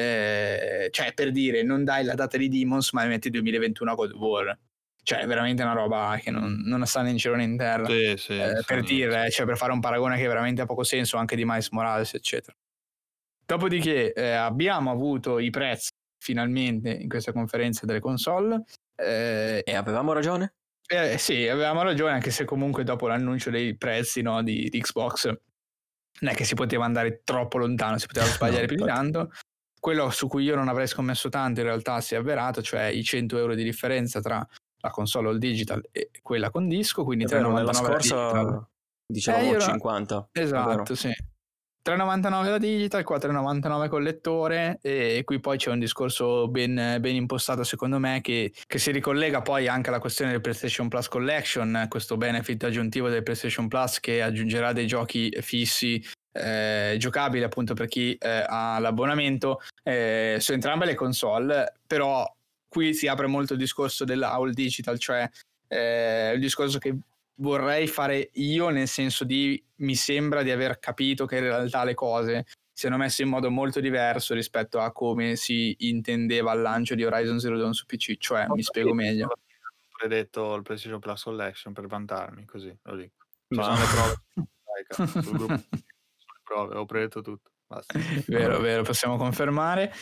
eh, cioè per dire non dai la data di Demons ma metti duemilaventuno a God of War. Cioè è veramente una roba che non, non sta né in cielo né in terra, Sì, sì, eh, per dire, cioè per fare un paragone che veramente ha poco senso, anche di Miles Morales eccetera. Dopodiché eh, abbiamo avuto i prezzi finalmente in questa conferenza delle console, eh, E avevamo ragione? eh, sì, avevamo ragione, anche se comunque dopo l'annuncio dei prezzi, no, di, di Xbox non è che si poteva andare troppo lontano, si poteva sbagliare No, più di infatti. tanto. Quello su cui io non avrei scommesso tanto in realtà si è avverato, cioè i cento euro di differenza tra la console all digital e quella con disco, quindi È tre vero, virgola nella novantanove la digital. scorsa Eh, dicevamo io ero- cinquanta. È vero. Esatto, sì. tre virgola novantanove la digital, quattro virgola novantanove col lettore, e qui poi c'è un discorso ben, ben impostato secondo me che, che si ricollega poi anche alla questione del PlayStation Plus Collection, questo benefit aggiuntivo del PlayStation Plus che aggiungerà dei giochi fissi eh, giocabili appunto per chi eh, ha l'abbonamento eh, su entrambe le console, però qui si apre molto il discorso della all digital, cioè eh, il discorso che vorrei fare io, nel senso di mi sembra di aver capito che in realtà le cose siano messe in modo molto diverso rispetto a come si intendeva al lancio di Horizon Zero Dawn su P C, cioè Ho mi spiego capito, meglio. ho predetto il PlayStation Plus Collection per vantarmi, così lo dico. Ci Ma- sono le prove sul gruppo, sulle prove, ho predetto tutto. Basta. Vero, vero, possiamo confermare.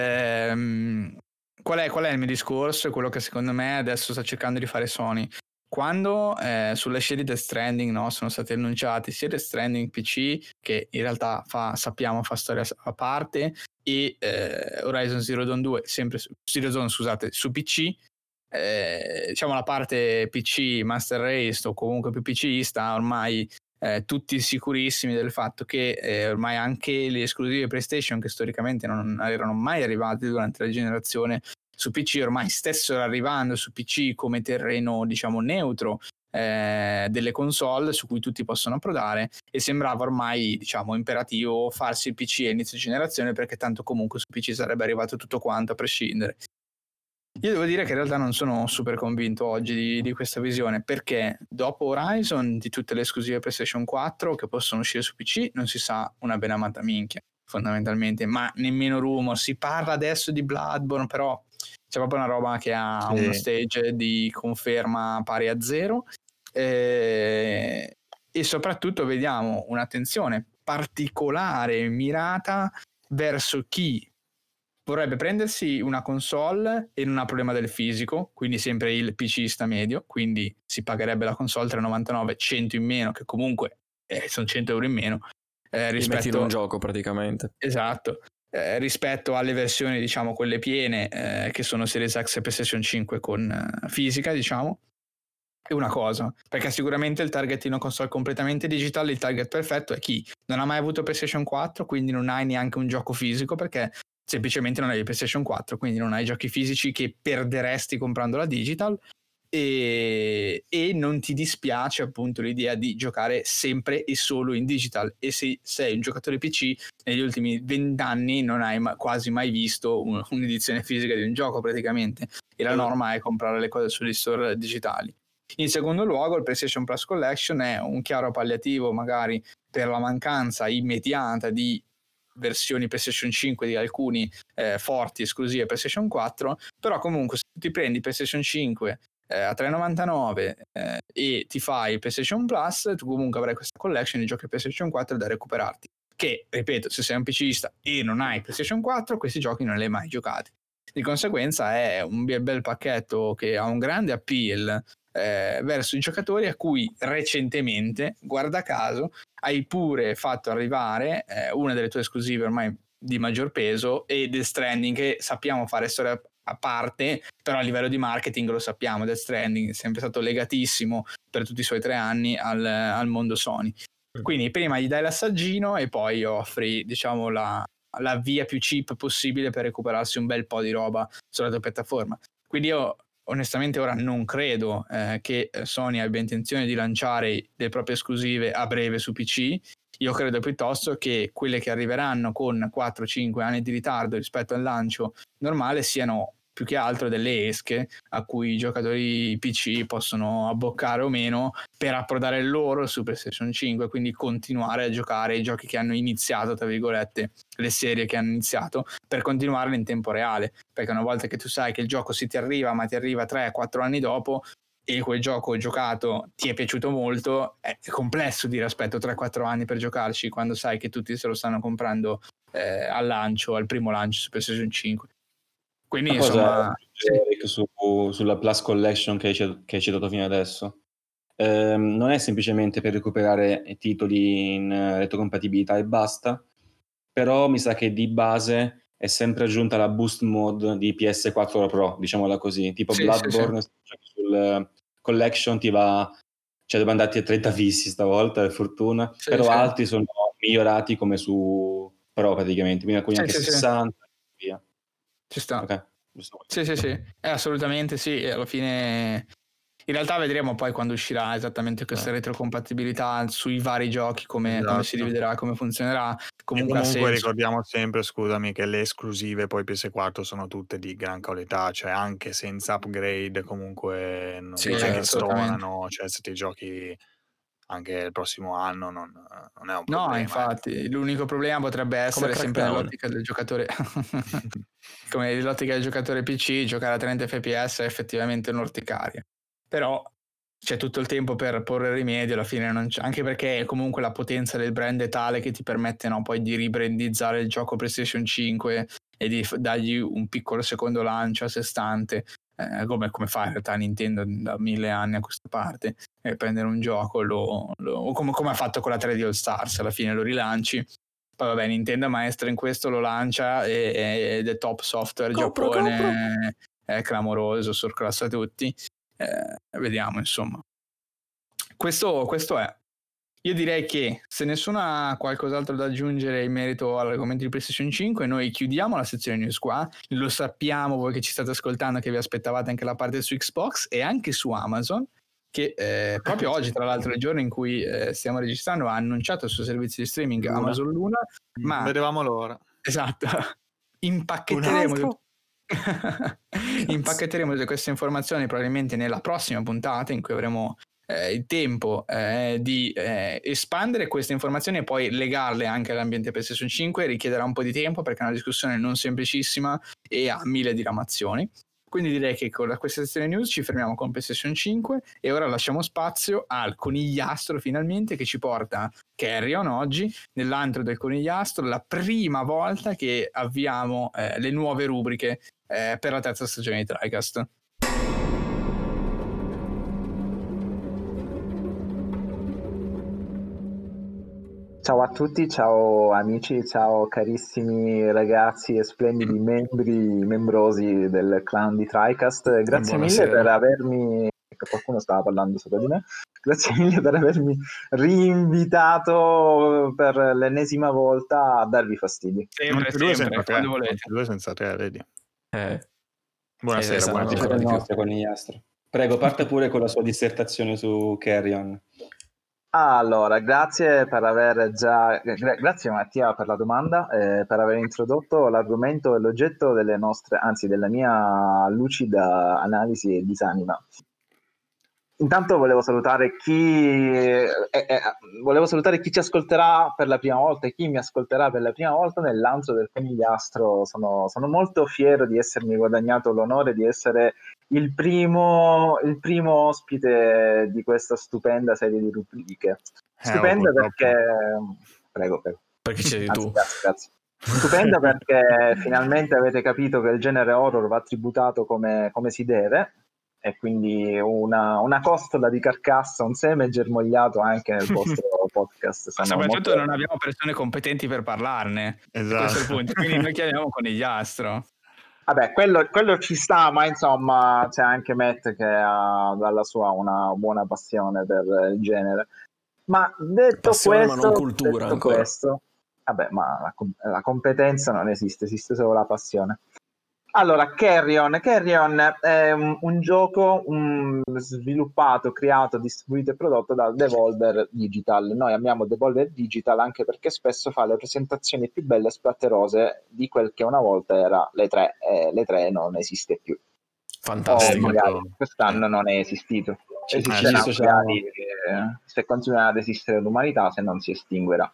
Ehm, qual è, qual è il mio discorso? È quello che secondo me adesso sta cercando di fare Sony. Quando eh, sulle scie di Death Stranding, no, sono stati annunciati sia Death Stranding P C, che in realtà fa, sappiamo fa storia a parte, e eh, Horizon Zero Dawn due, sempre su, Zero Dawn, scusate, su P C, eh, diciamo la parte P C Master Race o comunque più PCista ormai eh, tutti sicurissimi del fatto che eh, ormai anche le esclusive PlayStation, che storicamente non erano mai arrivate durante la generazione su P C, ormai stessero arrivando su P C come terreno diciamo neutro eh, delle console su cui tutti possono approdare, e sembrava ormai, diciamo, imperativo farsi il P C a inizio generazione, perché tanto comunque su P C sarebbe arrivato tutto quanto a prescindere. Io devo dire che in realtà non sono super convinto oggi di, di questa visione, perché dopo Horizon, di tutte le esclusive PlayStation quattro che possono uscire su P C, non si sa una benamata minchia fondamentalmente, ma nemmeno rumor. Si parla adesso di Bloodborne, però c'è proprio una roba che ha sì. uno stage di conferma pari a zero, eh, e soprattutto vediamo un'attenzione particolare mirata verso chi vorrebbe prendersi una console e non ha problema del fisico, quindi sempre il PCista medio, quindi si pagherebbe la console tre virgola novantanove, cento in meno, che comunque eh, sono cento euro in meno. Eh, rispetto a un gioco praticamente. Esatto. Eh, rispetto alle versioni, diciamo, quelle piene, eh, che sono Series X e PlayStation cinque con eh, fisica, diciamo, è una cosa, perché sicuramente il target in una console completamente digitale, il target perfetto è chi non ha mai avuto PlayStation quattro, quindi non hai neanche un gioco fisico, perché semplicemente non hai il PlayStation quattro, quindi non hai giochi fisici che perderesti comprando la digital, e, e non ti dispiace appunto l'idea di giocare sempre e solo in digital. E se sei un giocatore P C, negli ultimi vent'anni non hai ma- quasi mai visto un, un'edizione fisica di un gioco praticamente, e la norma è comprare le cose sugli store digitali. In secondo luogo, il PlayStation Plus Collection è un chiaro palliativo magari per la mancanza immediata di versioni PlayStation cinque di alcuni eh, forti esclusive PlayStation quattro, però comunque se ti prendi PlayStation cinque eh, a tre virgola novantanove eh, e ti fai PlayStation Plus, tu comunque avrai questa collection di giochi PlayStation quattro da recuperarti, che, ripeto, se sei un PCista e non hai PlayStation quattro, questi giochi non li hai mai giocati. Di conseguenza è un bel pacchetto che ha un grande appeal eh, verso i giocatori a cui recentemente, guarda caso, hai pure fatto arrivare eh, una delle tue esclusive ormai di maggior peso, e Death Stranding, che sappiamo fare storia a parte, però a livello di marketing lo sappiamo, Death Stranding è sempre stato legatissimo per tutti i suoi tre anni al, al mondo Sony. Quindi prima gli dai l'assaggino e poi offri, diciamo, la, la via più cheap possibile per recuperarsi un bel po' di roba sulla tua piattaforma. Quindi io onestamente ora non credo eh, che Sony abbia intenzione di lanciare le proprie esclusive a breve su P C. Io credo piuttosto che quelle che arriveranno con quattro cinque anni di ritardo rispetto al lancio normale siano più che altro delle esche a cui i giocatori P C possono abboccare o meno per approdare loro su PlayStation cinque, quindi continuare a giocare i giochi che hanno iniziato, tra virgolette, le serie che hanno iniziato, per continuarle in tempo reale, perché una volta che tu sai che il gioco si ti arriva, ma ti arriva tre quattro anni dopo, e quel gioco giocato ti è piaciuto molto, è complesso dire aspetto tre quattro anni per giocarci, quando sai che tutti se lo stanno comprando eh, al lancio, al primo lancio su PlayStation cinque. Quindi una insomma cosa, sì. su, sulla Plus Collection che hai, che hai citato fino adesso, ehm, non è semplicemente per recuperare titoli in retrocompatibilità e basta, però mi sa che di base è sempre aggiunta la boost mode di P S quattro Pro, diciamola così, tipo sì, Bloodborne, sì, sì. Sul collection ti va, cioè devo andarti a trenta fissi stavolta, per fortuna, sì, però sì. Altri sono migliorati come su Pro praticamente, quindi alcuni sì, anche sì, sessanta sì. Via. Ci sta. Okay. Sì, sì, sì, eh, assolutamente sì, e alla fine in realtà vedremo poi quando uscirà esattamente questa eh. retrocompatibilità sui vari giochi, come, esatto. come si dividerà, come funzionerà. Comunque, e comunque ricordiamo sempre, scusami, che le esclusive poi P S quattro sono tutte di gran qualità, cioè anche senza upgrade comunque non sì, è certo, che stonano, cioè se ti giochi anche il prossimo anno non, non è un problema. No, infatti, eh. l'unico problema potrebbe essere sempre nell'ottica del giocatore come nell'ottica del giocatore P C, giocare a trenta F P S è effettivamente un'orticaria, però c'è tutto il tempo per porre rimedio, alla fine non c'è, anche perché comunque la potenza del brand è tale che ti permette, no, poi di ribrandizzare il gioco PlayStation cinque e di dargli un piccolo secondo lancio a sé stante, eh, come, come fa in realtà Nintendo da mille anni a questa parte, e prendere un gioco lo, lo, come, come ha fatto con la tre D All Stars, alla fine lo rilanci. Poi vabbè, Nintendo è maestra in questo, lo lancia ed è top software, compro, Giappone, compro. È clamoroso, surclassa tutti. Eh, vediamo, insomma. Questo, questo è. Io direi che se nessuno ha qualcos'altro da aggiungere in merito all'argomento di PlayStation cinque, noi chiudiamo la sezione news qua. Lo sappiamo voi che ci state ascoltando, che vi aspettavate anche la parte su Xbox e anche su Amazon. che eh, proprio oggi, tra l'altro il giorno in cui eh, stiamo registrando, ha annunciato il suo servizio di streaming Luna. Amazon Luna, ma vedevamo l'ora. Esatto, impacchetteremo impacchetteremo tutte queste informazioni probabilmente nella prossima puntata, in cui avremo eh, il tempo eh, di eh, espandere queste informazioni e poi legarle anche all'ambiente PlayStation cinque. Richiederà un po' di tempo perché è una discussione non semplicissima e ha mille diramazioni. Quindi direi che con questa sezione news ci fermiamo con PlayStation cinque e ora lasciamo spazio al conigliastro finalmente, che ci porta Carrion oggi nell'antro del conigliastro, la prima volta che avviamo eh, le nuove rubriche eh, per la terza stagione di TriCast. Ciao a tutti, ciao amici, ciao carissimi ragazzi e splendidi membri, membrosi del clan di TriCast. Grazie Buonasera. mille per avermi, qualcuno stava parlando sopra di me, grazie mille per avermi rinvitato per l'ennesima volta a darvi fastidio. Sempre, sempre, sempre quando volete. Due senza te, vedi. Eh. Buonasera, eh, buonasera. buonasera. Prego, parte pure con la sua dissertazione su Carrion. Allora, grazie per aver già gra- grazie Mattia per la domanda, eh, per aver introdotto l'argomento e l'oggetto delle nostre, anzi della mia lucida analisi e disanima. Intanto volevo salutare chi eh, eh, volevo salutare chi ci ascolterà per la prima volta e chi mi ascolterà per la prima volta nell'antro del conigliastro. Sono, sono molto fiero di essermi guadagnato l'onore di essere il primo, il primo ospite di questa stupenda serie di rubriche. Stupenda eh, perché prego, prego. Perché c'eri Anzi, tu. Grazie, grazie. Stupenda perché finalmente avete capito che il genere horror va tributato come, come si deve. E quindi una, una costola di carcassa, un seme germogliato anche nel vostro podcast. Soprattutto molto... non abbiamo persone competenti per parlarne. Esatto. Questo è il punto. Quindi noi chiamiamo conigliastro. Vabbè, quello, quello ci sta, ma insomma c'è anche Matt che ha dalla sua una buona passione per il genere. Ma detto passione, questo, ma non cultura detto ancora. questo, vabbè, ma la, la competenza non esiste, esiste solo la passione. Allora, Carrion. Carrion è un, un gioco um, sviluppato, creato, distribuito e prodotto da Devolver Digital. Noi amiamo Devolver Digital anche perché spesso fa le presentazioni più belle e splatterose di quel che una volta era le tre. Eh, le tre non esiste più. Fantastico. O magari quest'anno non è esistito. Esisterà magari, eh, se continuerà ad esistere l'umanità, se non si estinguerà.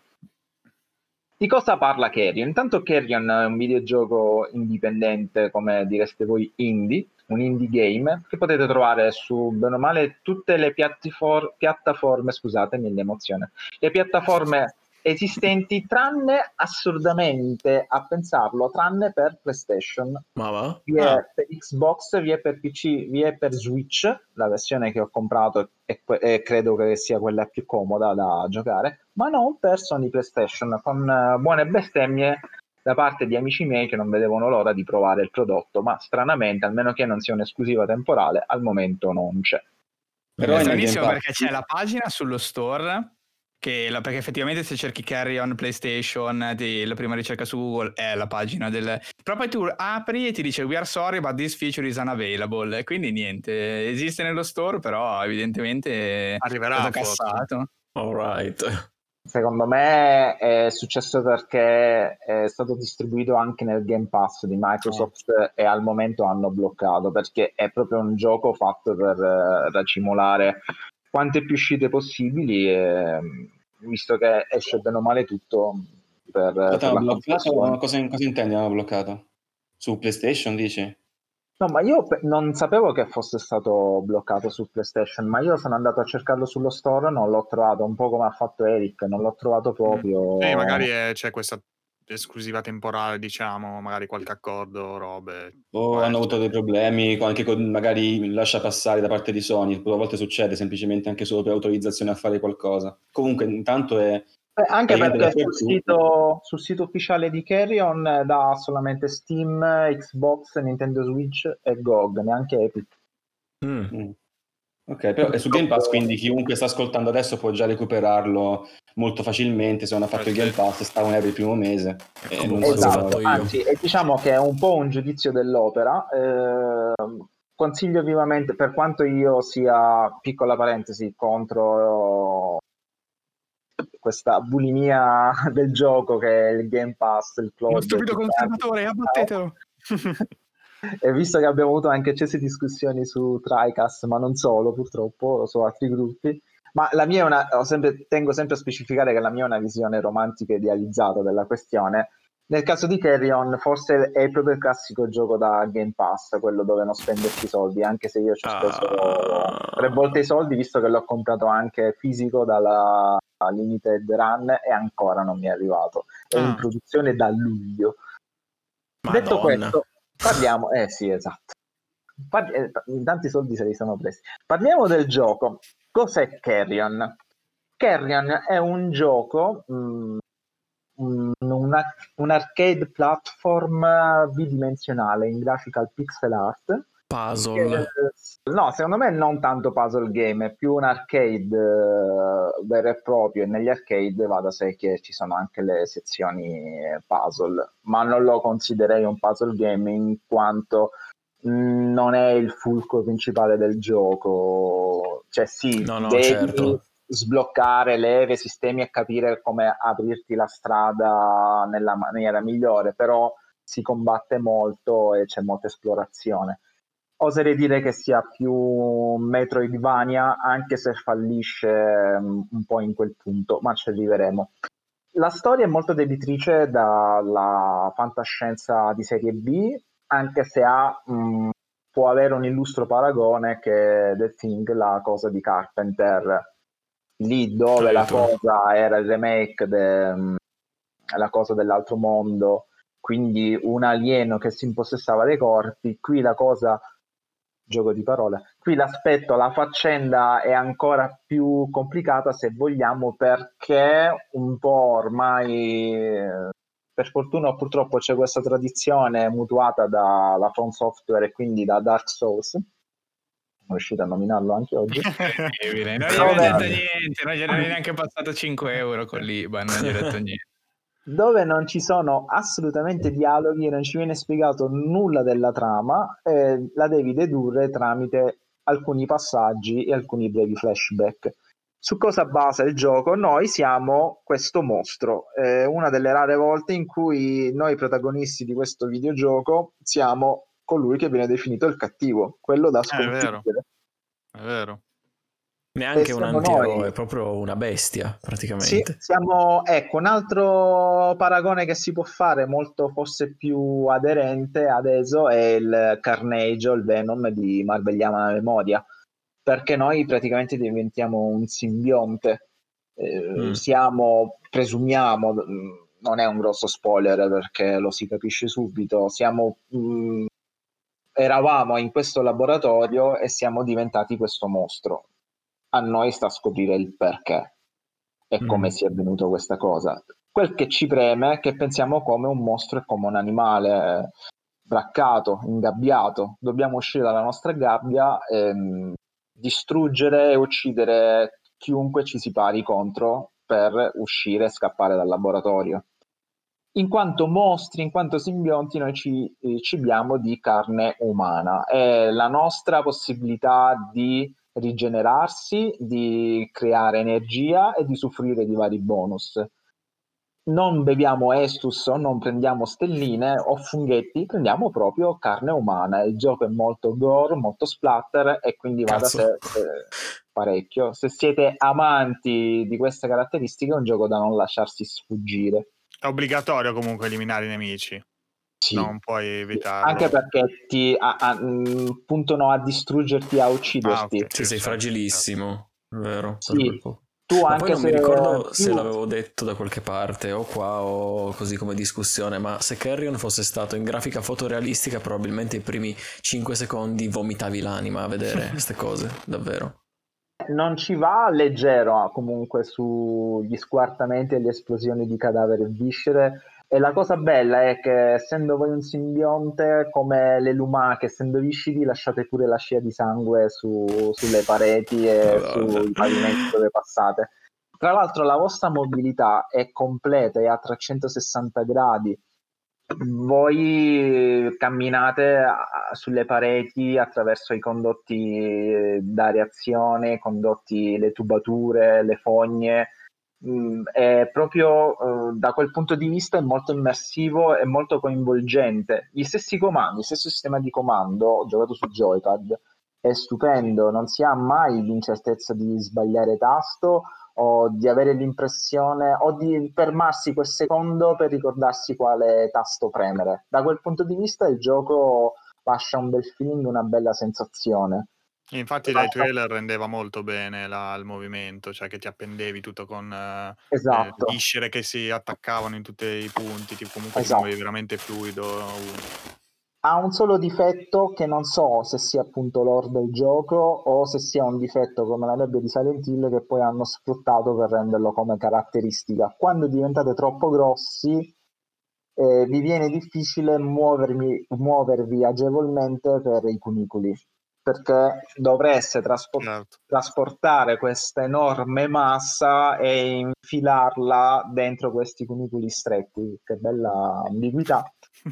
Di cosa parla Carrion? Intanto Carrion è un videogioco indipendente, come direste voi indie, un indie game, che potete trovare su, bene o male, tutte le piattifor- piattaforme, scusatemi l'emozione, le piattaforme esistenti, tranne, assurdamente, a pensarlo, tranne per PlayStation. Ma va? Vi è ah. per Xbox, vi è per P C, vi è per Switch, la versione che ho comprato e, e credo che sia quella più comoda da giocare, ma non per Sony PlayStation, con uh, buone bestemmie da parte di amici miei che non vedevano l'ora di provare il prodotto, ma stranamente, almeno che non sia un'esclusiva temporale, al momento non c'è. Però è stranissimo perché c'è la pagina sullo store, che la, perché effettivamente se cerchi Carrion PlayStation, di, la prima ricerca su Google è la pagina del... Però poi tu apri e ti dice we are sorry but this feature is unavailable, e quindi niente, esiste nello store, però evidentemente arriverà, è stato cassato. Alright. Secondo me è successo perché è stato distribuito anche nel Game Pass di Microsoft oh. e al momento hanno bloccato, perché è proprio un gioco fatto per uh, racimolare quante più uscite possibili, e, visto che esce bene o male tutto per, per la bloccato, cosa, cosa intendi hanno bloccato? Su PlayStation dici? No, ma io pe- non sapevo che fosse stato bloccato su PlayStation, ma io sono andato a cercarlo sullo store, non l'ho trovato, un po' come ha fatto Eric, non l'ho trovato proprio. Sì, magari è, c'è questa esclusiva temporale, diciamo, magari qualche accordo, robe. O hanno avuto dei problemi anche con magari lascia passare da parte di Sony, a volte succede semplicemente anche solo per autorizzazione a fare qualcosa. Comunque intanto è... Eh, anche perché sul sito, sul sito ufficiale di Carrion dà solamente Steam, Xbox, Nintendo Switch e G O G, neanche Epic. Mm. Mm. Ok, però è su Game Pass, quindi chiunque sta ascoltando adesso può già recuperarlo molto facilmente. Se non ha fatto il Game Pass sta un euro il primo mese. E non esatto, so. Anzi, e diciamo che è un po' un giudizio dell'opera. Eh, consiglio vivamente, per quanto io sia, piccola parentesi, contro questa bulimia del gioco che è il Game Pass, il cloud. Uno stupido conservatore, abbattetelo! E visto che abbiamo avuto anche accese discussioni su TriCast, ma non solo, purtroppo, su altri gruppi, ma la mia è una, ho sempre, tengo sempre a specificare che la mia è una visione romantica e idealizzata della questione. Nel caso di Carrion forse è proprio il classico gioco da Game Pass, quello dove non spenderci soldi, anche se io ci ho speso Ah. tre volte i soldi, visto che l'ho comprato anche fisico dalla Limited Run e ancora non mi è arrivato. È in Ah. produzione da luglio. Detto Madonna. questo, parliamo, eh sì, esatto. Parli- eh, tanti soldi se li sono presi. Parliamo del gioco. Cos'è Carrion? Carrion è un gioco, mh, un, una, un arcade platform bidimensionale in graphical pixel art. Puzzle. Che, no, secondo me non tanto puzzle game, è più un arcade eh, vero e proprio, e negli arcade va da sé che ci sono anche le sezioni puzzle, ma non lo considererei un puzzle game in quanto mh, non è il fulcro principale del gioco. Cioè sì, No, no, devi certo. sbloccare leve, sistemi e capire come aprirti la strada nella maniera migliore, però si combatte molto e c'è molta esplorazione. Oserei dire che sia più Metroidvania, anche se fallisce um, un po' in quel punto, ma ci arriveremo. La storia è molto debitrice dalla fantascienza di serie B, anche se ha, mh, può avere un illustro paragone che è The Thing, la cosa di Carpenter, lì dove la cosa era il remake de, la cosa dell'altro mondo, quindi un alieno che si impossessava dei corpi. Qui la cosa, gioco di parole, qui l'aspetto, la faccenda è ancora più complicata se vogliamo, perché un po' ormai, per fortuna o purtroppo, c'è questa tradizione mutuata dalla From Software e quindi da Dark Souls. Sono riuscito a nominarlo anche oggi. Incredibile. Non gli abbiamo detto niente, non gli abbiamo neanche passato cinque euro con l'I B A N, non gli ho detto niente. Dove non ci sono assolutamente dialoghi, non ci viene spiegato nulla della trama, eh, la devi dedurre tramite alcuni passaggi e alcuni brevi flashback. Su cosa basa il gioco? Noi siamo questo mostro, eh, una delle rare volte in cui noi protagonisti di questo videogioco siamo colui che viene definito il cattivo, quello da sconfiggere. È vero, è vero. Neanche un siamo antieroe, noi. è proprio una bestia, Sì, praticamente. siamo, ecco, un altro paragone che si può fare, molto forse più aderente adesso, è il Carnage o il Venom di Marbelliamo la memoria, perché noi praticamente diventiamo un simbionte. Eh, Mm. siamo, presumiamo, mh, non è un grosso spoiler perché lo si capisce subito, siamo, mh, eravamo in questo laboratorio e siamo diventati questo mostro. A noi sta a scoprire il perché e come Mm. sia avvenuta questa cosa. Quel che ci preme è che pensiamo come un mostro e come un animale eh, braccato, ingabbiato. Dobbiamo uscire dalla nostra gabbia, ehm, distruggere e uccidere chiunque ci si pari contro per uscire e scappare dal laboratorio. In quanto mostri, in quanto simbionti, noi ci eh, cibiamo di carne umana. È la nostra possibilità di rigenerarsi, di creare energia e di soffrire di vari bonus. Non beviamo Estus o non prendiamo stelline o funghetti, prendiamo proprio carne umana. Il gioco è molto gore, molto splatter e quindi va da sé eh, parecchio. Se siete amanti di queste caratteristiche è un gioco da non lasciarsi sfuggire. È obbligatorio comunque eliminare i nemici. Sì, Non puoi evitarlo. anche perché ti a, a, mh, puntano a distruggerti, a ucciderti. Ah, ok, Sì, sei certo, fragilissimo, vero? Sì, Per po'. tu Ma poi anche non se mi ricordo se più... l'avevo detto da qualche parte o qua o così come discussione, ma se Carrion fosse stato in grafica fotorealistica probabilmente i primi cinque secondi vomitavi l'anima a vedere queste cose, davvero. non ci va leggero comunque sugli squartamenti e le esplosioni di cadaveri e viscere. E la cosa bella è che, essendo voi un simbionte come le lumache, essendo viscidi, lasciate pure la scia di sangue su, sulle pareti e Madonna. sui pavimenti dove passate. Tra l'altro la vostra mobilità è completa e a trecentosessanta gradi. voi camminate a- sulle pareti attraverso i condotti d'areazione, condotti, le tubature, le fogne. Mm, è proprio eh, da quel punto di vista è molto immersivo e molto coinvolgente. Gli stessi comandi, lo stesso sistema di comando, ho giocato su Joypad, è stupendo, non si ha mai l'incertezza di sbagliare tasto o di avere l'impressione o di fermarsi quel secondo per ricordarsi quale tasto premere. Da quel punto di vista il gioco lascia un bel feeling, una bella sensazione. Infatti dai trailer rendeva molto bene la, il movimento, cioè che ti appendevi tutto con eh, Esatto. le viscere che si attaccavano in tutti i punti, ti, comunque Esatto. ti muovevi veramente fluido. Uh. Ha un solo difetto che non so se sia appunto l'ore del gioco o se sia un difetto come la nebbia di Silent Hill che poi hanno sfruttato per renderlo come caratteristica. Quando diventate troppo grossi eh, vi viene difficile muovermi, muovervi agevolmente per i cunicoli perché dovreste traspor- Certo. trasportare questa enorme massa e infilarla dentro questi cunicoli stretti. Che bella ambiguità.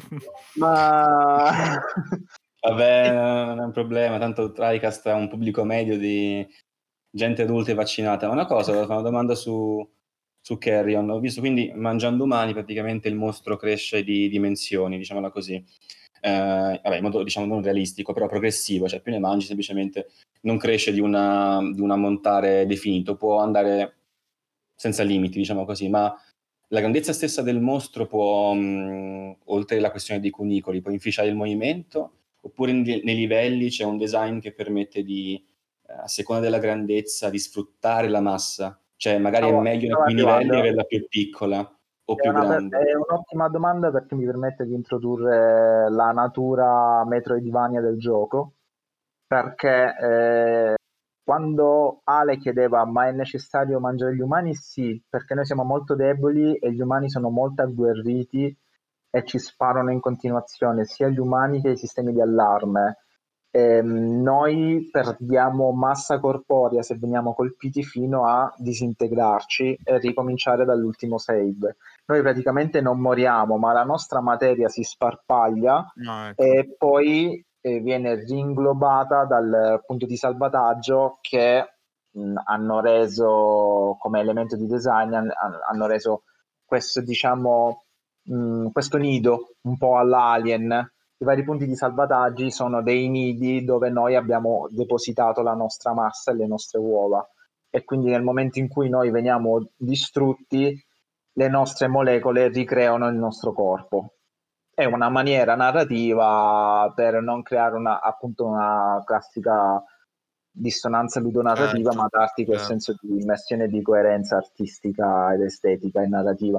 Ma Vabbè, non è un problema, tanto TriCast ha un pubblico medio di gente adulta e vaccinata. Ma una cosa, volevo fare una domanda su, su Carrion. Ho visto, quindi mangiando umani praticamente il mostro cresce di dimensioni, diciamola così. Eh, vabbè, in modo diciamo non realistico, però progressivo, cioè più ne mangi semplicemente non cresce di, una, di un ammontare definito, può andare senza limiti, diciamo così, ma la grandezza stessa del mostro può, mh, oltre alla questione dei cunicoli, può inficiare il movimento, oppure in, nei livelli c'è un design che permette di, eh, a seconda della grandezza, di sfruttare la massa, cioè magari stavo, è meglio nei stavo primi livelli arrivando. averla più piccola o È, più una, grande. è un'ottima domanda perché mi permette di introdurre la natura metroidvania del gioco, perché eh, quando Ale chiedeva ma è necessario mangiare gli umani? Sì, perché noi siamo molto deboli e gli umani sono molto agguerriti e ci sparano in continuazione, sia gli umani che i sistemi di allarme. Ehm, noi perdiamo massa corporea se veniamo colpiti fino a disintegrarci e ricominciare dall'ultimo save. Noi praticamente non moriamo, ma la nostra materia si sparpaglia No, ecco. e poi eh, viene ringlobata dal punto di salvataggio che mh, hanno reso come elemento di design, han- hanno reso questo, diciamo, mh, questo nido un po' all'Alien. I vari punti di salvataggi sono dei nidi dove noi abbiamo depositato la nostra massa e le nostre uova e quindi nel momento in cui noi veniamo distrutti le nostre molecole ricreano il nostro corpo. È una maniera narrativa per non creare una, appunto una classica dissonanza ludonarrativa, Certo, ma darti quel certo. senso di immersione e di coerenza artistica ed estetica e narrativa.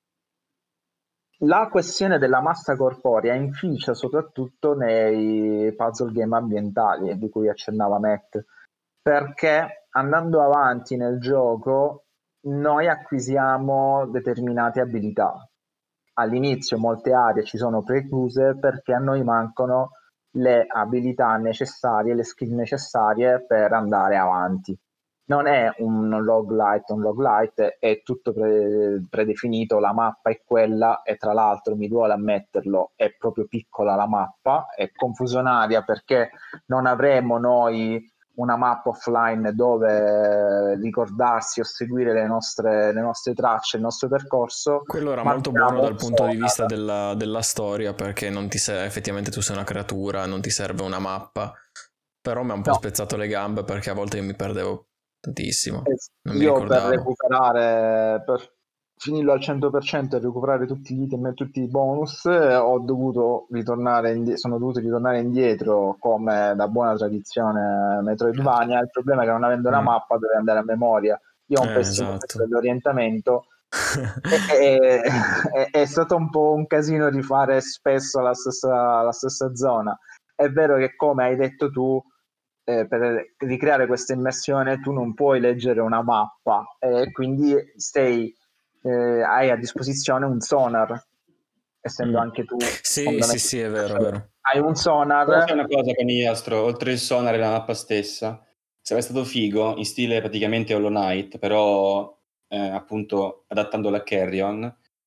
La questione della massa corporea inficia soprattutto nei puzzle game ambientali di cui accennava Matt, perché andando avanti nel gioco noi acquisiamo determinate abilità. All'inizio molte aree ci sono precluse perché a noi mancano le abilità necessarie, le skill necessarie per andare avanti. Non è un roguelite, un roguelite è tutto pre- predefinito, la mappa è quella e tra l'altro mi duole ammetterlo, è proprio piccola la mappa, è confusionaria perché non avremo noi una mappa offline dove ricordarsi o seguire le nostre, le nostre tracce, il nostro percorso. Quello era Ma molto buono dal punto di vista sonar. della, della storia, perché non ti serve, effettivamente tu sei una creatura, non ti serve una mappa, però mi ha un po' No. spezzato le gambe perché a volte io mi perdevo tantissimo, non mi Io per ricordavo. recuperare, per finirlo al cento per cento e recuperare tutti gli item e tutti i bonus, eh, ho dovuto ritornare indie- sono dovuto ritornare indietro come da buona tradizione Metroidvania. Il problema è che non avendo una Mm. mappa dovevo andare a memoria. Io ho un Eh, pessimo senso esatto. dell'orientamento. È, è- è- è stato un po' un casino rifare spesso la stessa, la stessa zona. È vero che, come hai detto tu, eh, per ricreare questa immersione tu non puoi leggere una mappa e eh, quindi stai, eh, hai a disposizione un sonar, essendo Mm. anche tu Sì, sì, sì, è vero, è vero. hai un sonar. Però c'è una cosa con Iastro, oltre il sonar e la mappa stessa, sarebbe stato figo, in stile praticamente Hollow Knight, però eh, appunto adattandola a Carrion,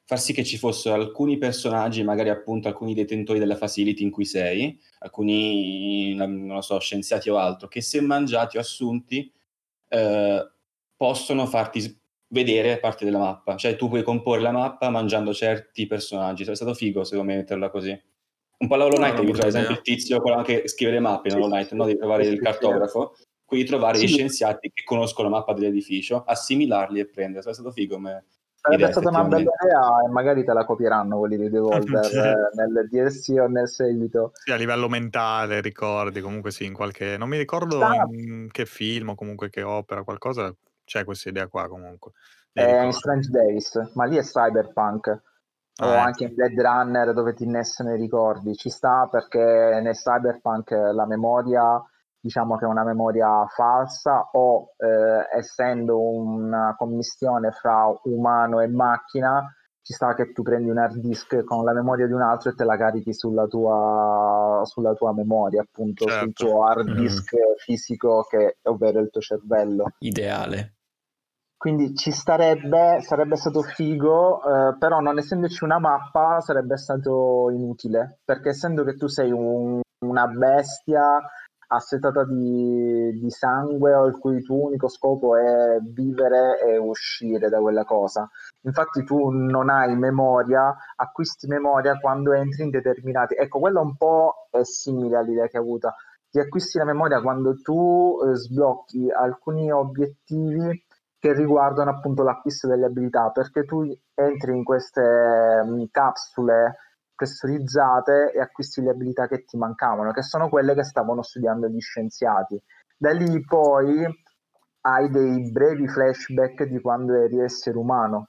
far sì che ci fossero alcuni personaggi, magari appunto alcuni detentori della facility in cui sei, alcuni, non lo so, scienziati o altro, che se mangiati o assunti eh, possono farti vedere parte della mappa. Cioè tu puoi comporre la mappa mangiando certi personaggi. Sarebbe stato figo secondo me metterla così. Un po' la Hollow Knight, devi trovare sempre il tizio, quello che scrive le mappe in Sì, Hollow Knight, sì, no? Devi trovare sì, il sì, cartografo, qui trovare sì. gli scienziati che conoscono la mappa dell'edificio, assimilarli e prendere. Sarebbe stato figo come Sarebbe idea, stata una bella effettivamente. idea e magari te la copieranno quelli di Devolver Sì. eh, nel D L C o nel seguito. Sì, a livello mentale, ricordi, comunque sì, in qualche... Non mi ricordo Sta in che film o comunque che opera, qualcosa, c'è questa idea qua comunque. Mi eh, in ricordo. Strange Days, ma lì è cyberpunk. O Ah, anche ecco. in Blade Runner dove ti innestano i ricordi. Ci sta perché nel cyberpunk la memoria, diciamo che è una memoria falsa o eh, essendo una commistione fra umano e macchina, ci sta che tu prendi un hard disk con la memoria di un altro e te la carichi sulla tua, sulla tua memoria, appunto, sul Certo. tuo hard Mm. disk fisico, che ovvero il tuo cervello. Ideale. Quindi ci starebbe, sarebbe stato figo, eh, però non essendoci una mappa sarebbe stato inutile, perché essendo che tu sei un- una bestia assetata di, di sangue, o il cui tuo unico scopo è vivere e uscire da quella cosa. Infatti tu non hai memoria, acquisti memoria quando entri in determinati... Ecco, quello un po' è simile all'idea che hai avuta. Ti acquisti la memoria quando tu eh, sblocchi alcuni obiettivi che riguardano appunto l'acquisto delle abilità, perché tu entri in queste um, capsule pressurizzate e acquisti le abilità che ti mancavano, che sono quelle che stavano studiando gli scienziati. Da lì poi hai dei brevi flashback di quando eri essere umano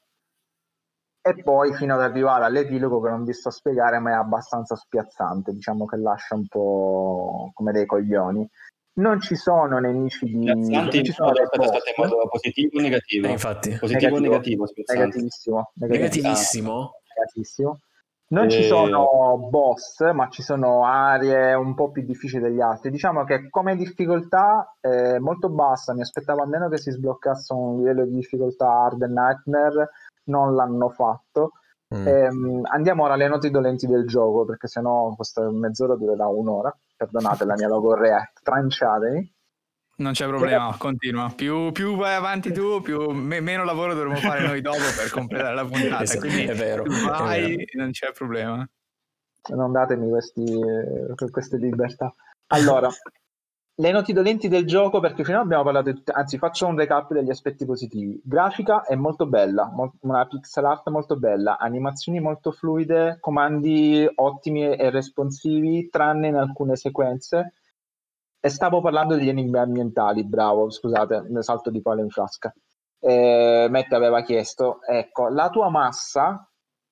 e poi fino ad arrivare all'epilogo che non vi sto a spiegare, ma è abbastanza spiazzante, diciamo che lascia un po' come dei coglioni. Non ci sono nemici di... Spiazzanti non in ci sono modo, dei aspetta, aspetta, in boss. modo positivo o negativo? Eh, infatti. Positivo o Negativo, negativo, spiazzanti? negativissimo, negativissimo, Negativissimo. negativissimo. Non ci E... sono boss, ma ci sono aree un po' più difficili degli altri. Diciamo che come difficoltà è molto bassa, mi aspettavo almeno che si sbloccasse un livello di difficoltà Hard Nightmare, non l'hanno fatto. Mm. Ehm, andiamo ora alle note dolenti del gioco, perché sennò questa mezz'ora durerà un'ora. Perdonate la mia logorrea, tranciatemi. Non c'è problema, continua. Più, più vai avanti tu, più me- meno lavoro dovremo fare noi dopo per completare la puntata. Esatto, Quindi è vero, tu è vai, vero. non c'è problema. Non datemi questi, eh, queste libertà. Allora, le noti dolenti del gioco, perché finora abbiamo parlato di tutte, anzi faccio un recap degli aspetti positivi. Grafica è molto bella, mo- una pixel art molto bella, animazioni molto fluide, comandi ottimi e responsivi, tranne in alcune sequenze. E stavo parlando degli enigmi ambientali, bravo, scusate, ne salto di palo in frasca. Eh, Matt aveva chiesto, ecco, la tua massa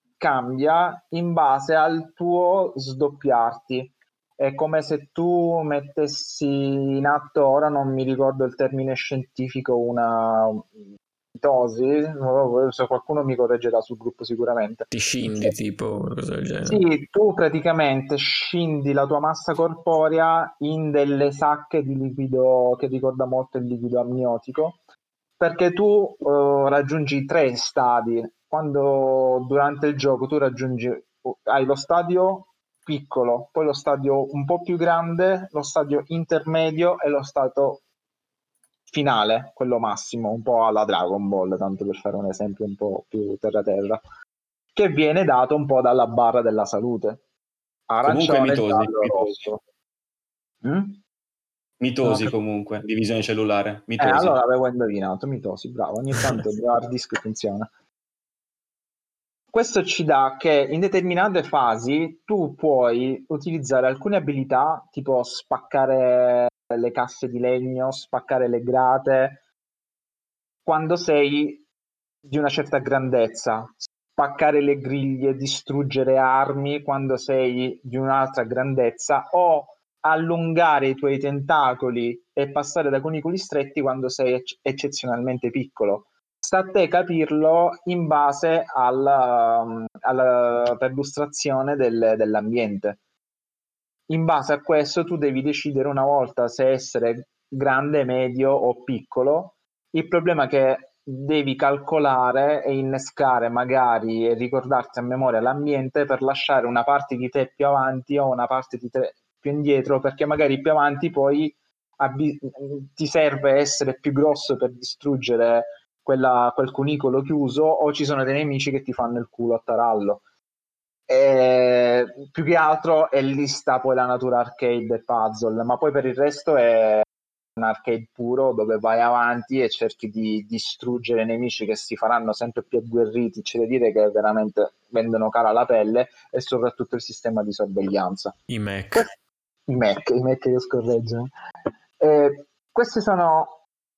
cambia in base al tuo sdoppiarti. È come se tu mettessi in atto, ora non mi ricordo il termine scientifico, una mitosi, se qualcuno mi correggerà sul gruppo sicuramente. Ti scindi, tipo, cosa del genere. Sì, tu praticamente scindi la tua massa corporea in delle sacche di liquido che ricorda molto il liquido amniotico, perché tu eh, raggiungi tre stadi. Quando durante il gioco tu raggiungi, hai lo stadio piccolo, poi lo stadio un po' più grande, lo stadio intermedio e lo stadio finale, quello massimo, un po' alla Dragon Ball, tanto per fare un esempio un po' più terra-terra, che viene dato un po' dalla barra della salute. Comunque Arancione, mitosi, giallo, mitosi. rosso. Mm? Mitosi No, comunque, divisione cellulare, Eh, mitosi. allora avevo indovinato, mitosi, bravo, ogni tanto il hard disk funziona. Questo ci dà che in determinate fasi tu puoi utilizzare alcune abilità, tipo spaccare le casse di legno, spaccare le grate, quando sei di una certa grandezza, spaccare le griglie, distruggere armi quando sei di un'altra grandezza, o allungare i tuoi tentacoli e passare da cunicoli stretti quando sei ec- eccezionalmente piccolo. Sta a te capirlo in base alla, alla perlustrazione del- dell'ambiente. In base a questo tu devi decidere una volta se essere grande, medio o piccolo. Il problema è che devi calcolare e innescare magari e ricordarti a memoria l'ambiente per lasciare una parte di te più avanti o una parte di te più indietro, perché magari più avanti poi abbi- ti serve essere più grosso per distruggere quella, quel cunicolo chiuso, o ci sono dei nemici che ti fanno il culo a tarallo. E più che altro è lì sta poi la natura arcade e puzzle, ma poi per il resto è un arcade puro dove vai avanti e cerchi di distruggere nemici che si faranno sempre più agguerriti. C'è da dire che veramente vendono cara la pelle, e soprattutto il sistema di sorveglianza. I mech. Que- I mech, i mech che scorreggiano. Eh, questi sono,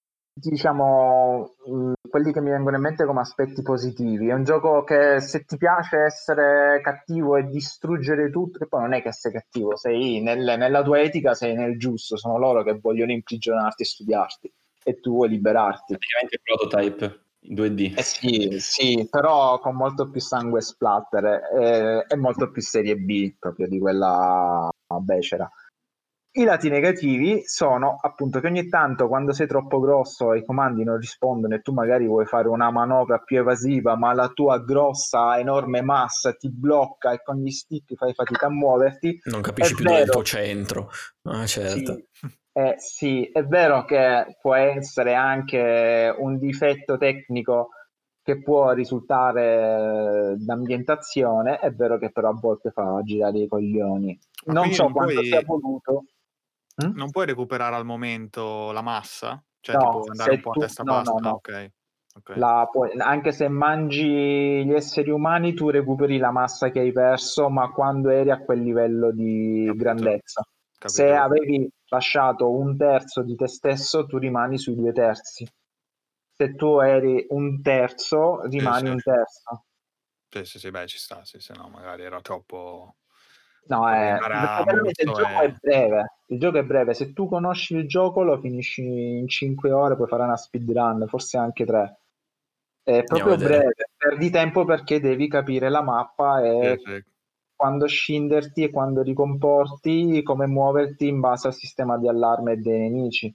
diciamo, mh, quelli che mi vengono in mente come aspetti positivi. È un gioco che, se ti piace essere cattivo e distruggere tutto, che poi non è che sei cattivo, sei nel- nella tua etica, sei nel giusto, sono loro che vogliono imprigionarti e studiarti e tu vuoi liberarti. Praticamente prototype in due D. Eh sì, sì, però con molto più sangue e splatter, eh, e molto più serie B proprio di quella becera. I lati negativi sono appunto che ogni tanto, quando sei troppo grosso e i comandi non rispondono e tu magari vuoi fare una manovra più evasiva, ma la tua grossa enorme massa ti blocca e con gli stick fai fatica a muoverti, Non è capisci più dove è il vero. tuo centro. Ah, certo. Sì, eh, sì, è vero che può essere anche un difetto tecnico che può risultare eh, d'ambientazione, è vero che però a volte fa girare i coglioni. Ma Non quindi so non quanto sia puoi, voluto. Mm? non puoi recuperare al momento la massa? Cioè, No, tipo andare un se po' a tu, testa no, no, bassa? Ah, no. ok. Ok. La puoi- anche se mangi gli esseri umani, tu recuperi la massa che hai perso, ma quando eri a quel livello di Capito. grandezza. Se Capito, capito. avevi lasciato un terzo di te stesso, tu rimani sui due terzi. Se tu eri un terzo, Sì, rimani sì. un terzo. Sì, sì, sì, beh, ci sta, sì, se no magari era troppo... No, Dovevi eh, andare perché a veramente il morso gioco è e... breve. Il gioco è breve. Se tu conosci il gioco, lo finisci in cinque ore, puoi fare una speedrun, forse anche tre. È Andiamo a proprio vedere. breve, perdi tempo perché devi capire la mappa Sì, e sì. quando scinderti e quando ricomporti, come muoverti in base al sistema di allarme dei nemici.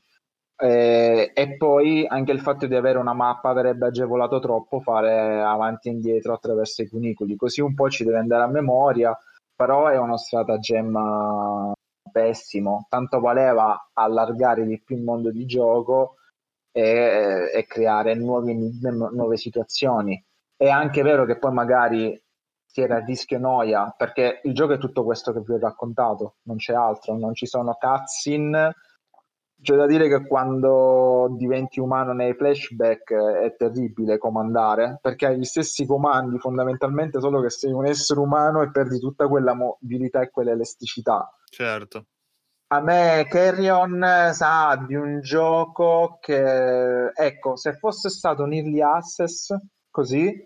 Eh, e poi anche il fatto di avere una mappa avrebbe agevolato troppo fare avanti e indietro attraverso i cunicoli, così un po' ci deve andare a memoria, però è uno stratagemma pessimo, tanto valeva allargare di più il mondo di gioco e, e creare nuovi enigmi, nuove situazioni. È anche vero che poi magari si era a rischio noia, perché il gioco è tutto questo che vi ho raccontato, non c'è altro, non ci sono cutscene. C'è da dire che quando diventi umano nei flashback è terribile comandare, perché hai gli stessi comandi fondamentalmente, solo che sei un essere umano e perdi tutta quella mobilità e quell'elasticità. Certo. A me Carrion sa di un gioco che, ecco, se fosse stato un early access, così,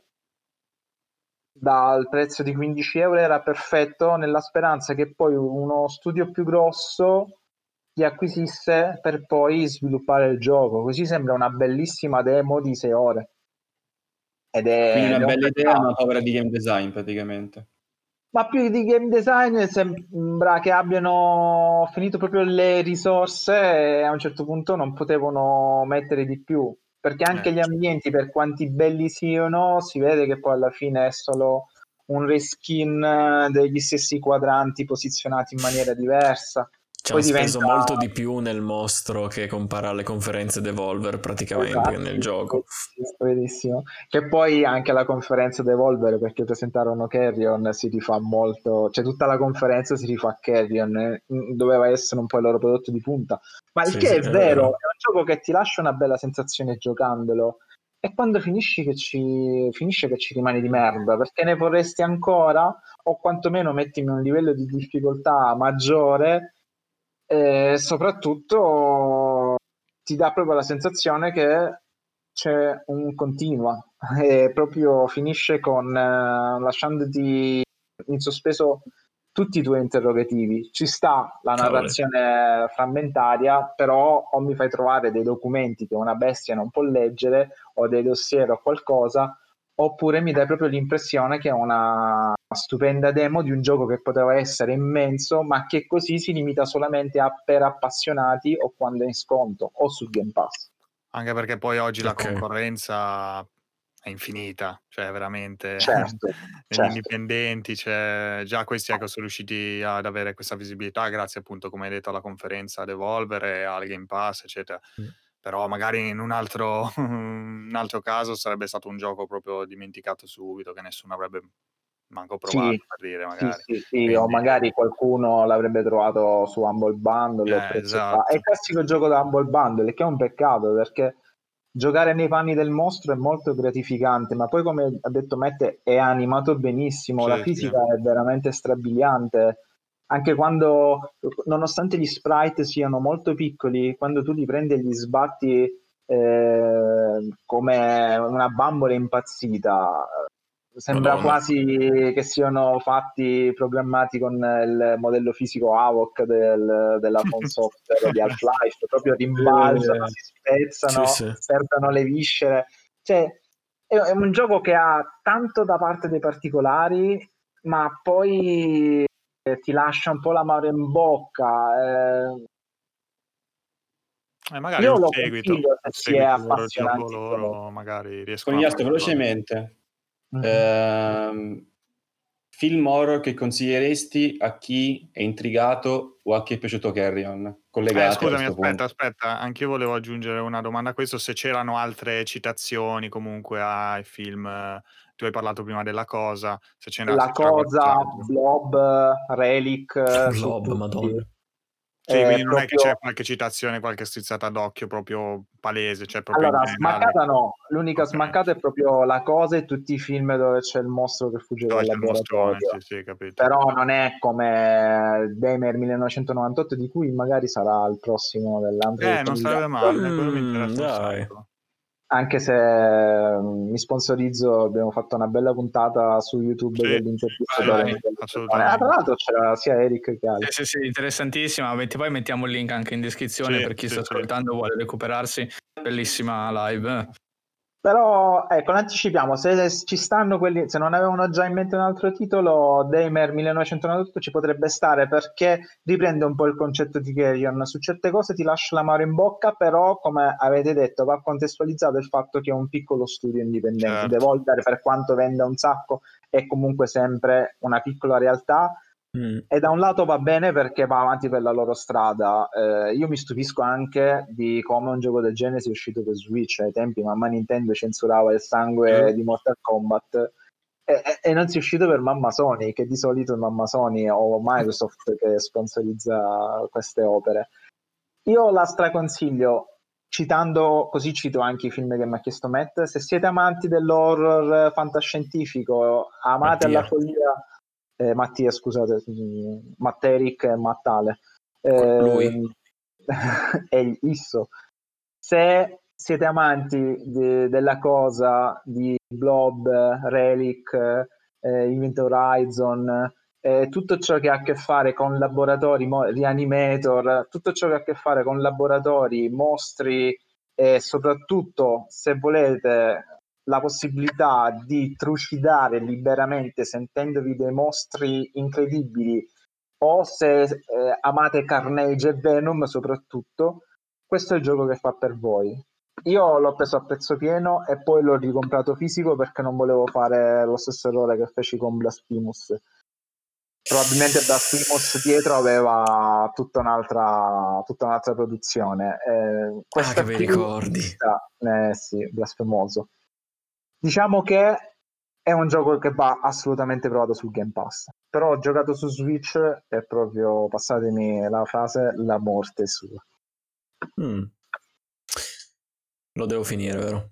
dal prezzo di quindici euro era perfetto, nella speranza che poi uno studio più grosso li acquisisse per poi sviluppare il gioco. Così sembra una bellissima demo di sei ore. Ed Quindi è, ed una è un bella idea, peccato. ma povera di game design praticamente. Ma più di game design sembra che abbiano finito proprio le risorse e a un certo punto non potevano mettere di più, perché anche Eh, gli ambienti, per quanti belli siano, si vede che poi alla fine è solo un reskin eh, degli stessi quadranti posizionati in maniera diversa. Ci Poi hanno speso diventa... molto di più nel mostro che compara alle conferenze Devolver praticamente che Esatto, nel gioco. verissimo. Che poi anche la conferenza Devolver, perché presentarono Carrion, si rifà molto, cioè tutta la conferenza si rifà a Carrion, eh, doveva essere un po' il loro prodotto di punta. Ma il Sì, che sì, è è vero, vero. è un gioco che ti lascia una bella sensazione giocandolo, e quando finisci che ci, finisce che ci rimani di merda, perché ne vorresti ancora, o quantomeno mettimi un livello di difficoltà maggiore, e soprattutto ti dà proprio la sensazione che c'è un continua e proprio finisce con eh, lasciandoti in sospeso tutti i tuoi interrogativi. Ci sta la Cavoli. narrazione frammentaria, però o mi fai trovare dei documenti che una bestia non può leggere, o dei dossier o qualcosa, oppure mi dai proprio l'impressione che è una stupenda demo di un gioco che poteva essere immenso, ma che così si limita solamente a per appassionati o quando è in sconto o su Game Pass. Anche perché poi oggi la Ok. concorrenza è infinita, cioè veramente Certo, negli certo. indipendenti, cioè già questi ecco sono riusciti ad avere questa visibilità grazie appunto, come hai detto, alla conferenza Devolver e al Game Pass, eccetera. Mm. Però magari in un altro un altro caso sarebbe stato un gioco proprio dimenticato subito, che nessuno avrebbe manco provato, Sì, per dire sì, magari. sì, sì, o Quindi magari qualcuno l'avrebbe trovato su Humble Bundle o eh, prezzo ba- È il esatto. classico gioco da Humble Bundle, che è un peccato perché giocare nei panni del mostro è molto gratificante, ma poi come ha detto Mette è animato benissimo, la Sì, sì. fisica è veramente strabiliante, anche quando, nonostante gli sprite siano molto piccoli, quando tu li prendi e li sbatti eh, come una bambola impazzita, sembra Madonna. quasi che siano fatti programmati con il modello fisico Havok del, della From Software di Half-Life, proprio rimbalzano, Eh, si spezzano, Sì, sì. perdono le viscere. Cioè, è, è un gioco che ha tanto da parte dei particolari, ma poi eh, ti lascia un po' l'amaro in bocca. Eh, E magari io un lo seguito, consiglio se un si è seguito loro il gioco appassionati di gioco. loro, magari riescono a Conigliastro, farlo. velocemente. Mhm. Ehm, film horror che consiglieresti a chi è intrigato o a chi è piaciuto Carrion? Eh, Collegati a scusami, questo aspetta, punto. aspetta, anch'io volevo aggiungere una domanda a questo, se c'erano altre citazioni comunque ai film, eh, tu hai parlato prima della Cosa, se c'era, La se c'era Cosa, qualcos'altro. Blob, Relic, eh, su Blob, tutti. Madonna. Sì, È quindi non è che c'è proprio... qualche citazione, qualche strizzata d'occhio proprio palese, cioè proprio in Allora, generale. smaccata no, l'unica Ok, smaccata è proprio La Cosa e tutti i film dove c'è il mostro che fugge dove dal c'è il mostrone, sì, laboratorio. sì, capito. Però non è come Dahmer millenovecentonovantotto, di cui magari sarà il prossimo dell'Android Eh, non sarebbe Conigliastro. male, quello mi Mm, interessa un dai. sacco. Anche se mm, mi sponsorizzo, abbiamo fatto una bella puntata su YouTube Sì, con sì, l'intervista Vai, sì, delle vai, sì, delle persone. Ah, tra assolutamente. l'altro c'era sia Eric che Ale. Sì, sì, sì, interessantissima. Metti- Poi mettiamo il link anche in descrizione Sì, per chi sì, sta sì. ascoltando e vuole recuperarsi. Bellissima live. Però ecco, anticipiamo, se ci stanno quelli, se non avevano già in mente un altro titolo, Dahmer millenovecentonovantotto ci potrebbe stare perché riprende un po' il concetto di Carrion. Su certe cose ti lascia l'amaro in bocca, però come avete detto va contestualizzato il fatto che è un piccolo studio indipendente. Certo. Devolver, per quanto venda un sacco, è comunque sempre una piccola realtà. Mm. E da un lato va bene perché va avanti per la loro strada. Eh, io mi stupisco anche di come un gioco del genere sia uscito per Switch ai tempi, mamma Nintendo censurava il sangue di Mortal Kombat e, e- e non sia uscito per mamma Sony, che di solito è mamma Sony o Microsoft che sponsorizza queste opere. Io la straconsiglio, citando, così cito anche i film che mi ha chiesto Matt, se siete amanti dell'horror fantascientifico, amate alla Mattia. follia eh, Mattia, scusate, mm, Matteric e Mattale. Que- Eh, lui. è il Isso. Se siete amanti de- della cosa di Blob, Relic, eh, Event Horizon, eh, tutto ciò che ha a che fare con laboratori, mo- Reanimator, tutto ciò che ha a che fare con laboratori, mostri e soprattutto se volete la possibilità di trucidare liberamente sentendovi dei mostri incredibili o se eh, amate Carnage e Venom soprattutto, questo è il gioco che fa per voi. Io l'ho preso a prezzo pieno e poi l'ho ricomprato fisico perché non volevo fare lo stesso errore che feci con Blasphemous. Probabilmente Blasphemous dietro aveva tutta un'altra, tutta un'altra produzione. Eh, Ah, che questa bei qui ricordi. sta, eh, sì, blasfemoso. Diciamo che è un gioco che va assolutamente provato sul Game Pass. Però ho giocato su Switch e proprio, passatemi la frase, la morte è sua. Mm. Lo devo finire, vero?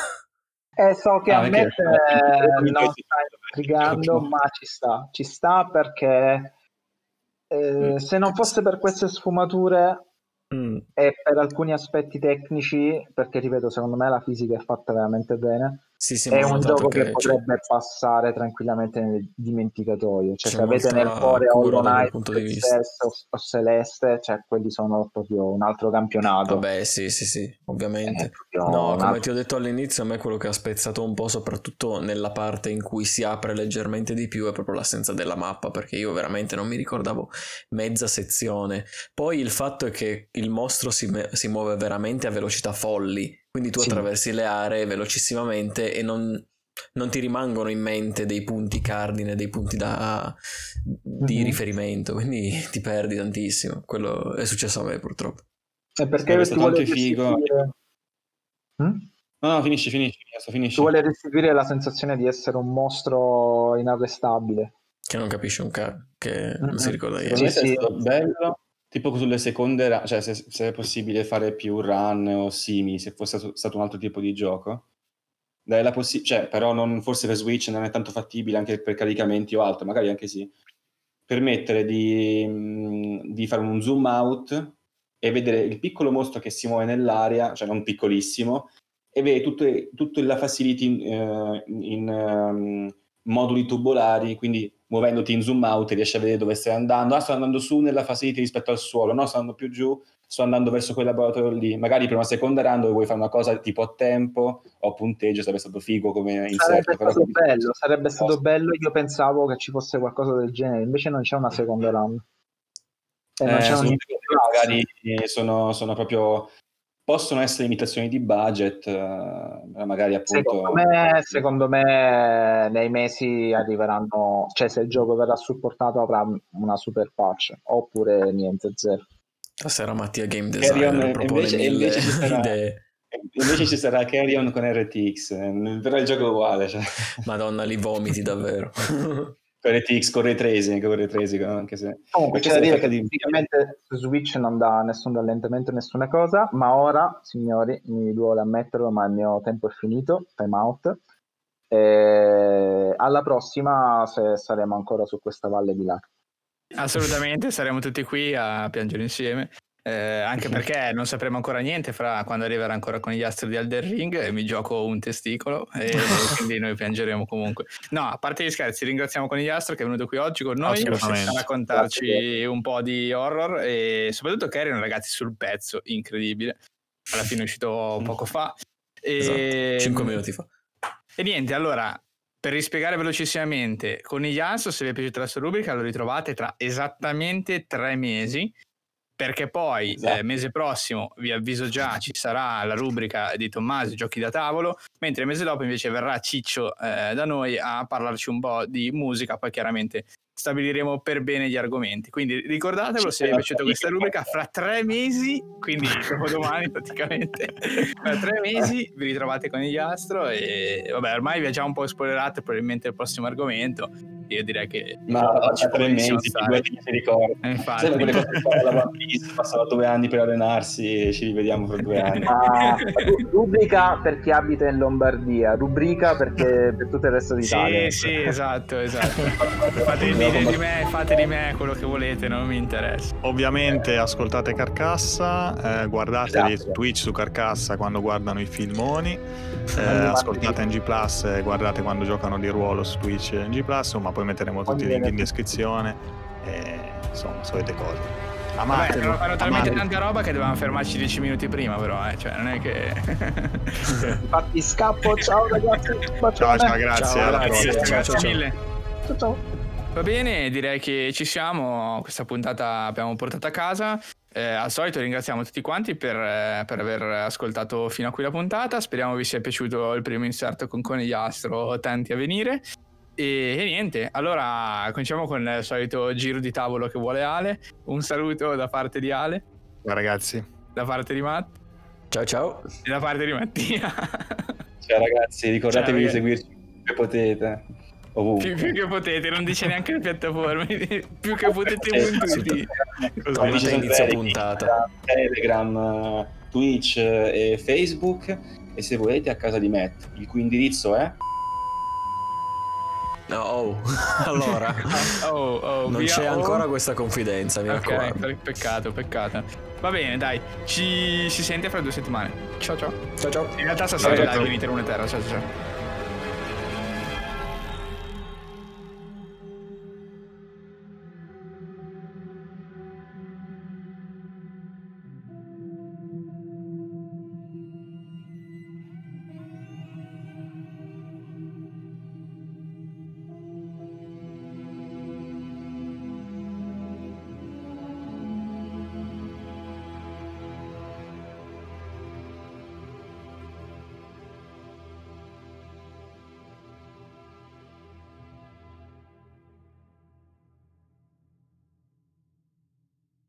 E so che Ah, a perché me eh, non sta intrigando, Ottimo. ma ci sta. Ci sta perché Mm. eh, se non fosse per queste sfumature Mm. e per alcuni aspetti tecnici, perché ripeto, secondo me la fisica è fatta veramente bene, Sì, sì, è ma ho un notato gioco che che c'è, potrebbe passare tranquillamente nel dimenticatoio. Cioè, c'è se avete nel molta cuore cura Hollow da quel Knight, punto di vista. Success o, o Celeste, cioè quelli sono proprio un altro campionato. Vabbè, sì, sì, sì, È ovviamente. proprio No, un come altro... ti ho detto all'inizio, a me quello che ha spezzato un po', soprattutto nella parte in cui si apre leggermente di più, è proprio l'assenza della mappa, perché io veramente non mi ricordavo mezza sezione. Poi il fatto è che il mostro si, me- si muove veramente a velocità folli, quindi tu Sì. attraversi le aree velocissimamente e non, non ti rimangono in mente dei punti cardine, dei punti da, di Mhm. riferimento, quindi ti perdi tantissimo. Quello è successo a me purtroppo. E perché Sarebbe tu stato vuole anche figo. restituire... Mm? No, no, finisci, finisci, adesso finisci. Tu vuole restituire la sensazione di essere un mostro inarrestabile. Che non capisce un cazzo, che non Mhm. si ricorda Secondo niente. me Sì, sarebbe sì. stato bello, tipo sulle seconde run, cioè se, se è possibile fare più run o simili, se fosse stato, stato un altro tipo di gioco. Dai la possi- cioè, però non, forse per Switch non è tanto fattibile anche per caricamenti o altro, magari anche sì. Permettere di, mh, di fare un zoom out e vedere il piccolo mostro che si muove nell'aria, cioè non piccolissimo, e vede tutte, tutta la facility in, eh, in um, moduli tubolari, quindi muovendoti in zoom out riesci a vedere dove stai andando. Ah, sto andando su nella facility rispetto al suolo, no, sto andando più giù, sto andando verso quel laboratorio lì. Magari per una seconda run dove vuoi fare una cosa tipo a tempo o a punteggio, sarebbe stato figo come inserto. Sarebbe Però stato come- bello, sarebbe stato bello. Io pensavo che ci fosse qualcosa del genere, invece non c'è una seconda run. E non Eh, c'è sono un cose che magari eh, sono, sono proprio possono essere limitazioni di budget, eh, magari appunto Secondo me, secondo me nei mesi arriveranno, cioè se il gioco verrà supportato avrà una super patch, oppure niente, zero. Stasera Mattia Game Carrion, Designer propone invece, mille invece ci sarà, idee. invece ci sarà Carrion con R T X, eh, però il gioco è uguale, cioè. Madonna, li vomiti davvero. Con R T X, con Ray Tracing, con Ray Tracing, anche se Comunque c'è questo da è dire effetto che di praticamente su Switch non dà nessun rallentamento, nessuna cosa, ma ora, signori, mi duole ammetterlo, ma il mio tempo è finito, time out. E alla prossima, se saremo ancora su questa valle di lacrime. Assolutamente, saremo tutti qui a piangere insieme. Eh, anche perché non sapremo ancora niente fra quando arriverà ancora con gli astri di Elden Ring e mi gioco un testicolo e quindi noi piangeremo comunque. No, a parte gli scherzi, ringraziamo con gli astri che è venuto qui oggi con noi Assolutamente. a raccontarci un po' di horror e soprattutto Carrion, ragazzi, sul pezzo, incredibile. Alla fine è uscito poco fa. E... Esatto, cinque minuti fa. E niente, allora, per rispiegare velocissimamente, Conigliastro, se vi è piaciuta la sua rubrica, lo ritrovate tra esattamente tre mesi, perché poi Esatto. eh, mese prossimo, vi avviso già, ci sarà la rubrica di Tommaso, giochi da tavolo, mentre il mese dopo invece verrà Ciccio eh, da noi a parlarci un po' di musica, poi chiaramente stabiliremo per bene gli argomenti. Quindi ricordatevelo, se vi è piaciuta questa rubrica, fra tre mesi, quindi dopo domani praticamente, fra tre mesi vi ritrovate con gli Astro e vabbè, ormai vi ha già un po' spoilerato probabilmente il prossimo argomento. Io direi che ma ci tra tre può mesi, figurati che si ricorda. Eh, infatti. Sempre quelle cose che fa la One Piece, passano due anni per allenarsi e ci rivediamo fra due anni. Ah, ru- rubrica per chi abita in Lombardia, rubrica perché per tutto il resto d'Italia. Sì, sì, esatto, esatto. Fate il video di me, fate di me quello che volete, non mi interessa. Ovviamente ascoltate Carcassa, eh, guardatevi Esatto. su Twitch su Carcassa quando guardano i filmoni, eh, ascoltate N G Plus e guardate quando giocano di ruolo su Twitch e N G Plus, ma poi metteremo tutti i link in descrizione e insomma solite cose. Vabbè, Amatelo, hanno, hanno talmente amatelo. tanta roba che dovevamo fermarci dieci minuti prima, però, eh. Cioè, non è che... Infatti scappo, ciao ragazzi, Ciao, bacione. ciao, grazie, Ciao, alla grazie. prossima. Ciao, Grazie ciao. mille. Ciao, ciao. Va bene, direi che ci siamo, questa puntata abbiamo portato a casa. Eh, al solito ringraziamo tutti quanti per, eh, per aver ascoltato fino a qui la puntata, speriamo vi sia piaciuto il primo inserto con Conigliastro, tanti a venire. E, e niente, allora cominciamo con il solito giro di tavolo che vuole Ale. Un saluto da parte di Ale, Ciao ragazzi. da parte di Matt Ciao ciao. e da parte di Mattia. Ciao ragazzi, ricordatevi Ciao, di ragazzi. seguirci se potete. Ovunque. più, più che potete, non dice neanche le piattaforme, più che potete Sì, puntuti. assolutamente. Tornate Come dice inizio sempre, puntata. Telegram, Twitch e Facebook, e se volete a casa di Matt, il cui indirizzo è No, oh. Allora, Oh, oh, non via, c'è oh. ancora questa confidenza, mi Ok, raccomando. pe- peccato, peccato. Va bene, dai, ci si sente fra due settimane. Ciao ciao. Ciao ciao. In realtà stasera Ciao, è ciao. live in Iter Una Terra. Ciao ciao.